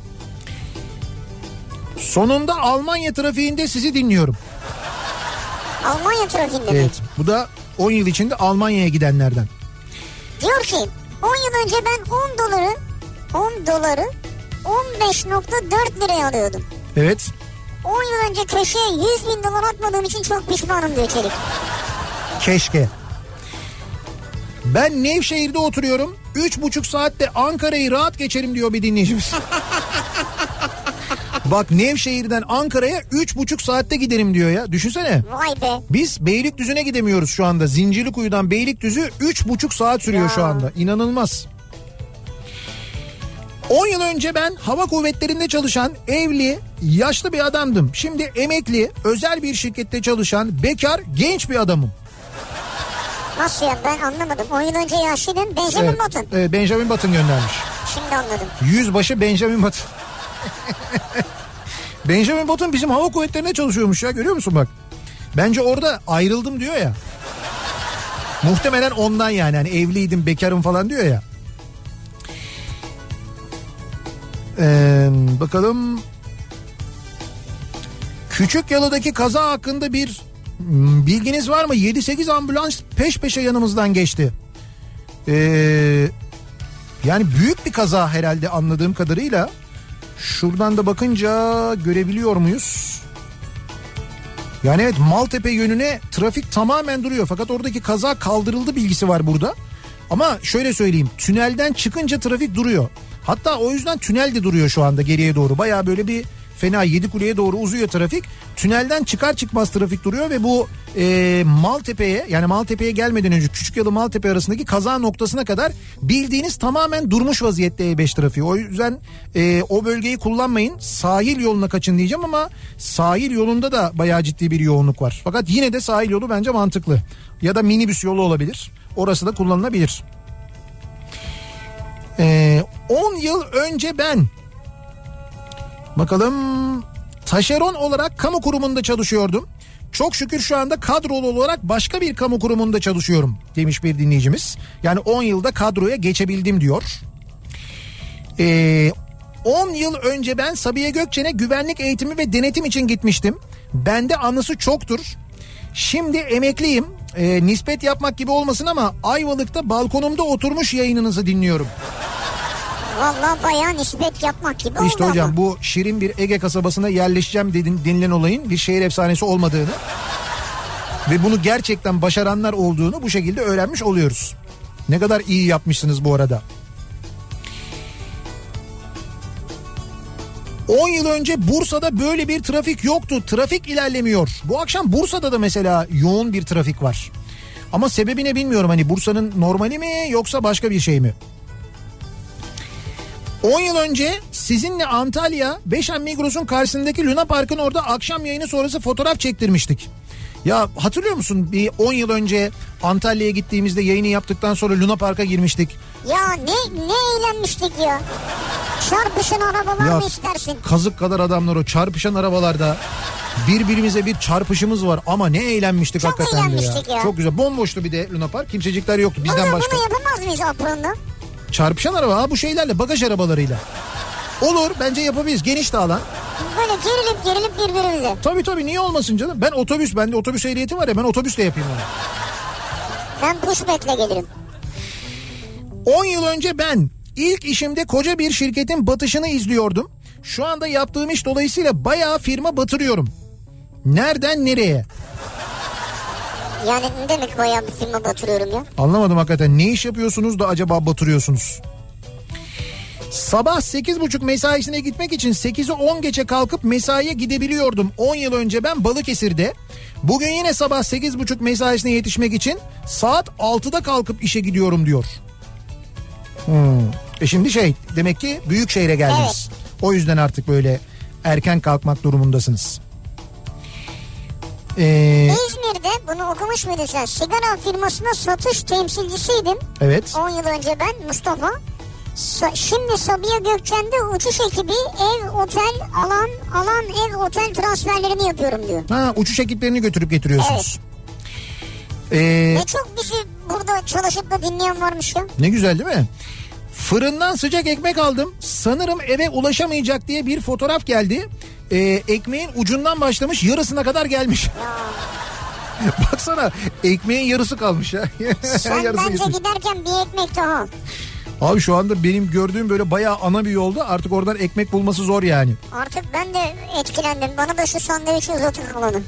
Sonunda Almanya trafiğinde sizi dinliyorum. Almanya trafiğinde mi? Evet, bu da 10 yıl içinde Almanya'ya gidenlerden. Diyor ki 10 yıl önce ben 10 doları 15.4 liraya alıyordum. Evet. 10 yıl önce köşeye 100.000 dolar atmadığım için çok pişmanım diyor Çelik. Keşke. Ben Nevşehir'de oturuyorum. 3,5 saatte Ankara'yı rahat geçerim diyor bir dinleyicimiz. Bak Nevşehir'den Ankara'ya 3,5 saatte giderim diyor ya. Düşünsene. Vay be. Biz Beylikdüzü'ne gidemiyoruz şu anda. Zincirlikuyu'dan Beylikdüzü 3,5 saat sürüyor ya. Şu anda. İnanılmaz. 10 yıl önce ben hava kuvvetlerinde çalışan evli, yaşlı bir adamdım. Şimdi emekli, özel bir şirkette çalışan, bekar, genç bir adamım. Nasıl ya, ben anlamadım. 10 yıl önce yaşlıydın, Benjamin Button. Evet, Benjamin Button göndermiş. Şimdi anladım. Yüzbaşı Benjamin Button. Benjamin Button bizim hava kuvvetlerinde çalışıyormuş ya, görüyor musun bak. Bence orada ayrıldım diyor ya. Muhtemelen ondan yani, hani evliydim, bekarım falan diyor ya. Bakalım. Küçükyalı'daki kaza hakkında bir Bilginiz var mı? 7-8 ambulans peş peşe yanımızdan geçti. Yani büyük bir kaza herhalde anladığım kadarıyla. Şuradan da bakınca görebiliyor muyuz? Yani evet, Maltepe yönüne trafik tamamen duruyor. Fakat oradaki kaza kaldırıldı bilgisi var burada. Ama şöyle söyleyeyim, tünelden çıkınca trafik duruyor. Hatta o yüzden tünel de duruyor şu anda geriye doğru. Baya böyle bir fena, Yedikule'ye doğru uzuyor trafik. Tünelden çıkar çıkmaz trafik duruyor ve bu Maltepe'ye, yani Maltepe'ye gelmeden önce Küçükyalı Maltepe arasındaki kaza noktasına kadar bildiğiniz tamamen durmuş vaziyette E5 trafiği. O yüzden o bölgeyi kullanmayın. Sahil yoluna kaçın diyeceğim ama sahil yolunda da bayağı ciddi bir yoğunluk var. Fakat yine de sahil yolu bence mantıklı. Ya da minibüs yolu olabilir. Orası da kullanılabilir. 10 yıl önce ben bakalım taşeron olarak kamu kurumunda çalışıyordum. Çok şükür şu anda kadrolu olarak başka bir kamu kurumunda çalışıyorum demiş bir dinleyicimiz. Yani 10 yılda kadroya geçebildim diyor. 10 yıl önce ben Sabiha Gökçen'e güvenlik eğitimi ve denetim için gitmiştim. Bende anısı çoktur. Şimdi emekliyim. Nispet yapmak gibi olmasın ama Ayvalık'ta balkonumda oturmuş yayınınızı dinliyorum. Vallahi bayağı nispet yapmak gibi oldu. İşte hocam ama bu şirin bir Ege kasabasına yerleşeceğim denilen olayın bir şehir efsanesi olmadığını ve bunu gerçekten başaranlar olduğunu bu şekilde öğrenmiş oluyoruz. Ne kadar iyi yapmışsınız bu arada. 10 yıl önce Bursa'da böyle bir trafik yoktu. Trafik ilerlemiyor. Bu akşam Bursa'da da mesela yoğun bir trafik var. Ama sebebi ne bilmiyorum. Hani Bursa'nın normali mi yoksa başka bir şey mi? 10 yıl önce sizinle Antalya Beşen Migros'un karşısındaki Luna Park'ın orada akşam yayını sonrası fotoğraf çektirmiştik. Ya hatırlıyor musun, bir 10 yıl önce Antalya'ya gittiğimizde yayını yaptıktan sonra Luna Park'a girmiştik. Ya ne eğlenmiştik ya. Çarpışan arabalar Ya, mı istersin? Kazık kadar adamlar o çarpışan arabalarda. Birbirimize bir çarpışımız var ama ne eğlenmiştik Çok hakikaten de ya. eğlenmiştik ya. Çok güzel, bomboştu bir de Luna Park, kimsecikler yoktu bizden başka. Bunu yapamaz mıyız Apron'da? Çarpışan araba bu şeylerle, bagaj arabalarıyla. Olur, bence yapabiliriz, geniş de alan. Böyle gerilip birbirimize. Tabii niye olmasın canım. Bende otobüs ehliyeti var ya, ben otobüsle yapayım onu. Ben pushback'le gelirim. 10 yıl önce ben ilk işimde koca bir şirketin batışını izliyordum. Şu anda yaptığım iş dolayısıyla bayağı firma batırıyorum. Nereden nereye? Yani ne demek bayağı bir firma batırıyorum ya? Anlamadım hakikaten. Ne iş yapıyorsunuz da acaba batırıyorsunuz? Sabah 8.30 mesaisine gitmek için 8'i 10 geçe kalkıp mesaiye gidebiliyordum. 10 yıl önce ben Balıkesir'de. Bugün yine sabah 8.30 mesaisine yetişmek için saat 6'da kalkıp işe gidiyorum diyor. Şimdi demek ki büyük şehre geldiniz. Evet. O yüzden artık böyle erken kalkmak durumundasınız. İzmir'de bunu okumuş muydun sen? Sigara firmasına satış temsilcisiydim. Evet. 10 yıl önce ben Mustafa. Şimdi Sabiha Gökçen'de uçuş ekibi ev, otel, alan ev, otel transferlerini yapıyorum diyor. Ha, uçuş ekiplerini götürüp getiriyorsunuz. Evet. Ne çok bizi burada çalışıp da dinleyen varmış ya. Ne güzel değil mi? Fırından sıcak ekmek aldım. Sanırım eve ulaşamayacak diye bir fotoğraf geldi. Ekmeğin ucundan başlamış, yarısına kadar gelmiş. Baksana, ekmeğin yarısı kalmış ya. Sen yarısı bence giderken bir ekmek daha. Abi şu anda benim gördüğüm böyle bayağı ana bir yolda, artık oradan ekmek bulması zor yani. Artık ben de etkilendim. Bana da şu sandviçi uzatın kalanı.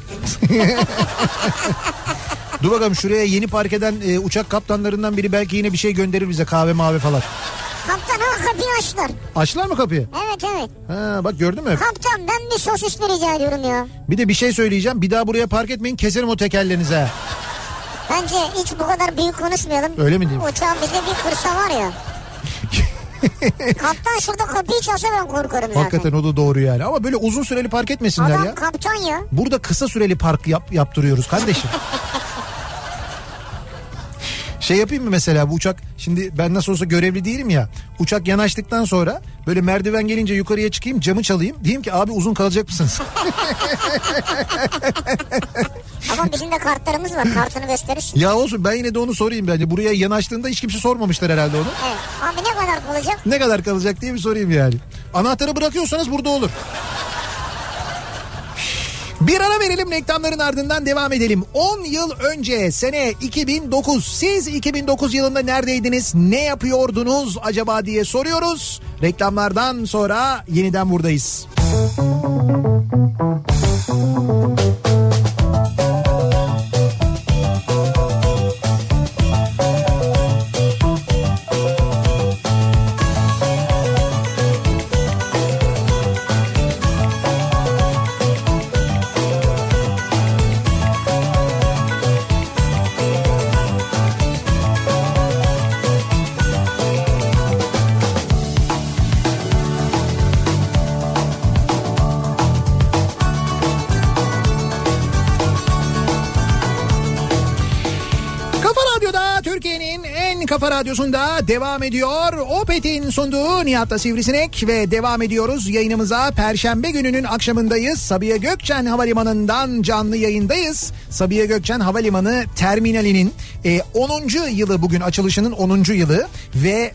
Dur bakalım, şuraya yeni park eden uçak kaptanlarından biri belki yine bir şey gönderir bize, kahve mavi falan. Kaptan kapıyı açtılar. Açtılar mı kapıyı? Evet. Ha, bak gördün mü? Kaptan ben bir sosisli rica ediyorum ya. Bir de bir şey söyleyeceğim, bir daha buraya park etmeyin, keserim o tekerlerinize. Bence hiç bu kadar büyük konuşmayalım. Öyle mi diyeyim? Uçağın bize bir kırsa var ya. Kaptan şurada kapıyı çalsa ben korkarım zaten. Hakikaten o da doğru yani, ama böyle uzun süreli park etmesinler adam ya. Adam kaptan ya. Burada kısa süreli park yaptırıyoruz kardeşim. Yapayım mı mesela, bu uçak, şimdi ben nasıl olsa görevli değilim ya, uçak yanaştıktan sonra böyle merdiven gelince yukarıya çıkayım, camı çalayım, diyeyim ki abi uzun kalacak mısınız? Ama bizim de kartlarımız var, kartını gösterirsin. Ya olsun, ben yine de onu sorayım bence, buraya yanaştığında hiç kimse sormamışlar herhalde onu. Evet. Abi ne kadar kalacak? Ne kadar kalacak diye bir sorayım yani. Anahtarı bırakıyorsanız burada olur. Bir ara verelim, reklamların ardından devam edelim. 10 yıl önce, sene 2009, siz 2009 yılında neredeydiniz, ne yapıyordunuz acaba diye soruyoruz. Reklamlardan sonra yeniden buradayız. Kafa Radyosu'nda devam ediyor. Opet'in sunduğu Nihat'la Sivrisinek ve devam ediyoruz yayınımıza. Perşembe gününün akşamındayız. Sabiha Gökçen Havalimanı'ndan canlı yayındayız. Sabiha Gökçen Havalimanı terminalinin 10. yılı, bugün açılışının 10. yılı ve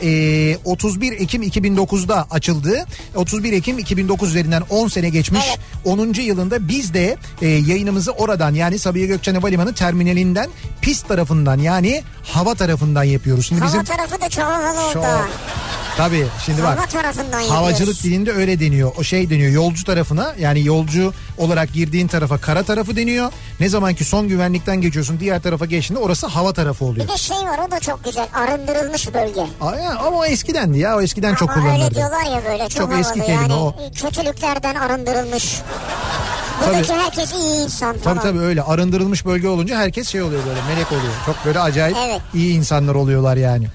31 Ekim 2009'da açıldı. 31 Ekim 2009 üzerinden 10 sene geçmiş. Evet. 10. yılında biz de yayınımızı oradan, yani Sabiha Gökçen Havalimanı terminalinden, pist tarafından, yani hava tarafından yapıyoruz. Şimdi hava tarafı da çok havalı oldu. Tabii şimdi bak, havacılık dilinde öyle deniyor. O şey deniyor, yolcu tarafına, yani yolcu olarak girdiğin tarafa kara tarafı deniyor. Ne zaman ki son güvenlikten geçiyorsun, diğer tarafa geçtiğinde orası hava tarafı oluyor. Bir de şey var, o da çok güzel, arındırılmış bölge. Ama o eskidendi ya, o eskiden ama çok kullanılırdı. Öyle diyorlar ya, böyle çok havalı, eski kelime yani o. Kötülüklerden arındırılmış. Buradaki herkes iyi insan falan. Tabii öyle, arındırılmış bölge olunca herkes şey oluyor, böyle melek oluyor. Çok böyle acayip iyi insanlar oluyorlar yani.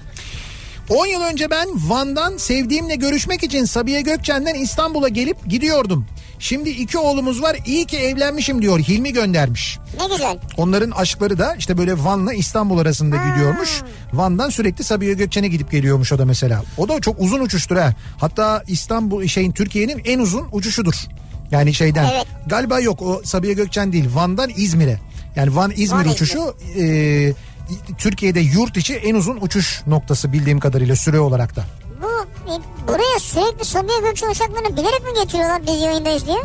10 yıl önce ben Van'dan sevdiğimle görüşmek için Sabiha Gökçen'den İstanbul'a gelip gidiyordum. Şimdi 2 oğlumuz var, iyi ki evlenmişim diyor, Hilmi göndermiş. Ne güzel. Onların aşkları da işte böyle Van'la İstanbul arasında gidiyormuş. Van'dan sürekli Sabiha Gökçen'e gidip geliyormuş o da mesela. O da çok uzun uçuştur ha. Hatta İstanbul Türkiye'nin en uzun uçuşudur. Yani galiba yok, o Sabiha Gökçen değil, Van'dan İzmir'e. Yani Van-İzmir uçuşu Türkiye'de yurt içi en uzun uçuş noktası bildiğim kadarıyla, süre olarak da. Buraya sürekli Sabiha Gökçen uçaklarını bilerek mi getiriyorlar biz yayındayız diye?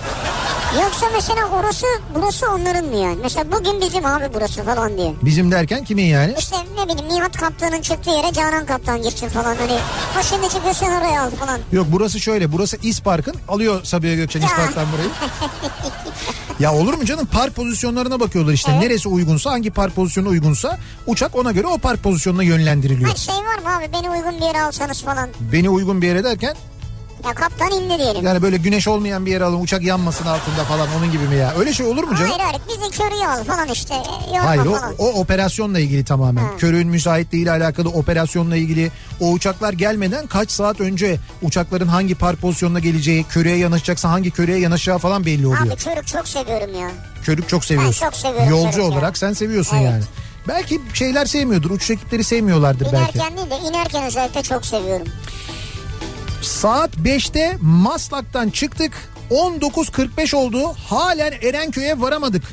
Yoksa mesela burası onların mı yani? Mesela bugün bizim abi burası falan diye. Bizim derken kimin yani? İşte ne bileyim, Nihat Kaptan'ın çıktığı yere Canan Kaptan gitsin falan, hani. Ha şimdi çıkıyor, sen oraya aldı falan. Yok, burası şöyle, burası İspark'ın, alıyor Sabiha Gökçen İspark'tan burayı. Ya olur mu canım, park pozisyonlarına bakıyorlar işte. Evet. Neresi uygunsa, hangi park pozisyonu uygunsa uçak ona göre o park pozisyonuna yönlendiriliyor. Ha şey var mı abi, beni uygun bir yere alsanız falan. Beni uygun bir yere derken? Ya kaptan indi diyelim. Yani böyle güneş olmayan bir yere alın, uçak yanmasın altında falan, onun gibi mi ya? Öyle şey olur mu canım? Hayır bizi körüye al falan işte. Hayır o operasyonla ilgili tamamen. Körüğün müsaitliğiyle alakalı, operasyonla ilgili. O uçaklar gelmeden kaç saat önce uçakların hangi park pozisyonuna geleceği, körüğe yanaşacaksa hangi körüğe yanaşacağı falan belli oluyor. Abi körük çok seviyorum ya. Körük çok seviyorsun. Ben çok seviyorum. Yolcu olarak ya. Sen seviyorsun yani. Belki şeyler sevmiyordur, uçuş ekipleri sevmiyorlardır belki. İnerken değil de inerken özellikle çok seviyorum. Saat 5'te Maslak'tan çıktık. 19.45 oldu. Halen Erenköy'e varamadık.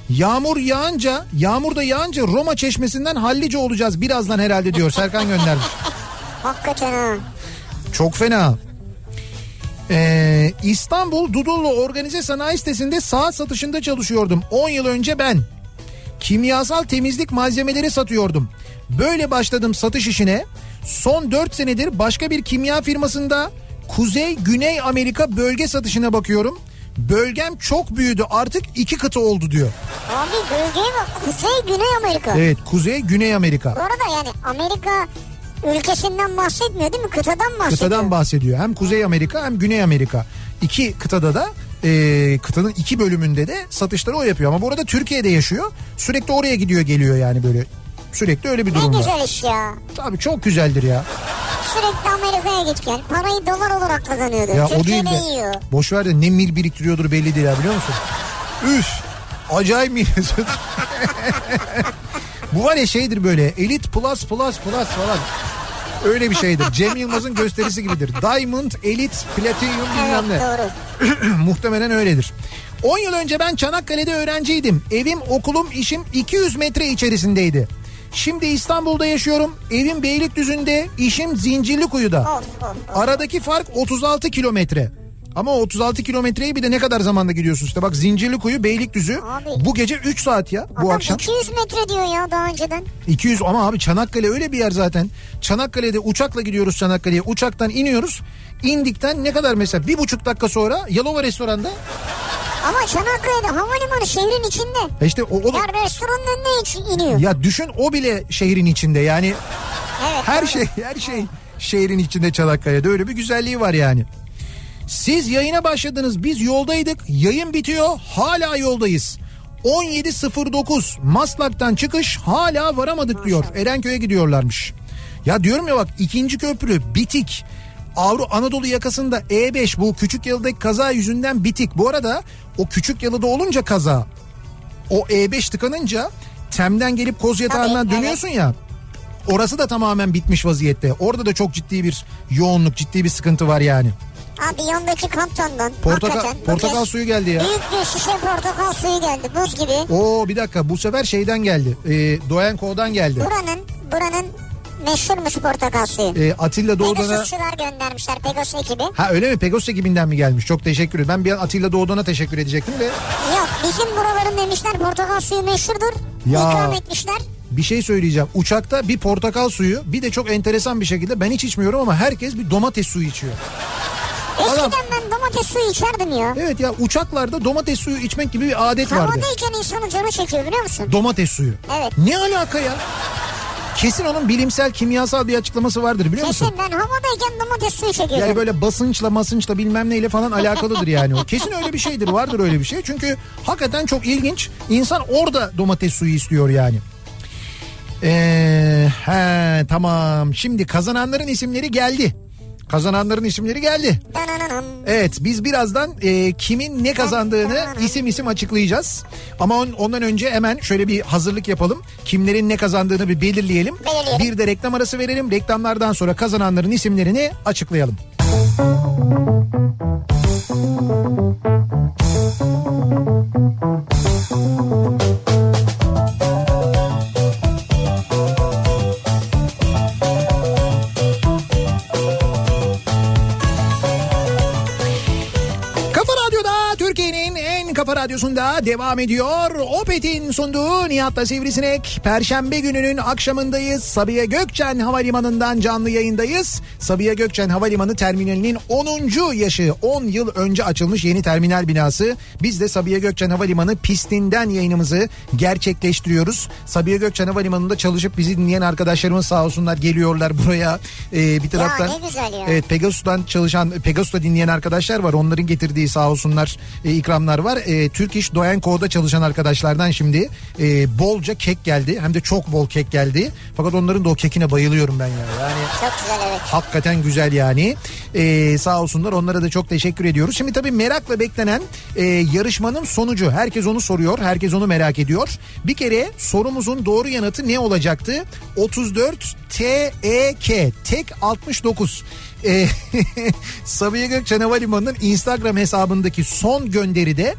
Yağmur da yağınca Roma Çeşmesi'nden Hallice olacağız birazdan herhalde diyor. Serkan göndermiş. Hakikaten ha. Çok fena. İstanbul Dudullu Organize Sanayi Sitesi'nde saat satışında çalışıyordum. 10 yıl önce ben. Kimyasal temizlik malzemeleri satıyordum. Böyle başladım satış işine. Son 4 senedir başka bir kimya firmasında Kuzey-Güney Amerika bölge satışına bakıyorum. Bölgem çok büyüdü, artık 2 kıta oldu diyor. Abi bölgeye bak, Kuzey-Güney Amerika. Evet, Kuzey-Güney Amerika. Bu arada yani Amerika ülkesinden bahsetmiyor değil mi? Kıtadan bahsediyor. Kıtadan bahsediyor. Hem Kuzey Amerika hem Güney Amerika. 2 kıtada da kıtanın 2 bölümünde de satışları o yapıyor. Ama bu arada Türkiye'de yaşıyor. Sürekli oraya gidiyor geliyor yani böyle. Sürekli öyle bir durum var. Ne güzel iş ya. Tabii çok güzeldir ya. Sürekli Amerika'ya git gel. Parayı dolar olarak kazanıyordu. Ya Türkiye'de yiyor. Boşver de ne mil biriktiriyordur belli değil ya, biliyor musun? Üf. Acayip mil. Bu var ya şeydir böyle. Elite plus falan. Öyle bir şeydir. Cem Yılmaz'ın gösterisi gibidir. Diamond, Elite, Platinum bilmem ne. Evet doğru. Muhtemelen öyledir. 10 yıl önce ben Çanakkale'de öğrenciydim. Evim, okulum, işim 200 metre içerisindeydi. Şimdi İstanbul'da yaşıyorum. Evim Beylikdüzü'nde, işim Zincirlikuyu'da. Aradaki fark 36 kilometre. Ama 36 kilometreyi bir de ne kadar zamanda gidiyorsun işte. Bak Zincirlikuyu, Beylikdüzü Abi. bu gece 3 saat ya bu Adam akşam. 200 metre diyor ya daha önceden. 200 ama abi Çanakkale öyle bir yer zaten. Çanakkale'de uçakla gidiyoruz Çanakkale'ye. Uçaktan iniyoruz. İndikten ne kadar mesela 1,5 dakika sonra Yalova restoranda. Ama Çanakkale'de havalimanı şehrin içinde. İşte o Ya restoranın önüne hiç iniyor. ya düşün o bile şehrin içinde yani. Evet, Her doğru. şey şehrin içinde Çanakkale'de öyle bir güzelliği var yani. Siz yayına başladınız, biz yoldaydık, yayın bitiyor, hala yoldayız. 17.09 Maslak'tan çıkış, hala varamadık diyor. Erenköy'e gidiyorlarmış. Ya diyorum ya bak, 2. köprü bitik. Anadolu yakasında E5 bu Küçükyalı'daki kaza yüzünden bitik. Bu arada o Küçükyalı'da olunca kaza, o E5 tıkanınca Tem'den gelip Kozyatağı'ndan Tabii, dönüyorsun ya. Orası da tamamen bitmiş vaziyette. Orada da çok ciddi bir yoğunluk, ciddi bir sıkıntı var yani. Abi yandaki kantondan. Hakikaten, bu Portakal kez suyu geldi ya. Büyük bir şişe portakal suyu geldi, buz gibi. Oo bir dakika, bu sefer şeyden geldi. Doyenko'dan geldi. Buranın meşhurmuş portakal suyu. Atilla Doğudan'a... Pegasusçular göndermişler, Pegasus ekibi. Ha öyle mi? Pegasus ekibinden mi gelmiş? Çok teşekkür ederim. Ben bir an Atilla Doğudan'a teşekkür edecektim de. Yok, bizim buraların demişler portakal suyu meşhurdur. Ya. İkram etmişler. Bir şey söyleyeceğim. Uçakta bir portakal suyu, bir de çok enteresan bir şekilde ben hiç içmiyorum ama herkes bir domates suyu içiyor. Eskiden ben domates suyu içerdim ya. Evet ya, uçaklarda domates suyu içmek gibi bir adet vardı. Havadayken insanın canı çekiyor biliyor musun? Domates suyu. Evet. Ne alaka ya? Kesin onun bilimsel, kimyasal bir açıklaması vardır biliyor musun? Kesin, ben havadayken domates suyu çekiyordum. Yani böyle basınçla bilmem neyle falan alakalıdır yani o. Kesin öyle bir şeydir, vardır öyle bir şey. Çünkü hakikaten çok ilginç. İnsan orada domates suyu istiyor yani. Tamam. Şimdi kazananların isimleri geldi. Evet, biz birazdan kimin ne kazandığını isim açıklayacağız. Ama ondan önce hemen şöyle bir hazırlık yapalım. Kimlerin ne kazandığını bir belirleyelim. Bir de reklam arası verelim. Reklamlardan sonra kazananların isimlerini açıklayalım. Kafa Radyosu'nda devam ediyor. Opet'in sunduğu Nihat'la Sivrisinek. Perşembe gününün akşamındayız. Sabiha Gökçen Havalimanı'ndan canlı yayındayız. Sabiha Gökçen Havalimanı terminalinin 10. yaşı. 10 yıl önce açılmış yeni terminal binası. Biz de Sabiha Gökçen Havalimanı pistinden yayınımızı gerçekleştiriyoruz. Sabiha Gökçen Havalimanı'nda çalışıp bizi dinleyen arkadaşlarımız sağ olsunlar, geliyorlar buraya. Bir taraftan, ya ne güzel ya. Evet, Pegasus'ta dinleyen arkadaşlar var. Onların getirdiği sağ olsunlar ikramlar var. Turkish Doyenko'da çalışan arkadaşlardan şimdi bolca kek geldi. Hem de çok bol kek geldi. Fakat onların da o kekine bayılıyorum ben ya. Yani çok güzel, evet. Hakikaten güzel yani. Sağ olsunlar, onlara da çok teşekkür ediyoruz. Şimdi tabii merakla beklenen yarışmanın sonucu. Herkes onu soruyor. Herkes onu merak ediyor. Bir kere sorumuzun doğru yanıtı ne olacaktı? 34 TEK tek 69. Sabiha Gökçen Havalimanı'nın Instagram hesabındaki son gönderide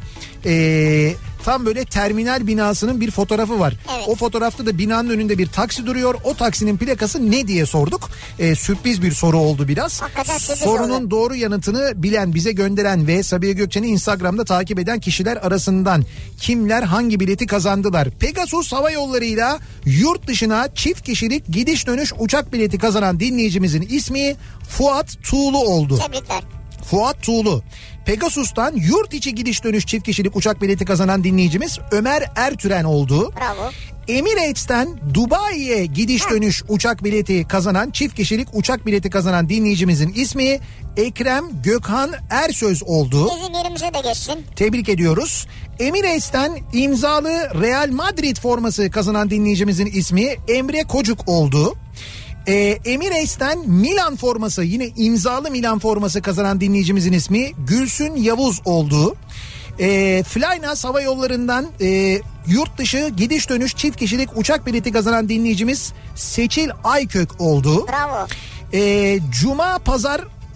tam böyle terminal binasının bir fotoğrafı var. Evet. O fotoğrafta da binanın önünde bir taksi duruyor. O taksinin plakası ne diye sorduk. Sürpriz bir soru oldu biraz. Hakikaten sürpriz Sorunun oldu. doğru yanıtını bilen, bize gönderen ve Sabiha Gökçen'i Instagram'da takip eden kişiler arasından kimler hangi bileti kazandılar? Pegasus Hava Yolları'yla yurt dışına çift kişilik gidiş dönüş uçak bileti kazanan dinleyicimizin ismi Fuat Tuğlu oldu. Tebrikler. Fuat Tuğlu. Pegasus'tan yurt içi gidiş dönüş çift kişilik uçak bileti kazanan dinleyicimiz Ömer Ertüren oldu. Bravo. Emirates'ten Dubai'ye gidiş dönüş uçak bileti kazanan, çift kişilik uçak bileti kazanan dinleyicimizin ismi Ekrem Gökhan Ersöz oldu. Bizim yerimize de geçsin. Tebrik ediyoruz. Emirates'ten imzalı Real Madrid forması kazanan dinleyicimizin ismi Emre Kocuk oldu. Emirates'ten Milan forması, yine imzalı Milan forması kazanan dinleyicimizin ismi Gülsün Yavuz oldu. Flynas Hava Yolları'ndan yurt dışı gidiş dönüş çift kişilik uçak bileti kazanan dinleyicimiz Seçil Aykök oldu. Bravo. Cuma pazar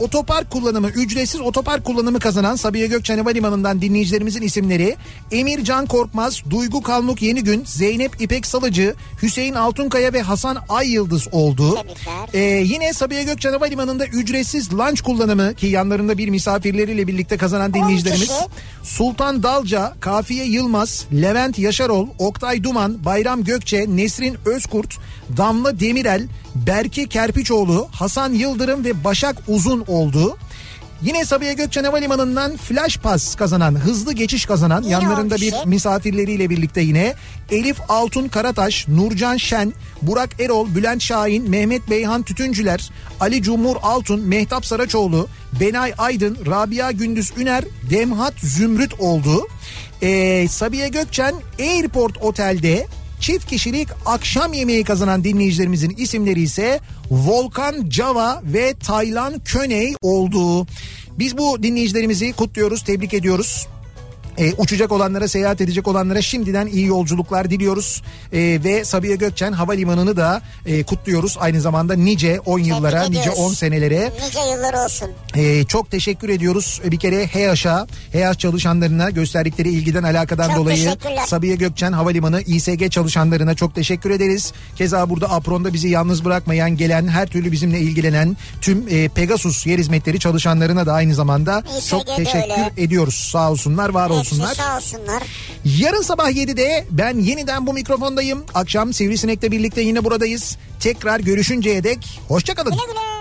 otopark kullanımı, ücretsiz otopark kullanımı kazanan Sabiha Gökçen Havalimanı'ndan dinleyicilerimizin isimleri Emircan Korkmaz, Duygu Kalmuk Yenigün, Zeynep İpek Salıcı, Hüseyin Altunkaya ve Hasan Ayyıldız oldu. Yine Sabiha Gökçen Havalimanı'nda ücretsiz lunch kullanımı ki yanlarında bir misafirleriyle birlikte kazanan dinleyicilerimiz Sultan Dalca, Kafiye Yılmaz, Levent Yaşarol, Oktay Duman, Bayram Gökçe, Nesrin Özkurt, Damla Demirel, Berke Kerpiçoğlu, Hasan Yıldırım ve Başak Uzun oldu. Yine Sabiha Gökçen Havalimanı'ndan flash pass kazanan, hızlı geçiş kazanan yine yanlarında bir misafirleriyle birlikte yine Elif Altun Karataş, Nurcan Şen, Burak Erol, Bülent Şahin, Mehmet Beyhan Tütüncüler, Ali Cumhur Altun, Mehtap Saraçoğlu, Benay Aydın, Rabia Gündüz Üner, Demhat Zümrüt oldu. Sabiha Gökçen Airport Otel'de çift kişilik akşam yemeği kazanan dinleyicilerimizin isimleri ise Volkan Cava ve Taylan Köney oldu. Biz bu dinleyicilerimizi kutluyoruz, tebrik ediyoruz. Uçacak olanlara, seyahat edecek olanlara şimdiden iyi yolculuklar diliyoruz. Ve Sabiha Gökçen Havalimanı'nı da kutluyoruz. Aynı zamanda nice 10 yıllara, nice 10 senelere. Nice yıllar olsun. Çok teşekkür ediyoruz. Bir kere HEAŞ çalışanlarına gösterdikleri ilgiden, alakadan çok dolayı Sabiha Gökçen Havalimanı İSG çalışanlarına çok teşekkür ederiz. Keza burada apronda bizi yalnız bırakmayan, gelen, her türlü bizimle ilgilenen tüm Pegasus yer hizmetleri çalışanlarına da aynı zamanda çok teşekkür ediyoruz. Sağ olsunlar, var olsunlar. Sağ olsunlar. Yarın sabah 7'de ben yeniden bu mikrofondayım. Akşam Sivrisinek'le birlikte yine buradayız. Tekrar görüşünceye dek hoşça kalın. Güle güle.